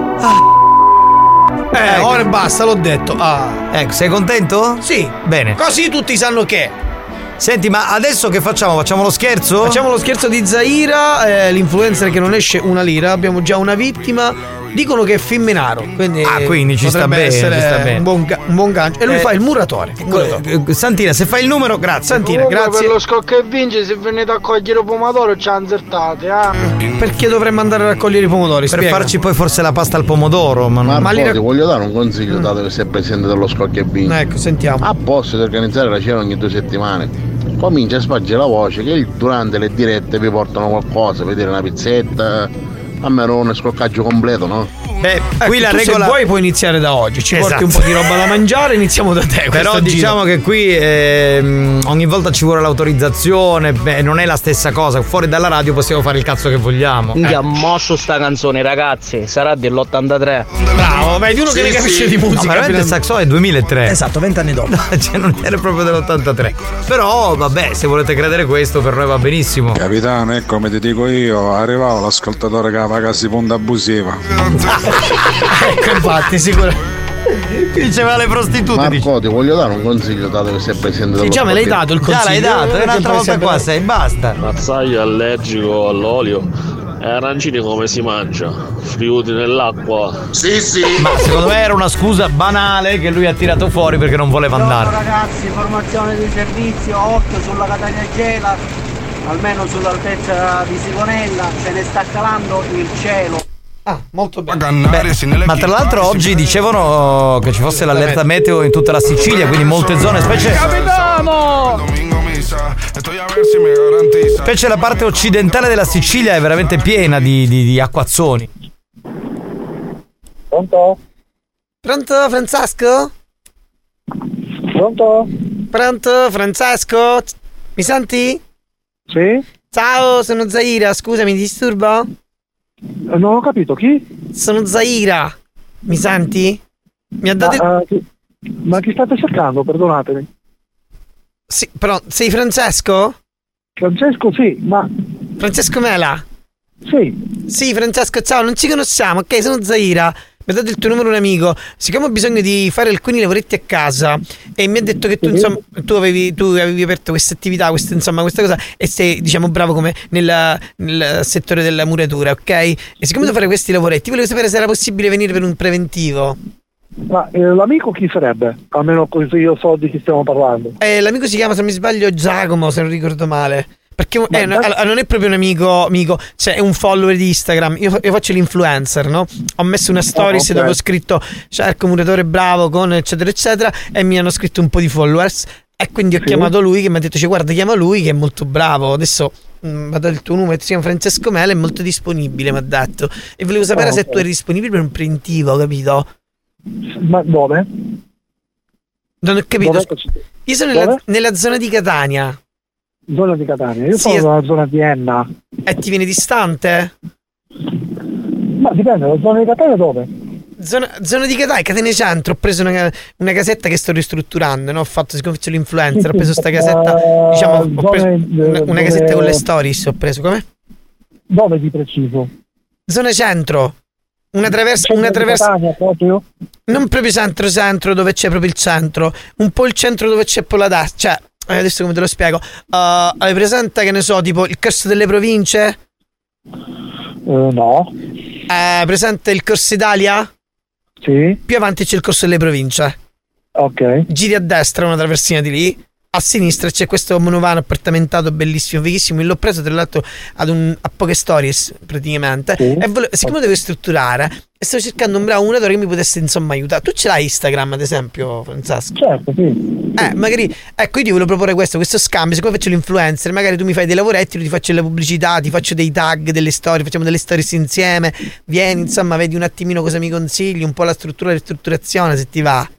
Eh, Ecco. ora basta, l'ho detto. Ah. Ecco, sei contento? Sì. Bene. Così tutti sanno che. Senti, ma adesso che facciamo? Facciamo lo scherzo? Facciamo lo scherzo di Zaira, eh, l'influencer che non esce una lira. Abbiamo già una vittima. Dicono che è Femminaro, quindi, Ah, quindi ci sta potrebbe bene, essere ci sta bene. Un, buon ga- un buon gancio. E lui Eh, fa il muratore. il muratore. Eh, Santina, se fai il numero, grazie. Santina, Comunque, grazie. per lo Scrocca e Vinci, se venite a cogliere pomodoro ci anzertate, eh. Perché dovremmo andare a raccogliere i pomodori? Per Spiega. farci poi forse la pasta al pomodoro. Ma, Ma, Ma li poi rac- ti voglio dare un consiglio, dato che sei presidente dello Scrocca e Vinci. Ecco, sentiamo. A posto di organizzare la cena ogni due settimane, comincia a spargere la voce che durante le dirette vi portano qualcosa, vedere una pizzetta, almeno un scroccaggio completo, no? Beh, Ecco, qui la tu regola. se vuoi puoi iniziare da oggi. Ci Esatto. porti un po' di roba da mangiare, iniziamo da te. Però questo diciamo giro. che qui ehm, ogni volta ci vuole l'autorizzazione, beh, non è la stessa cosa. Fuori dalla radio possiamo fare il cazzo che vogliamo. Minchia, Eh. mosso sta canzone, ragazzi. Sarà dell'ottantatré. Bravo, vedi uno che ne capisce di musica. No, veramente il saxo è duemilatré. Esatto, vent'anni dopo. Cioè non era proprio dell'ottantatré. Però vabbè, se volete credere questo per noi va benissimo. Capitano, è come ti dico io, arrivava l'ascoltatore che paga si punta abusiva. Ecco, infatti, sicuro. Diceva le prostitute. Marco, ti voglio dare un consiglio dato che sei presidente Sì, dello già me l'hai partito. dato il consiglio. Già l'hai dato, è un'altra volta qua sei, basta. Mazzaio allergico all'olio. E arancini come si mangia? Friuti nell'acqua. Sì, sì. Ma secondo me era una scusa banale che lui ha tirato fuori perché non voleva andare. Ragazzi, formazione di servizio, occhio sulla Catania Gela, almeno sull'altezza di Sigonella, se ne sta calando il cielo. Ah, molto bene. Beh, ma tra l'altro oggi dicevano che ci fosse l'allerta meteo in tutta la Sicilia, quindi molte zone, specie Capitano! specie la parte occidentale della Sicilia è veramente piena di, di, di acquazzoni. Pronto? Pronto, Francesco? Pronto? Pronto, Francesco? Mi senti? Sì? Ciao, sono Zaira, scusa, mi disturbo? Non ho capito, chi? Sono Zaira. Mi senti? Mi ha dato il... Ma, eh, chi- ma chi state cercando, perdonatemi? Sì, però sei Francesco? Francesco, sì, ma... Francesco Mela? Sì. Sì, Francesco, ciao, non ci conosciamo, ok, sono Zaira. Mi ha dato il tuo numero un amico. Siccome ho bisogno di fare alcuni lavoretti a casa e mi ha detto che tu, insomma, tu avevi, tu avevi aperto questa attività, questa, insomma, questa cosa, e sei, diciamo, bravo come nella, nel settore della muratura, ok? E siccome devo fare questi lavoretti, volevo sapere se era possibile venire per un preventivo. Ma eh, l'amico chi sarebbe? Almeno così io so di chi stiamo parlando. Eh, l'amico si chiama, se non mi sbaglio, Giacomo, se non ricordo male. Perché Ma eh, no, da- allora, non è proprio un amico, amico, cioè è un follower di Instagram. Io, io faccio l'influencer, no? Ho messo una stories ok. dove ho scritto cerco un muratore bravo con eccetera eccetera e mi hanno scritto un po' di followers. E quindi ho Sì. chiamato lui che mi ha detto, cioè, guarda, chiama lui che è molto bravo. Adesso mh, mi ha dato il tuo numero, si chiama Francesco Mela, è molto disponibile, mi ha detto. E volevo sapere Ah, se ok. tu eri disponibile per un preventivo, capito? Ma dove? Non ho capito. Dov'è scusa. che- Io sono nella, Dove? nella zona di Catania. Zona di Catania. Io Sì, sono es- nella zona di Enna. E ti viene distante? Ma dipende, la zona di Catania dove? Zona, zona di Catania, Catania Centro. Ho preso una, una casetta che sto ristrutturando, no? Ho fatto, siccome faccio l'influencer, ho preso sta casetta, Eh, diciamo, ho preso zone- una, una dove- casetta con le stories, ho preso, come? Dove di preciso? Zona Centro. Una traversa, Centro una di traversa, Catania proprio? non proprio centro-centro dove c'è proprio il centro, un po' il centro dove c'è poi la destra, cioè, eh, adesso come te lo spiego? Uh, hai presente, che ne so, tipo il corso delle province? Eh, no. Eh, presente il Corso Italia? Sì. Più avanti c'è il corso delle province. Ok. Giri a destra una traversina di lì, a sinistra c'è questo monovano appartamentato bellissimo, fighissimo. L'ho preso tra l'altro ad un, a poche stories praticamente. Sì. E volevo, siccome devo strutturare, e stavo cercando un bravo muratore che mi potesse insomma aiutare. Tu ce l'hai Instagram ad esempio, Francesco? Certo, sì. Eh, magari, ecco, io ti volevo proporre questo, questo scambio. Siccome faccio l'influencer, magari tu mi fai dei lavoretti, io ti faccio le pubblicità, ti faccio dei tag, delle storie, facciamo delle stories insieme. Vieni, insomma, vedi un attimino cosa mi consigli, un po' la struttura e la ristrutturazione, se ti va.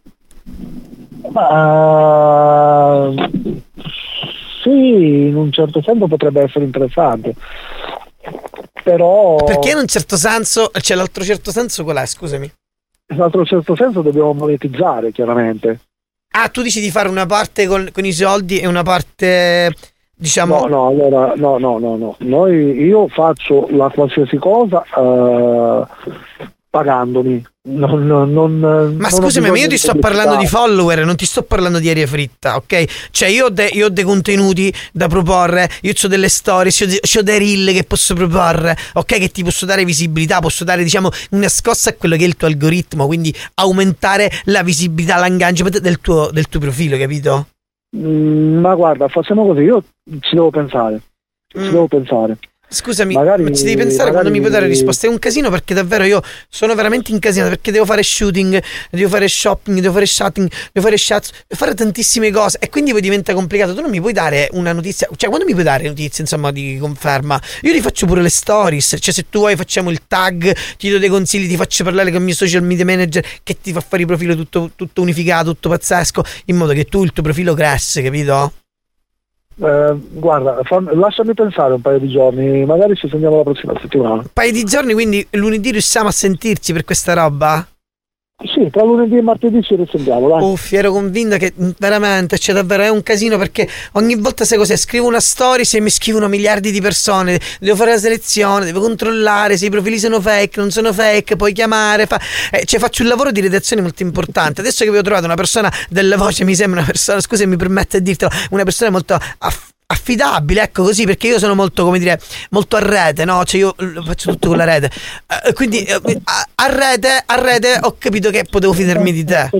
Ma sì, in un certo senso potrebbe essere interessante. Però Perché in un certo senso, cioè l'altro certo senso qual è, scusami? in altro certo senso dobbiamo monetizzare, chiaramente. Ah, tu dici di fare una parte con, con i soldi e una parte, diciamo... No, no, allora no, no, no, no. Noi io faccio la qualsiasi cosa eh, pagandomi. Non, non, non, Ma scusami, ma io ti sto parlando di follower, non ti sto parlando di aria fritta, ok? Cioè io ho de, io ho dei contenuti da proporre, io ho delle stories, io ho, de, ho dei reel che posso proporre, ok? Che ti posso dare visibilità, posso dare, diciamo, una scossa a quello che è il tuo algoritmo, quindi aumentare la visibilità, l'engagement del tuo, del tuo profilo, capito? Mm, ma guarda, facciamo così, io ci devo pensare. Ci Mm. devo pensare. Scusami, magari, ma ci devi pensare magari... quando mi puoi dare risposta. È un casino perché davvero io sono veramente incasinato, perché devo fare shooting, devo fare shopping, devo fare chatting, devo fare chat, devo fare tantissime cose e quindi poi diventa complicato. Tu non mi puoi dare una notizia, cioè quando mi puoi dare notizie insomma di conferma? Io ti faccio pure le stories, cioè se tu vuoi facciamo il tag, ti do dei consigli, ti faccio parlare con il mio social media manager che ti fa fare il profilo tutto, tutto unificato, tutto pazzesco, in modo che tu il tuo profilo cresce, capito? Eh, guarda, fammi, lasciami pensare un paio di giorni, magari ci sentiamo la prossima settimana. Un paio di giorni, quindi lunedì riusciamo a sentirci per questa roba? Sì, tra lunedì e martedì ci risentiamo, dai. Uff, ero convinta che veramente c'è davvero, è un casino perché ogni volta sai cos'è, scrivo una story, se mi scrivono miliardi di persone, devo fare la selezione, devo controllare se i profili sono fake, non sono fake, poi chiamare, fa... eh, cioè faccio un lavoro di redazione molto importante. Adesso che vi ho trovato una persona della voce, mi sembra una persona, scusa mi permette di dirtelo, una persona molto aff- affidabile, ecco così, perché io sono molto, come dire, molto a rete, no? Cioè io faccio tutto con la rete, uh, quindi uh, a, a rete, a rete ho capito che potevo fidarmi di te.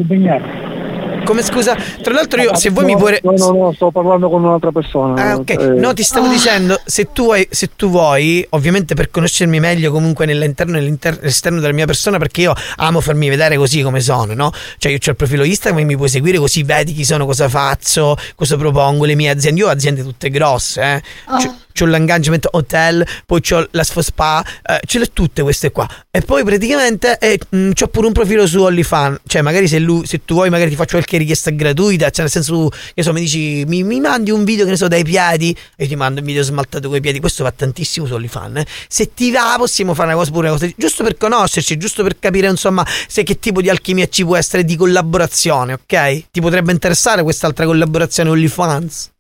Come scusa? Tra l'altro io, se vuoi no, mi puoi... No, no, no, sto parlando con un'altra persona. Ah, ok. Eh. No, ti stavo dicendo, se tu vuoi, se tu vuoi, ovviamente per conoscermi meglio comunque nell'interno e nell'esterno della mia persona, perché io amo farmi vedere così come sono, no? Cioè io ho il profilo Instagram e mi puoi seguire così vedi chi sono, cosa faccio, cosa propongo, le mie aziende. Io ho aziende tutte grosse, eh. Oh. C'ho, c'ho l'engagement hotel, poi c'ho la Sfo Spa, eh, ce le tutte queste qua. E poi praticamente eh, mh, c'ho pure un profilo su OnlyFans. Cioè magari se, lui, se tu vuoi magari ti faccio qualche richiesta gratuita, cioè nel senso che so, mi dici mi, mi mandi un video che ne so dai piedi e io ti mando un video smaltato coi piedi. Questo va tantissimo su OnlyFans, eh. Se ti va possiamo fare una cosa pure una cosa giusto per conoscerci, giusto per capire insomma se che tipo di alchimia ci può essere di collaborazione, ok? Ti potrebbe interessare quest'altra collaborazione OnlyFans?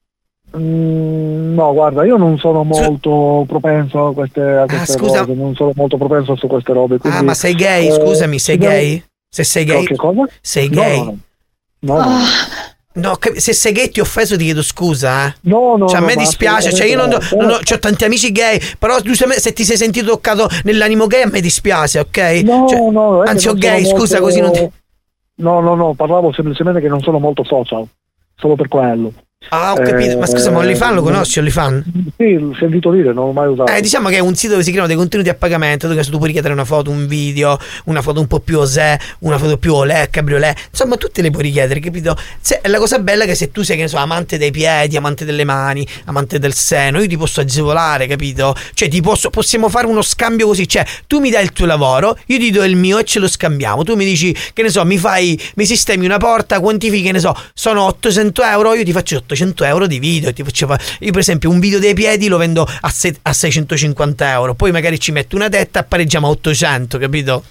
Mm, no, guarda, io non sono molto propenso a queste, a queste ah, scusa. robe, non sono molto propenso su queste robe. Quindi, ah, ma sei gay? eh, Scusami, sei devo... gay? Se sei gay, che cosa? Sei no, gay? No, no. no, oh. no. No, se sei gay ti ho offeso ti chiedo scusa, eh. No, no. Cioè a me no, dispiace, cioè io non, non, non ho, c'ho tanti amici gay, però giustamente se ti sei sentito toccato nell'animo gay a me dispiace, ok? No, cioè, no. Anzi, ho gay, molto... scusa, così non ti... No, no, no, parlavo semplicemente che non sono molto social, solo per quello. Ah, ho capito, eh, ma scusa, ma OnlyFans lo conosci, OnlyFans? Sì, l'ho sentito dire, non l'ho mai usato. Eh, diciamo che è un sito dove si creano dei contenuti a pagamento, dove tu puoi richiedere una foto, un video, una foto un po' più osè, una foto più olè, cabriolet, insomma tutte le puoi richiedere, capito? Se, la cosa bella è che se tu sei, che ne so, amante dei piedi, amante delle mani, amante del seno, io ti posso agevolare, capito? Cioè ti posso, possiamo fare uno scambio così, cioè tu mi dai il tuo lavoro, io ti do il mio e ce lo scambiamo, tu mi dici, che ne so, mi fai, mi sistemi una porta, quantifichi, che ne so, sono ottocento euro, io ti faccio ottocento euro di video, ti faccio, io per esempio un video dei piedi lo vendo a, se, a seicentocinquanta euro, poi magari ci metto una tetta e pareggiamo a ottocento, capito?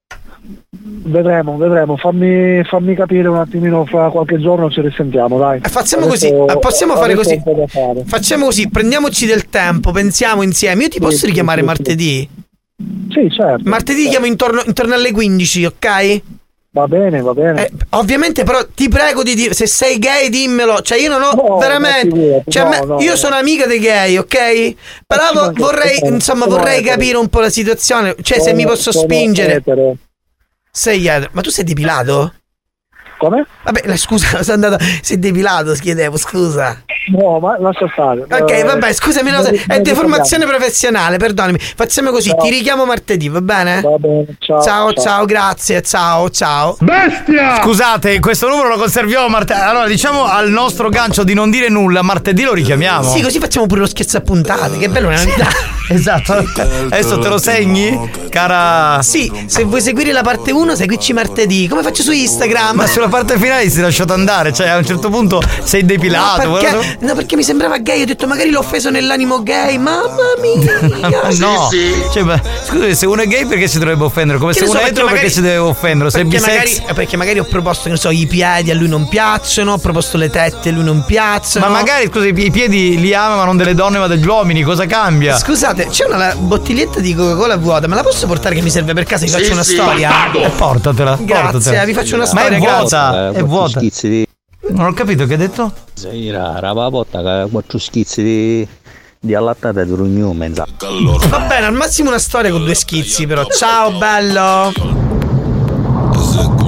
Vedremo, vedremo, fammi, fammi capire un attimino, fra qualche giorno ci risentiamo, dai. Eh, facciamo adesso, così, possiamo fare così, fare. facciamo così, prendiamoci del tempo, pensiamo insieme, io ti posso sì, richiamare sì, martedì? Sì, certo. Martedì certo. chiamo intorno, intorno alle quindici, ok? Va bene, va bene. Eh, ovviamente, però ti prego di dire, se sei gay dimmelo. Cioè io non ho no, veramente cioè, no, me, no, io no. sono amica dei gay, ok? Però vo- vorrei, insomma, vorrei capire un po' la situazione. Cioè se mi posso spingere etero. Sei etero. Ma tu sei depilato? Come? Vabbè, scusa, sono andato. Sei depilato, chiedevo, scusa. No, ma lascia stare. Ok, vabbè, scusami, no, è deformazione professionale, perdonami. Facciamo così, ciao. Ti richiamo martedì, va bene? Va bene, ciao. Ciao, ciao, ciao, grazie, ciao, ciao. Bestia! Scusate, questo numero lo conserviamo martedì. Allora, diciamo al nostro gancio di non dire nulla, martedì lo richiamiamo. Sì, così facciamo pure lo scherzo a puntate, che bello, una novità. Esatto. Adesso te lo segni, cara. Sì, se vuoi seguire la parte uno, seguici martedì. Come faccio su Instagram? Ma sulla parte finale ti sei lasciato andare, cioè a un certo punto sei depilato. No, perché, no, perché mi sembrava gay, ho detto magari l'ho offeso nell'animo gay, mamma mia. No, sì, sì. Cioè, ma, scusi, se uno è gay perché si dovrebbe offendere? Come che se uno so, è etero perché, perché si deve offendere? Se perché, è magari, perché magari ho proposto, che non so, i piedi a lui non piacciono, ho proposto le tette a lui non piacciono. Ma magari, scusi, i piedi li ama ma non delle donne ma degli uomini, cosa cambia? Scusate, c'è una bottiglietta di Coca-Cola vuota, me la posso portare che mi serve per casa? Vi faccio sì, una sì, storia? Eh, portatela. Grazie, portatela. Vi faccio una storia. Ma è vuota, grazie. è vuota. Non ho capito che hai detto? Sì, era la botta che quattro schizzi di, di allattata di rugno mezza. Va bene, al massimo una storia con due schizzi però. Ciao bello.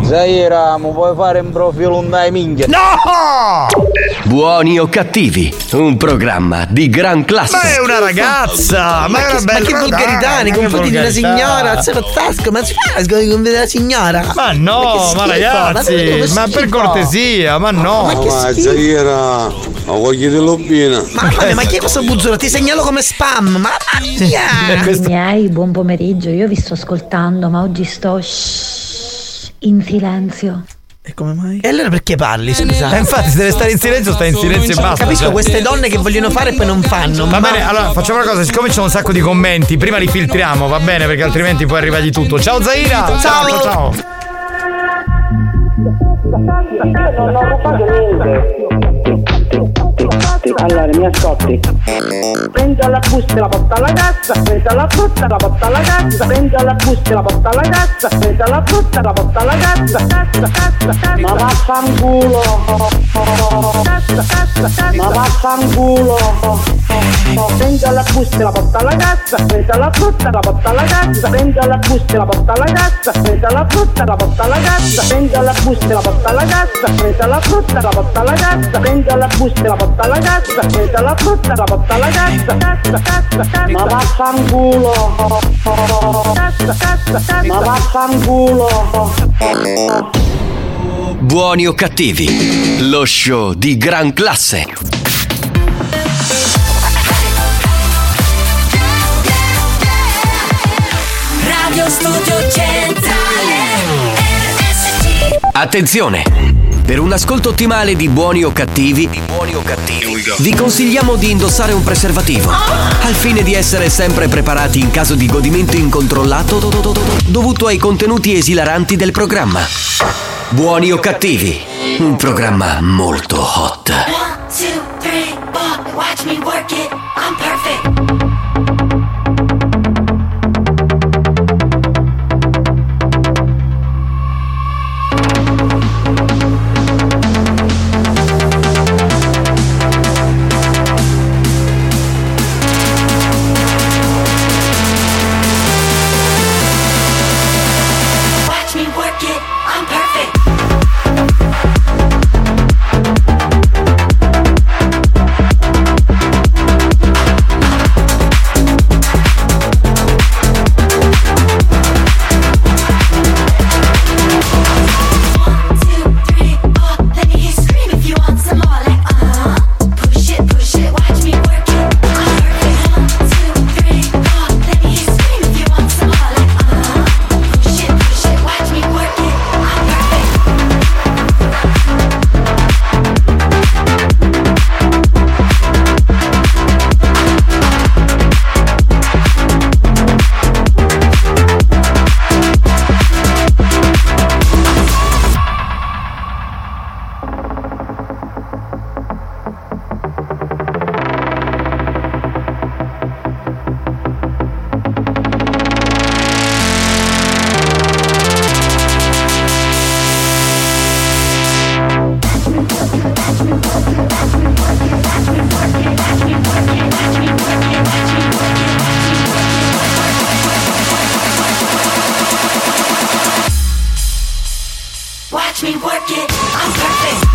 Zaira, mi puoi fare un profilo un dai minchia? No! Buoni o cattivi, un programma di gran classe. Ma è una ragazza! Ma, Ma, è una che, bella ma che volgarità nei confronti di una signora, zero tasco, ma si fa della signora? Ma no, ma, schifo, ragazzi, ma, ma per cortesia, ma no. Ma che Zaira, ma voglio di lobbina. Mamma mia, ma chi è questo buzzolo? Ti segnalo come spam, mamma mia! Miei, buon pomeriggio, io vi sto ascoltando, ma oggi sto shh, in silenzio. E come mai? E allora perché parli, scusa? Eh, infatti, se deve stare in silenzio, stai in silenzio e basta. Capisco cioè. queste donne che vogliono fare e poi non fanno. Va ma... bene, allora facciamo una cosa, siccome c'è un sacco di commenti, prima li filtriamo, va bene? Perché altrimenti poi arriva di tutto. Ciao Zaira! Ciao ciao! ciao. Non ho rubato niente. Allora mi ascolti. Prendo la busta e la porta alla cassa, prendo la frutta e la porta alla cassa, prendo la busta e la porta alla cassa, prendo la frutta e la porta alla cassa, cassa, cassa, cassa. Ma vaffanculo. Cassa, cassa, cassa. Ma vaffanculo. Prendo la busta e la porta alla cassa, prendo la frutta e la porta alla cassa, prendo la busta e la porta alla cassa, prendo la frutta e la porta alla cassa, prendo la busta e la porta alla cassa, prendo la frutta e la porta alla cassa, prendo la busta e la porta alla cassa, prendo la frutta e la porta alla cassa, cassa, cassa, cassa. Ma vaffanculo. Cassa, cassa, cassa. Ma vaffanculo. Buoni o cattivi, lo show di gran classe. Radio Studio Centrale R S C. Attenzione! Per un ascolto ottimale di Buoni o Cattivi, di Buoni o Cattivi, vi consigliamo di indossare un preservativo, al fine di essere sempre preparati in caso di godimento incontrollato dovuto ai contenuti esilaranti del programma. Buoni o Cattivi, un programma molto hot. One, two, three, four, watch me work it, I'm perfect. Watch me work it, I'm perfect.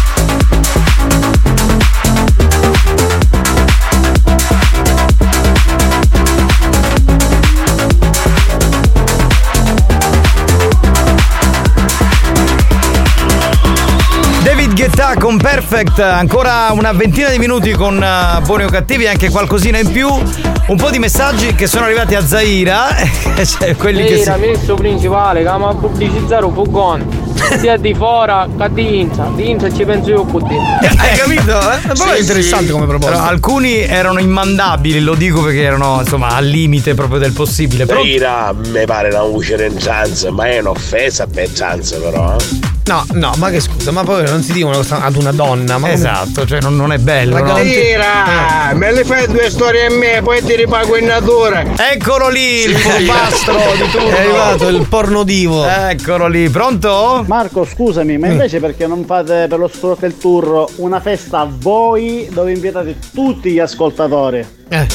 David Guetta con Perfect, ancora una ventina di minuti con uh, Buoni o Cattivi, anche qualcosina in più, un po' di messaggi che sono arrivati a Zaira, cioè quelli che si... ministro principale che ama pubblicizzare un furgone sia di fora che di Inza, di Inza ci penso io qui. Hai capito? Eh? Però Sì, è interessante sì. come proposta. Però alcuni erano immandabili, lo dico perché erano insomma al limite proprio del possibile. Però... Zaira, mi pare una voce renzanza, ma è un'offesa a pezzanza però, eh. No, no, ma che scusa, ma poi non si dicono ad una donna, ma esatto, cioè non, non è bello. Ma no? Zaira, me le fai due storie a me, poi ti ripago in natura. Eccolo lì, il furbastro di turno. È arrivato il porno divo. Eccolo lì, pronto? Marco, scusami, ma invece perché non fate per lo Stork il Tour una festa a voi dove invitate tutti gli ascoltatori? Eh.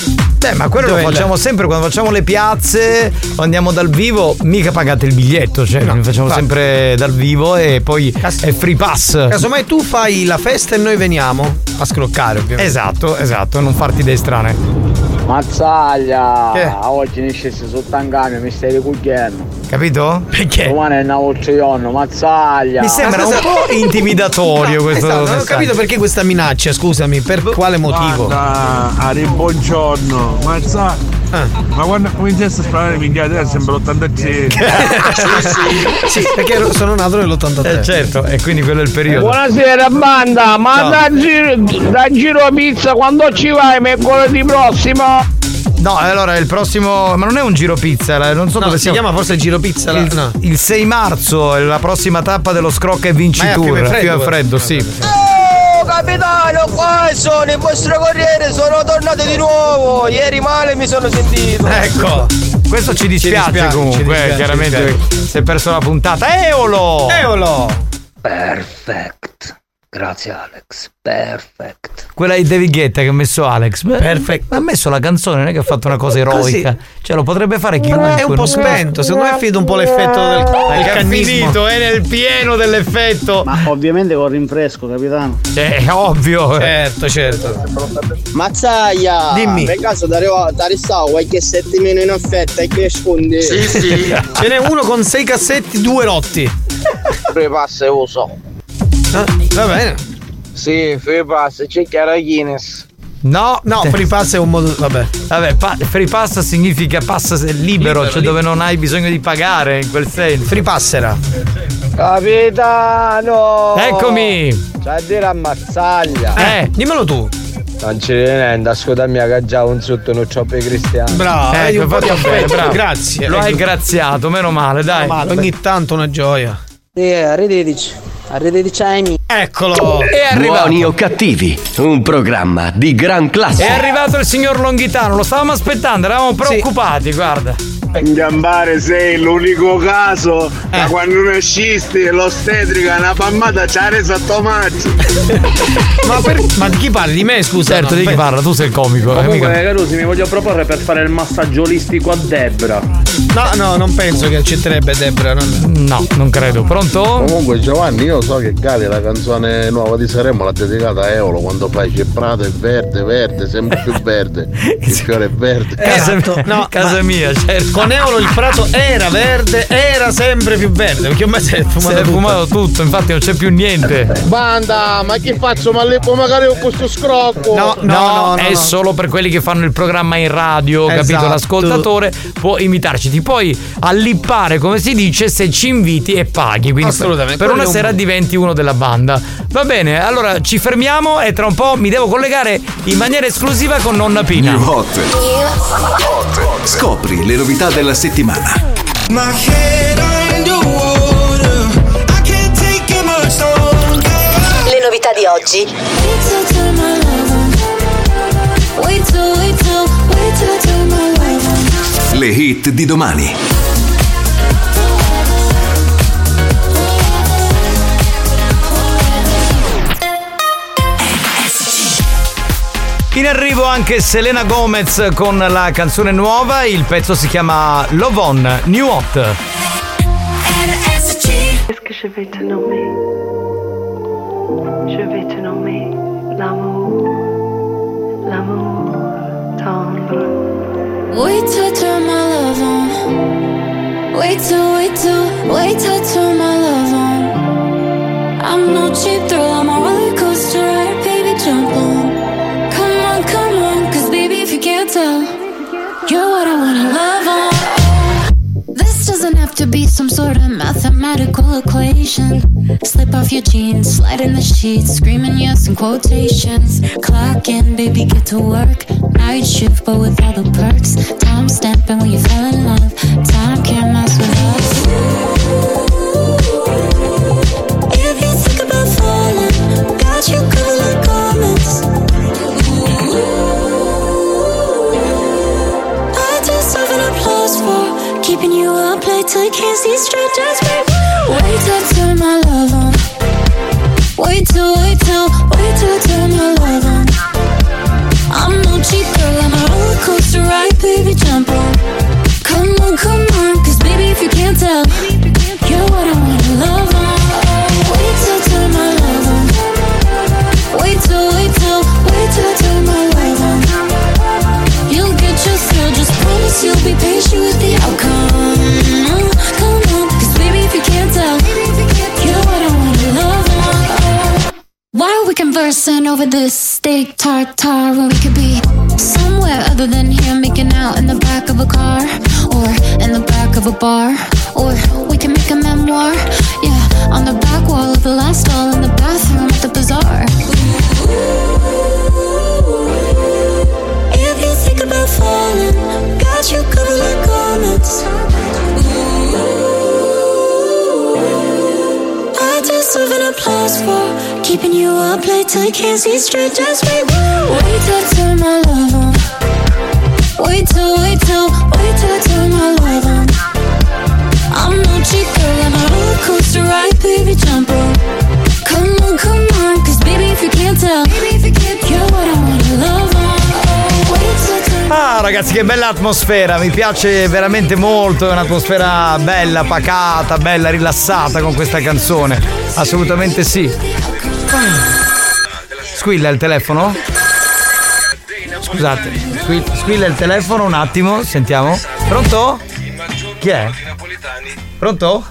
Beh, ma quello Dove lo facciamo il- sempre quando facciamo le piazze, o andiamo dal vivo, mica pagate il biglietto, cioè No, lo facciamo infatti. sempre dal vivo e poi è free pass. Casomai tu fai la festa e noi veniamo a scroccare, ovviamente. Esatto, esatto, non farti idee strane. Mazzaglia! Che? Oggi ne scesi sotto un camion, mi stai ricugliendo. Capito? Perché? Domani è una volta giorno, mazzaglia! Mi sembra un po' intimidatorio questo. Esatto, non ho messaggio. capito perché questa minaccia, scusami, per quale motivo? Guarda, Ari, buongiorno, mazza. Ma quando cominciaste a sparare minchiate è sempre l'ottantatré. Sì, perché ero- sono nato nell'ottantatré. Eh, certo, e quindi quello è il periodo. Buonasera banda, ma Ciao. da giro, da giro pizza quando ci vai mercoledì prossimo? No, allora il prossimo. Ma non è un giro pizza, eh, non so No, dove si siamo. chiama forse Giro Pizza, la- Il, no. il sei marzo è la prossima tappa dello Scrocca e Vinci Ma è a Tour. Fiumefreddo, Fiume quello. Freddo, sì. Oh capitano, qua sono il vostro corriere, sono tornato di nuovo. Ieri male mi sono sentito. Ecco, questo ci dispiace, dispiace, comunque, ci dispiace, eh, chiaramente ci si è perso la puntata. Eolo! Eolo! Perfect. Grazie Alex. Perfect. Quella di David Guetta che ha messo Alex. Beh, Perfetto. Ha messo la canzone, non è che ha fatto una cosa eroica. Cioè, lo potrebbe fare chiunque. È un po' non- spento, secondo me è finito un po' l'effetto del, del È cannismo. finito, è nel pieno dell'effetto. Ma ovviamente con rinfresco, capitano. È ovvio. Certo, certo. Mazzaglia! Dimmi. Per caso ti restavo qualche settimana in offerta e che rispondi? Sì, sì. Ce n'è uno con sei cassetti, due rotti. Free pass uso. Ah, va bene. Sì, free pass, c'è chiara Guinness. No, No, free pass è un modo. Vabbè. Vabbè, pa- free pass significa pass libero, Libero, cioè libero. dove non hai bisogno di pagare in quel senso. Free passera. Capitano! Eccomi! C'è a dire a Mazzaglia. Eh, Dimmelo tu. Non c'è niente, ascolta mia che già un sotto non c'ho per cristiano. Bravo, vedi ecco, un po' di fatto bene, affetto. bravo. Grazie. Lo hai Ecco. graziato, meno male, dai. Ma ogni tanto una gioia. Sì, arredetici. Arredetici ai miei. Eccolo. È arrivato. Buoni o cattivi, un programma di gran classe. È arrivato il signor Longhitano, lo stavamo aspettando, eravamo preoccupati, guarda. In gambare sei l'unico caso Eh. da quando nascisti l'ostetrica una pammata ci ha reso a Tomazzi. Ma, per, ma di chi parli? Di me, scusa? Certo, no, di chi per- parla? Tu sei il comico. eh, Comunque mica- Carusi mi voglio proporre per fare il massaggio olistico a Debra. No, no, non penso che accetterebbe Debra. Non... No, non credo. Pronto? Comunque Giovanni, io so che Gali la canzone nuova di Sanremo l'ha dedicata a Eolo quando fai c'è prato è verde, verde, sempre più verde. Il fiore è verde. Casa, Esatto, no, casa ma- mia, certo. Con Eolo il prato era verde, era sempre più verde. Perché ormai si è fumato Si è tutto. fumato tutto, infatti non c'è più niente. Banda, ma che faccio? Ma Leppo magari con questo scrocco. No, No, no, no, è no. solo per quelli che fanno il programma in radio, capito? Esatto. L'ascoltatore può imitarci, ti puoi allippare, come si dice, se ci inviti e paghi. Quindi Assolutamente. per Quello una è un sera modo. diventi uno della banda. Va bene, allora ci fermiamo e tra un po' mi devo collegare in maniera esclusiva con Nonna Pina. New Hot. Scopri le novità della settimana. Le novità di oggi. Le hit di domani. In arrivo anche Selena Gomez con la canzone nuova, il pezzo si chiama Love On, New Hot. Est-ce que je vais te nommer? Je vais te nommer l'amour, l'amour tendre. Wait till I turn my love on. Wait till, wait till, wait till I turn my love on. I'm no cheap thrill, I'm a roller coaster ride, baby, jump on. Come on, come on, cause baby, if you can't tell, you're what I wanna love on. This doesn't have to be some sort of mathematical equation. Slip off your jeans, slide in the sheets, screaming yes in quotations. Clock in, baby, get to work. Night shift, but with all the perks. Time stamping when you fell in love. Time can't mess with us. If you think about falling, got you covered like garments. I deserve an applause for keeping you up late till you can't see straight. Just wait, wait till I turn my love on. Wait till, wait till, wait till I turn my love on. I'm no cheap girl, I'm a roller coaster ride, baby, jump on. Come on, come on, cause baby, if you can't tell, you're what I wanna love on. Wait till I turn my love on. Wait till, wait till, wait till I turn my love on. You'll get your thrill, just promise you'll be patient with the outcome. Come on, cause baby, if you can't tell, you're what I wanna love on. Why are we conversing over this steak tartare when we could be somewhere other than here, making out in the back of a car, or in the back of a bar, or we can make a memoir, yeah, on the back wall of the last stall in the bathroom at the bazaar. If you think about falling, got you covered like garments. I deserve an applause for keeping you up late till you can't see straight. Just wait, wait till I turn my love on. Wait till, wait till, wait till I turn my love on. I'm no cheap girl, I'm a roller coaster ride, baby, jump on. Come on, come on, cause baby, if you can't tell, you're what I wanna love on. Wait till I turn. Ah, ragazzi, che bella atmosfera, mi piace veramente molto, è un'atmosfera bella, pacata, bella, rilassata con questa canzone, assolutamente sì. Squilla il telefono? Scusate, squilla il telefono un attimo, sentiamo. Pronto? Chi è? Pronto?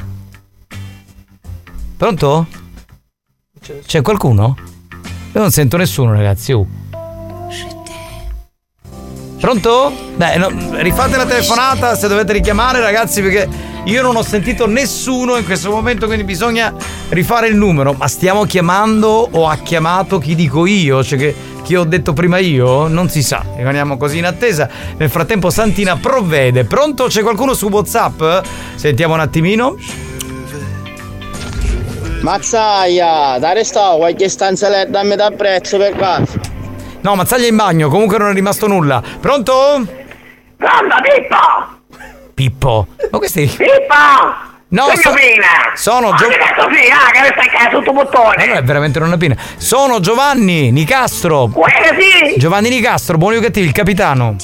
Pronto? C'è qualcuno? Io non sento nessuno, ragazzi. Uh. Pronto? Beh, no, rifate la telefonata se dovete richiamare, ragazzi, perché io non ho sentito nessuno in questo momento, quindi bisogna rifare il numero. Ma stiamo chiamando o ha chiamato chi dico io? Cioè che chi ho detto prima io? Non si sa. Rimaniamo così in attesa. Nel frattempo Santina provvede. Pronto? C'è qualcuno su WhatsApp? Sentiamo un attimino. Mazzaia, dare sto qualche stanzaletta a metà prezzo per caso. No, Mazzaglia in bagno, comunque non è rimasto nulla. Pronto? Pronto, Pippo! Pippo? Ma questi... Pippo! No, Sei so... pina! Sono Gio... Così, ah, che mi stai cazzo sotto bottone! No, è veramente una pina. Sono Giovanni Nicastro. Sì? Giovanni Nicastro, buoni o cattivi, il capitano.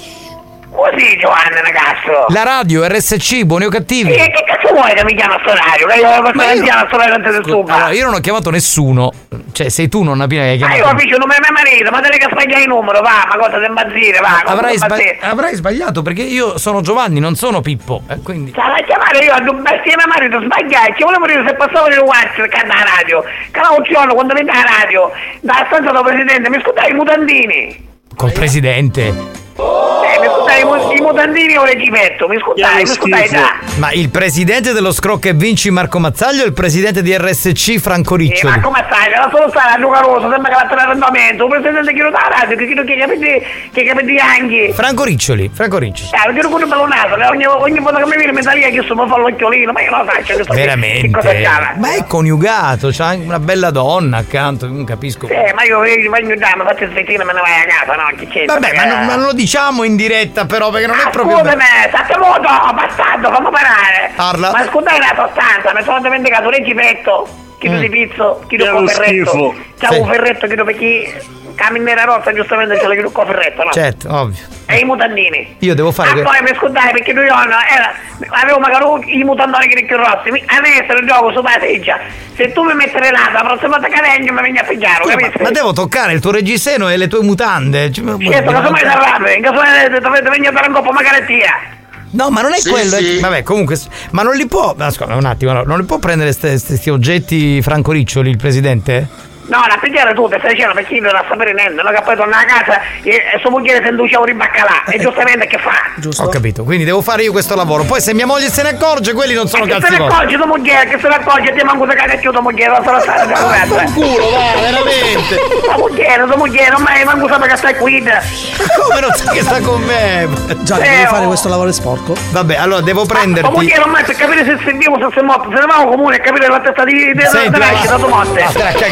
Così, Giovanni Nicastro. La radio R S C, buoni o cattivi. E che cazzo vuoi che mi chiama sto radio? Che io devo stare a sto radio antes del suo. Allora, io non ho chiamato nessuno. Cioè, sei tu, nonna Pina, che hai chiamato. Ma io capisco il nome di mio marito, ma te che sbaglia il numero, va, ma cosa da imbazzire, va. Avrai, sbag... Avrai sbagliato perché io sono Giovanni, non sono Pippo. Eh, quindi. Stava a chiamare io a due bestie mio marito, sbagliai. Ci volevo dire se passavo nel WhatsApp che andava alla radio. Che la funzione quando venne alla radio, dalla stanza del presidente, mi scusai i mutandini. Col presidente. Eh, mi scusai i mutandini o l'egipetto, mi scusai, mi scusai già. Ma il presidente dello Scrocca e Vinci Marco Mazzaglio o il presidente di R S C Franco Riccioli? Eh, Marco Mazzaglio, la solo stare a Luca Rosso, sembra che l'ha tirato arrendamento, il presidente che lo dà la radio, che credo che capite, che capite anche. Franco Riccioli, Franco Riccioli. Eh, perché non bello nato, ogni, ogni volta che mi viene mi sa che sto mi fa l'occhiolino, ma io non lo faccio, che veramente. Che cosa chiama? Ma è coniugato, c'ha una bella donna accanto, non capisco. Sì, ma io voglio già, mi faccio svettino e me ne vai a casa, no? Che c'è? Vabbè, ma non, ma non lo diciamo in diretta però, perché non è proprio. Scusami, state muto, bastardo, fammi parare. Parla. Ma scusate la sostanza, mi sono dimenticato l'egipetto, chiedo Mm. di pizzo, chiedo con ferretto. C'è un ferretto, chiedo per chi camminera rossa, giustamente ce l'ho chiedo con ferretto, no? Certo, ovvio. E i mutandini. Io devo fare Ah, que- poi mi scusate perché tu io no, era, avevo magari i mutandoni che più rossi, mi- a me se lo gioco su paseggia. Se tu mi metti là, la prossima volta che vengo mi vieni a pigiare, Scusa, capisci? ma, ma devo toccare il tuo reggiseno e le tue mutande. Cioè, ma- Certo, casomai ti arrabbi, casomai dovete venire a dare un po' una carettia. No, ma non è Sì, quello. è- sì. Vabbè, comunque, ma non li può. Ascolta, un attimo, no, non li può prendere questi oggetti Franco Riccioli, il presidente? No, la pigliare tu, ti stai dicendo perché io non la sapere niente, no? Che poi torna a casa e, e sua moglie si induce a un ribaccalà. E giustamente che fa? Ho capito, quindi devo fare io questo lavoro. Poi se mia moglie se ne accorge, quelli non sono Che se cazzi ne vostri. accorge tua moglie, che se ne accorge, ti manco se cagaccio tua moglie, non se la sa da governo. culo, va, veramente. La moglie, tua moglie, non mai manco sapere che stai qui. Come non sa che sta con me? Già, Eh, devi oh. fare questo lavoro sporco. Vabbè, allora devo La prenderti. moglie non mai per capire se serviamo, se siamo morti, se eravamo comuni e capire la testa di di- Senti, della va- nascita tua morte. vattene a cagare. Allora,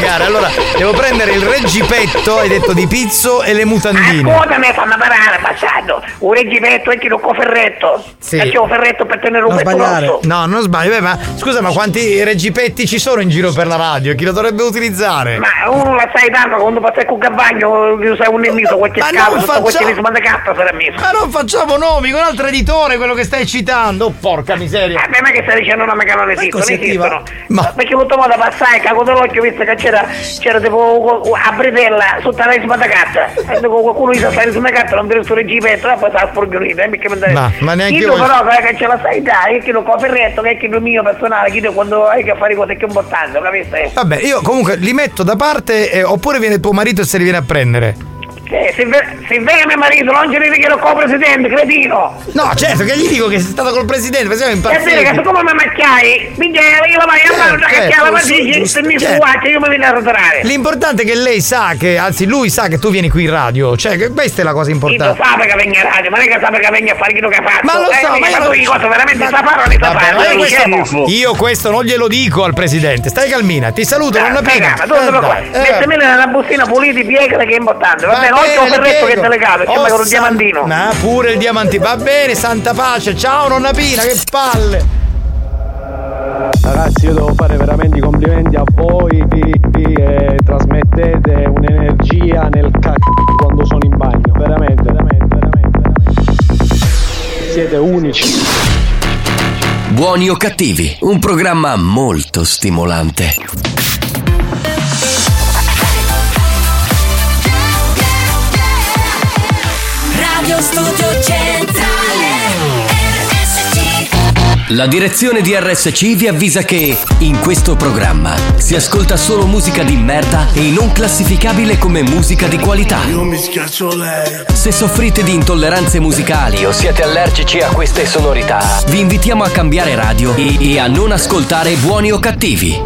Allora, devo prendere il reggipetto, hai detto di pizzo, e le mutandine. Ascolta, me fanno parare, bastardo. Un reggipetto e tiro con ferretto. Sì. E c'è un ferretto per tenere un Non petto sbagliare. rosso. No, non sbaglio. Beh, ma scusa, ma quanti reggipetti ci sono in giro per la radio? Chi lo dovrebbe utilizzare? Ma uno la sai tanto, quando passi con Cavagno, sai un nemico, qualche Ma scavo, non tutto facciamo- qualche risma di carta sarà messo. Ma non facciamo nomi, con un altro editore, quello che stai citando. Oh, porca miseria. Eh, ma che stai dicendo una che non esistono, così non esistono. Ma- Perché tutto modo passai, cago dell'occhio, visto che c'era, c'era tipo a bretella sotto la risma di carta. E dopo qualcuno dice sta risma di carta, non vede sto reggipetto, e poi sta sporgionito, eh, perché mi Ma- ma neanche io io- però che ce la sai dai, che lo coferretto, che è che il mio personale, che io quando hai che fare cose che importanti, capite? Vabbè, io comunque li metto da parte eh, oppure viene tuo marito e se li viene a prendere. Eh, se, ve- se vede mio marito, non ce ne dica che lo co-presidente, cretino! No, certo, che gli dico che sei stato col presidente, perché siamo È vero che impazziti. siccome mi macchiai, Michele, io la vai a mano, già che certo, c'è la su- mattina, giusto, se mi certo. sguaccia, io mi viene a rotolare. L'importante è che lei sa che, anzi lui sa che tu vieni qui in radio, cioè che questa è la cosa Io importante. sa che venga a radio, ma non è che sa che venga a fare quello che ha fatto. Ma lo eh, so, ma mica io tu non- di cosa veramente ma- sa fare o non sa Vabbè, fare, ma io, lo dicevo. questo, io questo non glielo dico al presidente, stai calmina, ti saluto, non Raga, ma tu Eh, non dai, eh. mettemele nella bustina pulita, piegala che è importante. Va Va bene, occhio bene, ferretto che piego. te le cave, c'è Oh, magari un san- diamantino. Ma pure il diamantino, va bene, santa pace, ciao nonna Pina, che palle. Ragazzi, io devo fare veramente i complimenti a voi e trasmettete un'energia nel c***o quando sono in bagno. Veramente, veramente, veramente, veramente. Siete unici. Buoni o cattivi, un programma molto stimolante. Radio Studio Centrale R S C. La direzione di R S C vi avvisa che in questo programma si ascolta solo musica di merda e non classificabile come musica di qualità. Io mi schiaccio lei. Se soffrite di intolleranze musicali o siete allergici a queste sonorità, vi invitiamo a cambiare radio e, e a non ascoltare Buoni o Cattivi.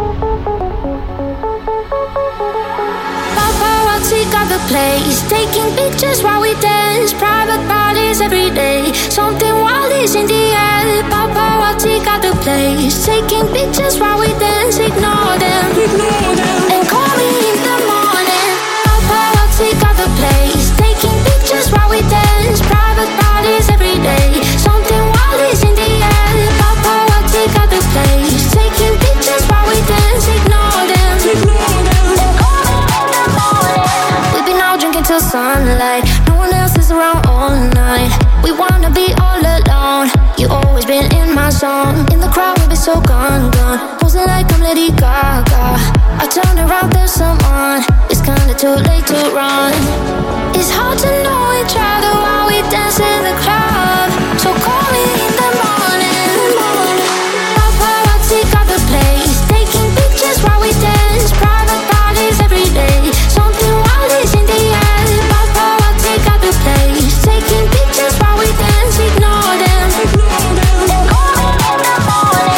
Paparazzi got the place, taking pictures while we dance. Private parties every day, something wild is in the air. Paparazzi got the place, taking pictures while we dance. Ignore them, ignore them, and call me in the morning. Paparazzi got the place, taking pictures while we dance. Private parties every day, something wild is in the air. Paparazzi got the place, taking pictures while we dance. Ignore them, ignore them, and call me in the morning. We've been out drinking till sunlight. No one else is around all night. We wanna be all alone. You always been in my zone. In the crowd, we've been so gone, gone. Posing like I'm Lady Gaga. I turn around, there's someone. It's kinda too late to run. It's hard to know each other while we dance in the club. So call me in the morning. Paparazzi got the place, taking pictures while we dance. Private parties every day. Something wild is in the air. Paparazzi got the place, taking pictures while we dance. Ignore them, ignore them, and call me in the morning.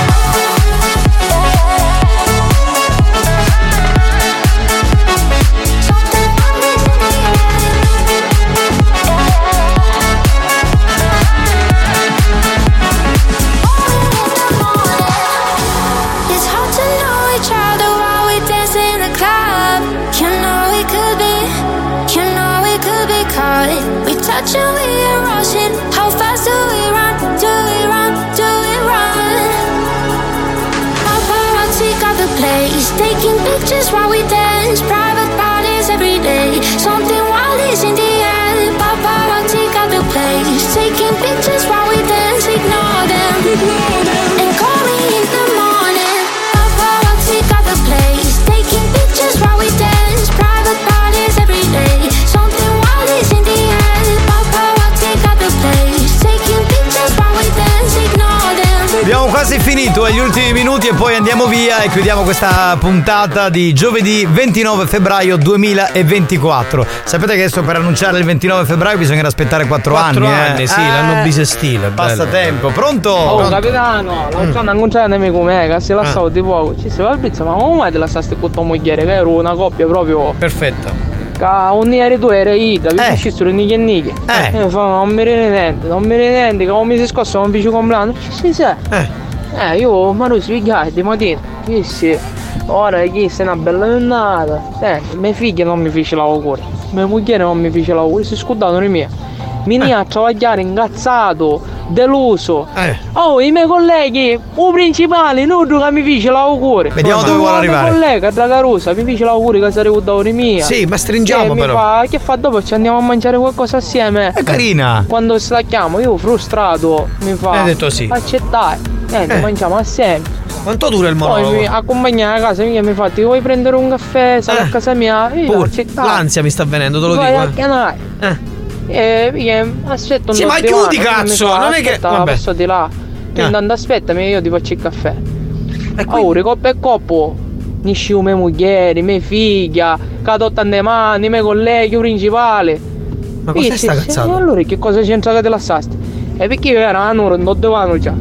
It's hard to know each other while we dance in the club. You know we could be, you know we could be caught. We touch and we are rushing. How fast do we run? Do we run? Do we run? Paparazzi got the place, taking pictures while we dance. Private parties every day. Something wild is in the air. Paparazzi got the place, taking pictures while we dance. Ignore them, ignore them, and call me in the morning. Paparazzi got the place, taking pictures while we dance. Private parties every day. Something wild is in the air. Paparazzi got the place, taking pictures while we dance. Ignore them. Abbiamo quasi finito agli ultimi minuti e poi andiamo via e chiudiamo questa puntata di giovedì ventinove febbraio duemilaventiquattro. Sapete che adesso per annunciare il ventinove febbraio bisognerà aspettare quattro anni. Quattro anni, eh. sì, Eh, l'anno bisestile. Passa bello. tempo, pronto? Oh, Pronto? capitano, non c'è non c'è nemmeno come che se la stavo di poco. Ci si va al pizza, ma come mai te la stai con tua moglie? Che ero una coppia proprio. Perfetta. Che un ieri tu eri Ida, vi uscissero nicchi e nicchi. Eh. E mi fanno, non mi rende niente, non mi rende niente, che non mi si scossa un bici compleanno. Sì, sì. Eh. Eh, io, ma lui si pigliava di mattina. Sì, sì. Ora chi sei una bella giornata. Senti, mia figlia non mi fece l'auguri. Mia moglie non mi fece l'auguri, si scudavano di me. Mi ne a travagliare ingazzato, deluso. Eh. Oh, i miei colleghi, il principale, non che mi fece l'auguri. Vediamo dove vuole arrivare. Il collega da Carusa mi fece l'auguri che sarei avuto di mia. Sì, ma stringiamo e però. Mi fa, che fa dopo? Ci andiamo a mangiare qualcosa assieme. È carina. Quando stacchiamo, io frustrato, mi fa. Hai detto sì. Accettai. Niente, Eh. mangiamo assieme. Quanto dura il monologo? Poi mi accompagna a casa mia e mi fa: ti vuoi prendere un caffè? Sali Eh. a casa mia? Io Pur, accettai. l'ansia mi sta venendo, te lo Vai dico. a eh. chiamare. Eh. E io aspetta un Sì, ma divano, chiudi, mi cazzo, fa, non è che- aspetta, vabbè. passo di là. Tu Ah. intanto aspettami, io ti faccio il caffè. E Oh, ricoppo e coppo. Nisciu mie mogli, mia figlia, cadotta tante mani, i miei colleghi, il principale. Ma cos'è sta cazzata? E allora che cosa c'entra che te lasciaste? E perché io ero a un'ora, non dovevano già.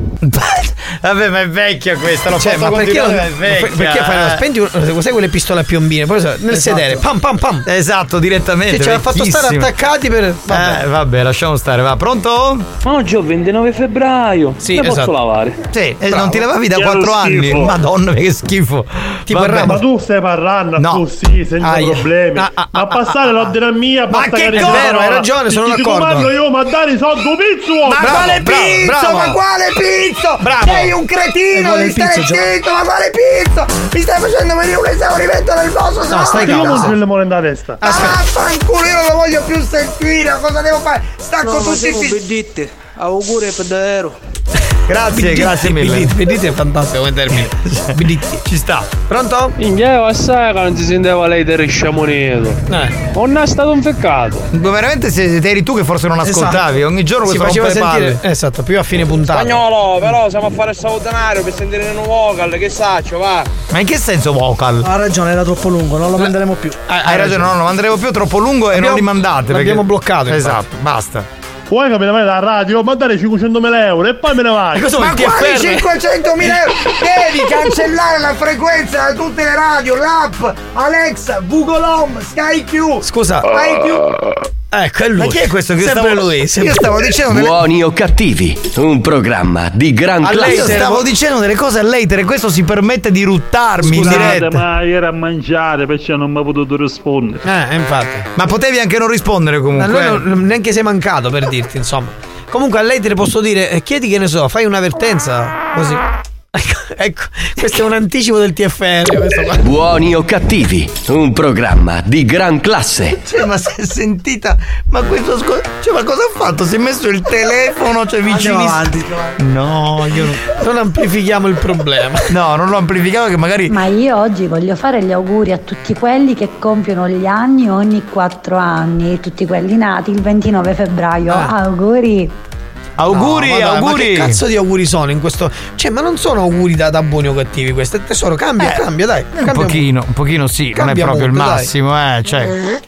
Vabbè, ma è vecchia questa, l'ho Cioè, fatto ma perché, continuare, non- ma è vecchia. perché fai una, spenti un- sai quelle pistole a piombine, poi nel Esatto. sedere, pam pam pam. Esatto, direttamente. Che ci ha fatto stare vecchissima. attaccati per. Vabbè. Eh, vabbè, lasciamo stare, va. Pronto? Oggi è ventinove febbraio. Sì, Mi esatto. posso lavare? Sì, e Bravo. non ti lavavi da Che quattro anni. schifo. Madonna, che schifo. Tipo Vabbè. il Ma tu stai parlando No. così, senza Aia. problemi. Ah, ah, ma ah, passare ah, l'ordine mia, Ma basta che che cosa? ne Vero, hai ragione, sono Ti- ti d'accordo. comando io, ma dare i soldi pizzo! Ma Bravo, quale bravo, pizzo? bravo. Ma quale pizzo? Bravo. Sei un E cretino, vuole mi il stai pizzo, Gio- zitto, ma quale pizzo? Mi stai facendo venire un esaurimento nervoso. No, stai Io calmo. non le mole nella testa. Vaffanculo, io non lo voglio più sentire, cosa devo fare? Stacco tutti i figli. Bedite, auguri per davvero. Grazie, grazie mille. Vedete, è fantastico come termine. Biditti. Ci sta. Pronto? Ingheo assai che non si sentiva lei del sciamonito. Eh. Non è stato un peccato. Veramente se eri tu che forse non ascoltavi. Ogni giorno si questo faceva rompe le sentire. palle. Esatto, più a fine puntata. Spagnolo, però siamo a fare il salutario per sentire un vocal, che saccio, va. Ma in che senso vocal? Ha ragione, era troppo lungo, non lo manderemo più. Hai, hai ragione, no, non lo manderemo più, è troppo lungo e Abbiamo- non li mandate. l'abbiamo perché- bloccato, infatti. Esatto, basta. Puoi capire me la radio, ma dare cinquecentomila euro e poi me ne vai. cosa Ma vuol dire? quali T F R? cinquecentomila euro? Devi cancellare la frequenza da tutte le radio, l'app, Alexa, Google Home, Sky Q. Scusa, Sky Q. Ecco, è lui. Ma chi è questo che sempre stavo- lui? Sempre Io stavo dicendo delle... Buoni o cattivi, un programma di gran A lei classe. stavo dicendo delle cose all'etere e questo si permette di ruttarmi in Scusate, diretta. ma ero a mangiare, perciò non mi ha potuto rispondere. Eh, infatti. Ma potevi anche non rispondere Ma comunque. noi non- non- neanche sei mancato per dirti, insomma. Comunque a lei te ne posso dire, eh, chiedi che ne so, fai un'avvertenza, così. Ecco, ecco, questo è un anticipo del T F R, questo qua. Buoni o cattivi, un programma di gran classe. Cioè, ma si è sentita. Ma questo sco- Cioè, ma cosa ha fatto? Si è messo il telefono, cioè vicino. Andiamo avanti. No, io non. Non amplifichiamo il problema. No, non l'ho amplificato che magari. Ma io oggi voglio fare gli auguri a tutti quelli che compiono gli anni ogni quattro anni, tutti quelli nati il ventinove febbraio. Ah. Auguri! Auguri, No, ma dai, auguri. Ma che cazzo di auguri sono in questo? Cioè, ma non sono auguri da, da buoni o cattivi questi. Tesoro, cambia, Eh, cambia, dai. Un Cambia pochino, un pochino sì, Cambia non è proprio il mood, dai. massimo, eh. Cioè.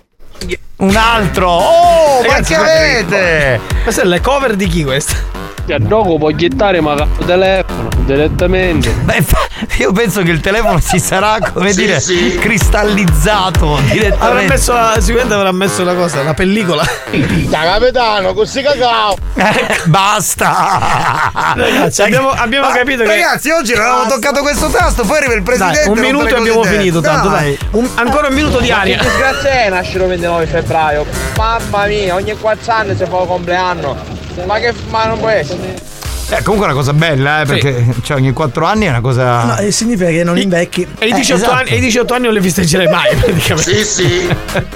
Un altro! Oh, Ragazzi, ma che avete? Ma se le cover di chi queste? Cioè, dopo puoi gettare ma il telefono direttamente. Beh, fa- io penso che il telefono si sarà, come Sì, dire, sì. cristallizzato Avrà direttamente. messo la, sicuramente avrà messo la cosa, la pellicola. Da capitano, così cacao. Eh, basta! Ragazzi, abbiamo, abbiamo capito che. Ragazzi, oggi non avevamo toccato questo tasto, poi arriva il presidente. Dai, un e rompe minuto le e abbiamo cose finito, dette. tanto dai. Un- ancora un minuto di aria. Che disgrazia è nascere il ventinove febbraio? Mamma mia, ogni quattro anni si fa il compleanno. Ma che ma non può essere? Eh, comunque è una cosa bella, eh, perché cioè, ogni quattro anni è una cosa. No, e significa che non invecchi. E i Eh, diciotto, esatto. anni, e i diciotto anni non le festeggerai mai, praticamente. Sì, sì.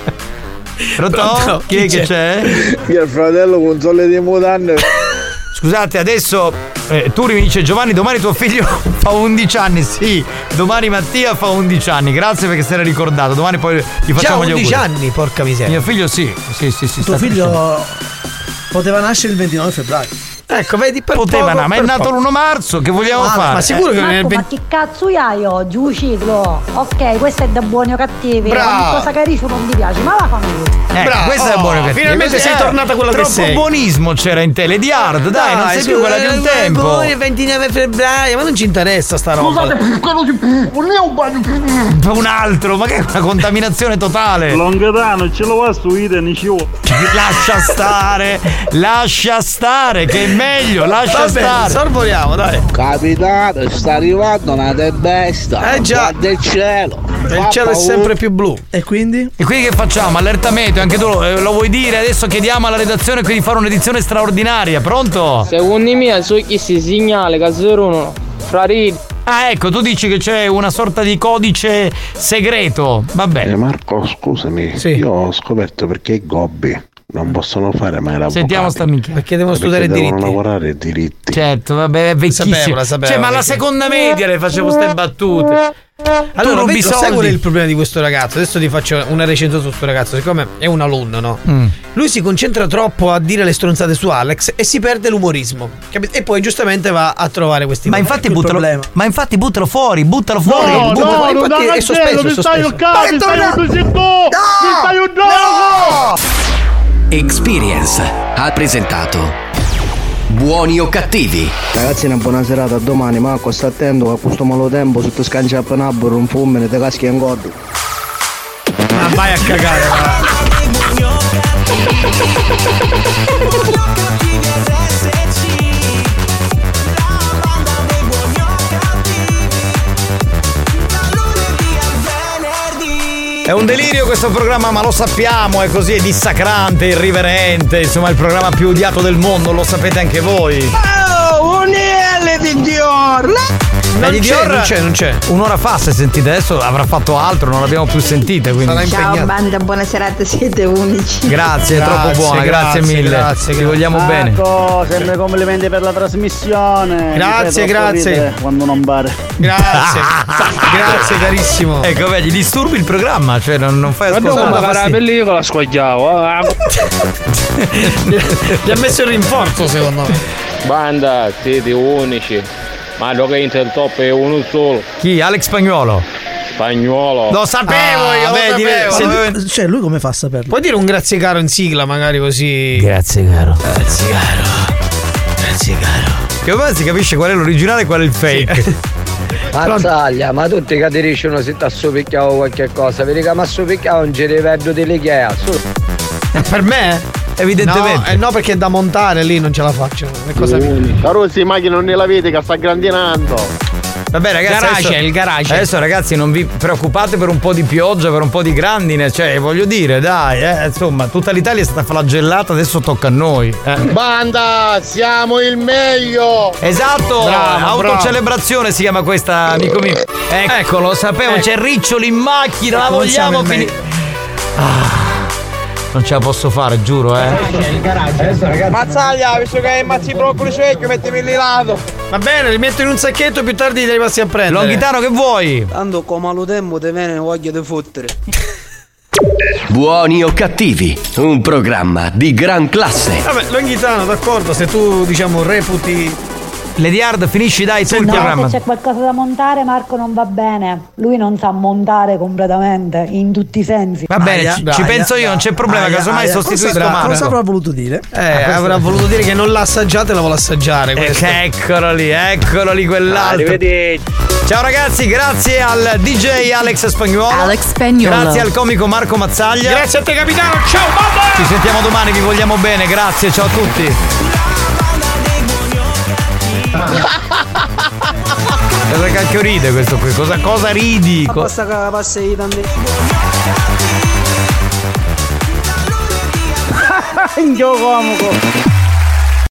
Pronto? Pronto? Chi è Chi che c'è? c'è? Mio fratello con sole di mutande. Scusate, adesso eh, Turi mi dice Giovanni, domani tuo figlio fa undici anni. Sì, domani Mattia fa undici anni. Grazie perché se l'hai ricordato. Domani poi gli Già facciamo gli undici auguri. anni, porca miseria. Mio figlio sì, sì, sì, sì. Tuo sta figlio crescendo. poteva nascere il ventinove febbraio. Ecco, vedi, per Poteva, poco, no, ma è per nato poco. l'primo marzo, che vogliamo Ah, fare? ma sicuro che nel Marco, ma venti che cazzo hai oggi? Un ciclo? Ok, questo è da buoni o cattivi. Bravo. Ogni cosa che riccio non ti piace, ma la fammi. Eh, Bravo. questa è buona. Oh, cattiva. finalmente Questa sei è- tornata quella che troppo sei. buonismo c'era in te, Lady Hard, dai, non sei più quella di un tempo. Il ventinove febbraio, ma non ci interessa sta roba. Scusate, quello di non è un bagno. Un altro, ma che è una contaminazione totale. Longatano, ce lo va su ide, ne ci vuole. Lascia stare, lascia stare, che meglio, lascia Va bene, stare. sorvoliamo, dai. Capitano, sta arrivando una tempesta. Eh già. Guarda il cielo. E il cielo è sempre più blu. E quindi? E quindi che facciamo? Allerta meteo, anche tu lo, lo vuoi dire? Adesso chiediamo alla redazione qui di fare un'edizione straordinaria, pronto? Secondo me su chi si segnale che zero uno fra ridi. Ah, ecco, tu dici che c'è una sorta di codice segreto. Vabbè. Eh, Marco, scusami, io ho scoperto perché i gobbi non possono fare mai l'avvocato. Sentiamo sta minchia. Perché devono Perché studiare devono diritti. lavorare i diritti. Certo, vabbè, è vecchissimo. Sapevo, la sapevo, cioè, ma alla perché- seconda media le facevo ste battute. Allora, rubi vedi, lo sai soldi. qual è il problema di questo ragazzo? Adesso ti faccio una recensione su questo ragazzo. Siccome è un alunno, no? Mm. Lui si concentra troppo a dire le stronzate su Alex e si perde l'umorismo. Capi- E poi giustamente va a trovare questi Ma infatti, buttalo, ma infatti buttalo fuori, buttalo fuori. No, buttalo no, fuori. non infatti da è sospeso, mi è stai sospeso. un cazzo, mi stai un cosicco, mi stai un gioco. Experience ha presentato Buoni o cattivi? Ragazzi, una buona serata, a domani, Marco, sta attento che a questo malo tempo sotto scancia a penaburo un fulmine te caschi in gordo. Ma vai a cagare, va. È un delirio questo programma, ma lo sappiamo, è così, è dissacrante, irriverente, insomma, è il programma più odiato del mondo, lo sapete anche voi. Oh, un L di Dior! Ma di c'è, Dior non c'è, non c'è. Un'ora fa se sentite, adesso avrà fatto altro, non l'abbiamo più sentita, quindi. Ciao banda, buona serata, siete unici. Grazie, è troppo Grazie, buona, grazie, grazie, mille. grazie, Ti grazie. vogliamo bene. Marco, sempre complimenti per la trasmissione. Grazie, Mi fai troppo grazie. ridere quando non pare. Grazie. Grazie carissimo. Ecco, vedi, disturbi il programma, cioè non, non fai Quando ascoltare. come fare la pellicola squagliavo. Gli ha messo il rinforzo secondo me. Banda, siete unici. Ma lo che inter top è uno solo. Chi? Alex Spagnuolo. Spagnolo. Lo sapevo Ah, io, lo vedi, sapevo. se lo lui- sapevo. Cioè, lui come fa a saperlo? Puoi dire un grazie caro in sigla, magari così. Grazie caro. Grazie caro. Grazie caro. Che poi si capisce qual è l'originale e qual è il fake. Mazzaglia, ma tu ti capisci uno se ti assopicchiavo qualche cosa? Vedi che mi assopicchiavo un girivello di Ligea. Per me? Evidentemente. No, eh no, perché è da montare lì non ce la faccio. È cosa mia. Carozzi, ma che non ne la vede che sta grandinando. Vabbè ragazzi, Garage, adesso, il garage. adesso ragazzi non vi preoccupate per un po' di pioggia, per un po' di grandine, cioè voglio dire, dai, eh, insomma, tutta l'Italia è stata flagellata, adesso tocca a noi. Eh. Banda, siamo il meglio. Esatto, Bravo, autocelebrazione si chiama questa, amico mio. Ecco, ecco lo sapevo, Ecco. c'è Riccioli in macchina, la Non siamo vogliamo il finire. Ah, non ce la posso fare, giuro, eh. Mazzaglia, visto che hai mazzi broccoli secchi, mettimi lì lato. Va bene, li metto in un sacchetto e più tardi li ripassi a prendere. Longhitano, che vuoi? Tanto come lo tempo te viene voglia di fottere. Buoni o cattivi? Un programma di gran classe. Vabbè, Longhitano, d'accordo, se tu diciamo reputi. Lady Hard, finisci dai tu il No, programma. se c'è qualcosa da montare Marco non va bene. Lui non sa montare completamente, in tutti i sensi. Va bene, Aia, ci, dai, ci penso io, non c'è problema, Aia, casomai aia. sostituisco Cosa- Marco. Cosa avrà voluto dire? Eh, avrà voluto dire che non l'ha assaggiata e la vuole assaggiare. Eh, questo. eccolo lì, eccolo lì quell'altro. Arrivederci. Ciao ragazzi, grazie al D J Alex Spagnuolo. Alex Spagnuolo. Grazie al comico Marco Mazzaglia. Grazie a te capitano, ciao mamma! Ci sentiamo domani, vi vogliamo bene, grazie, ciao a tutti. Cosa cacchio ride questo qui? Cosa, cosa ridi? Co- Basta che passi tanti. In gioco amico.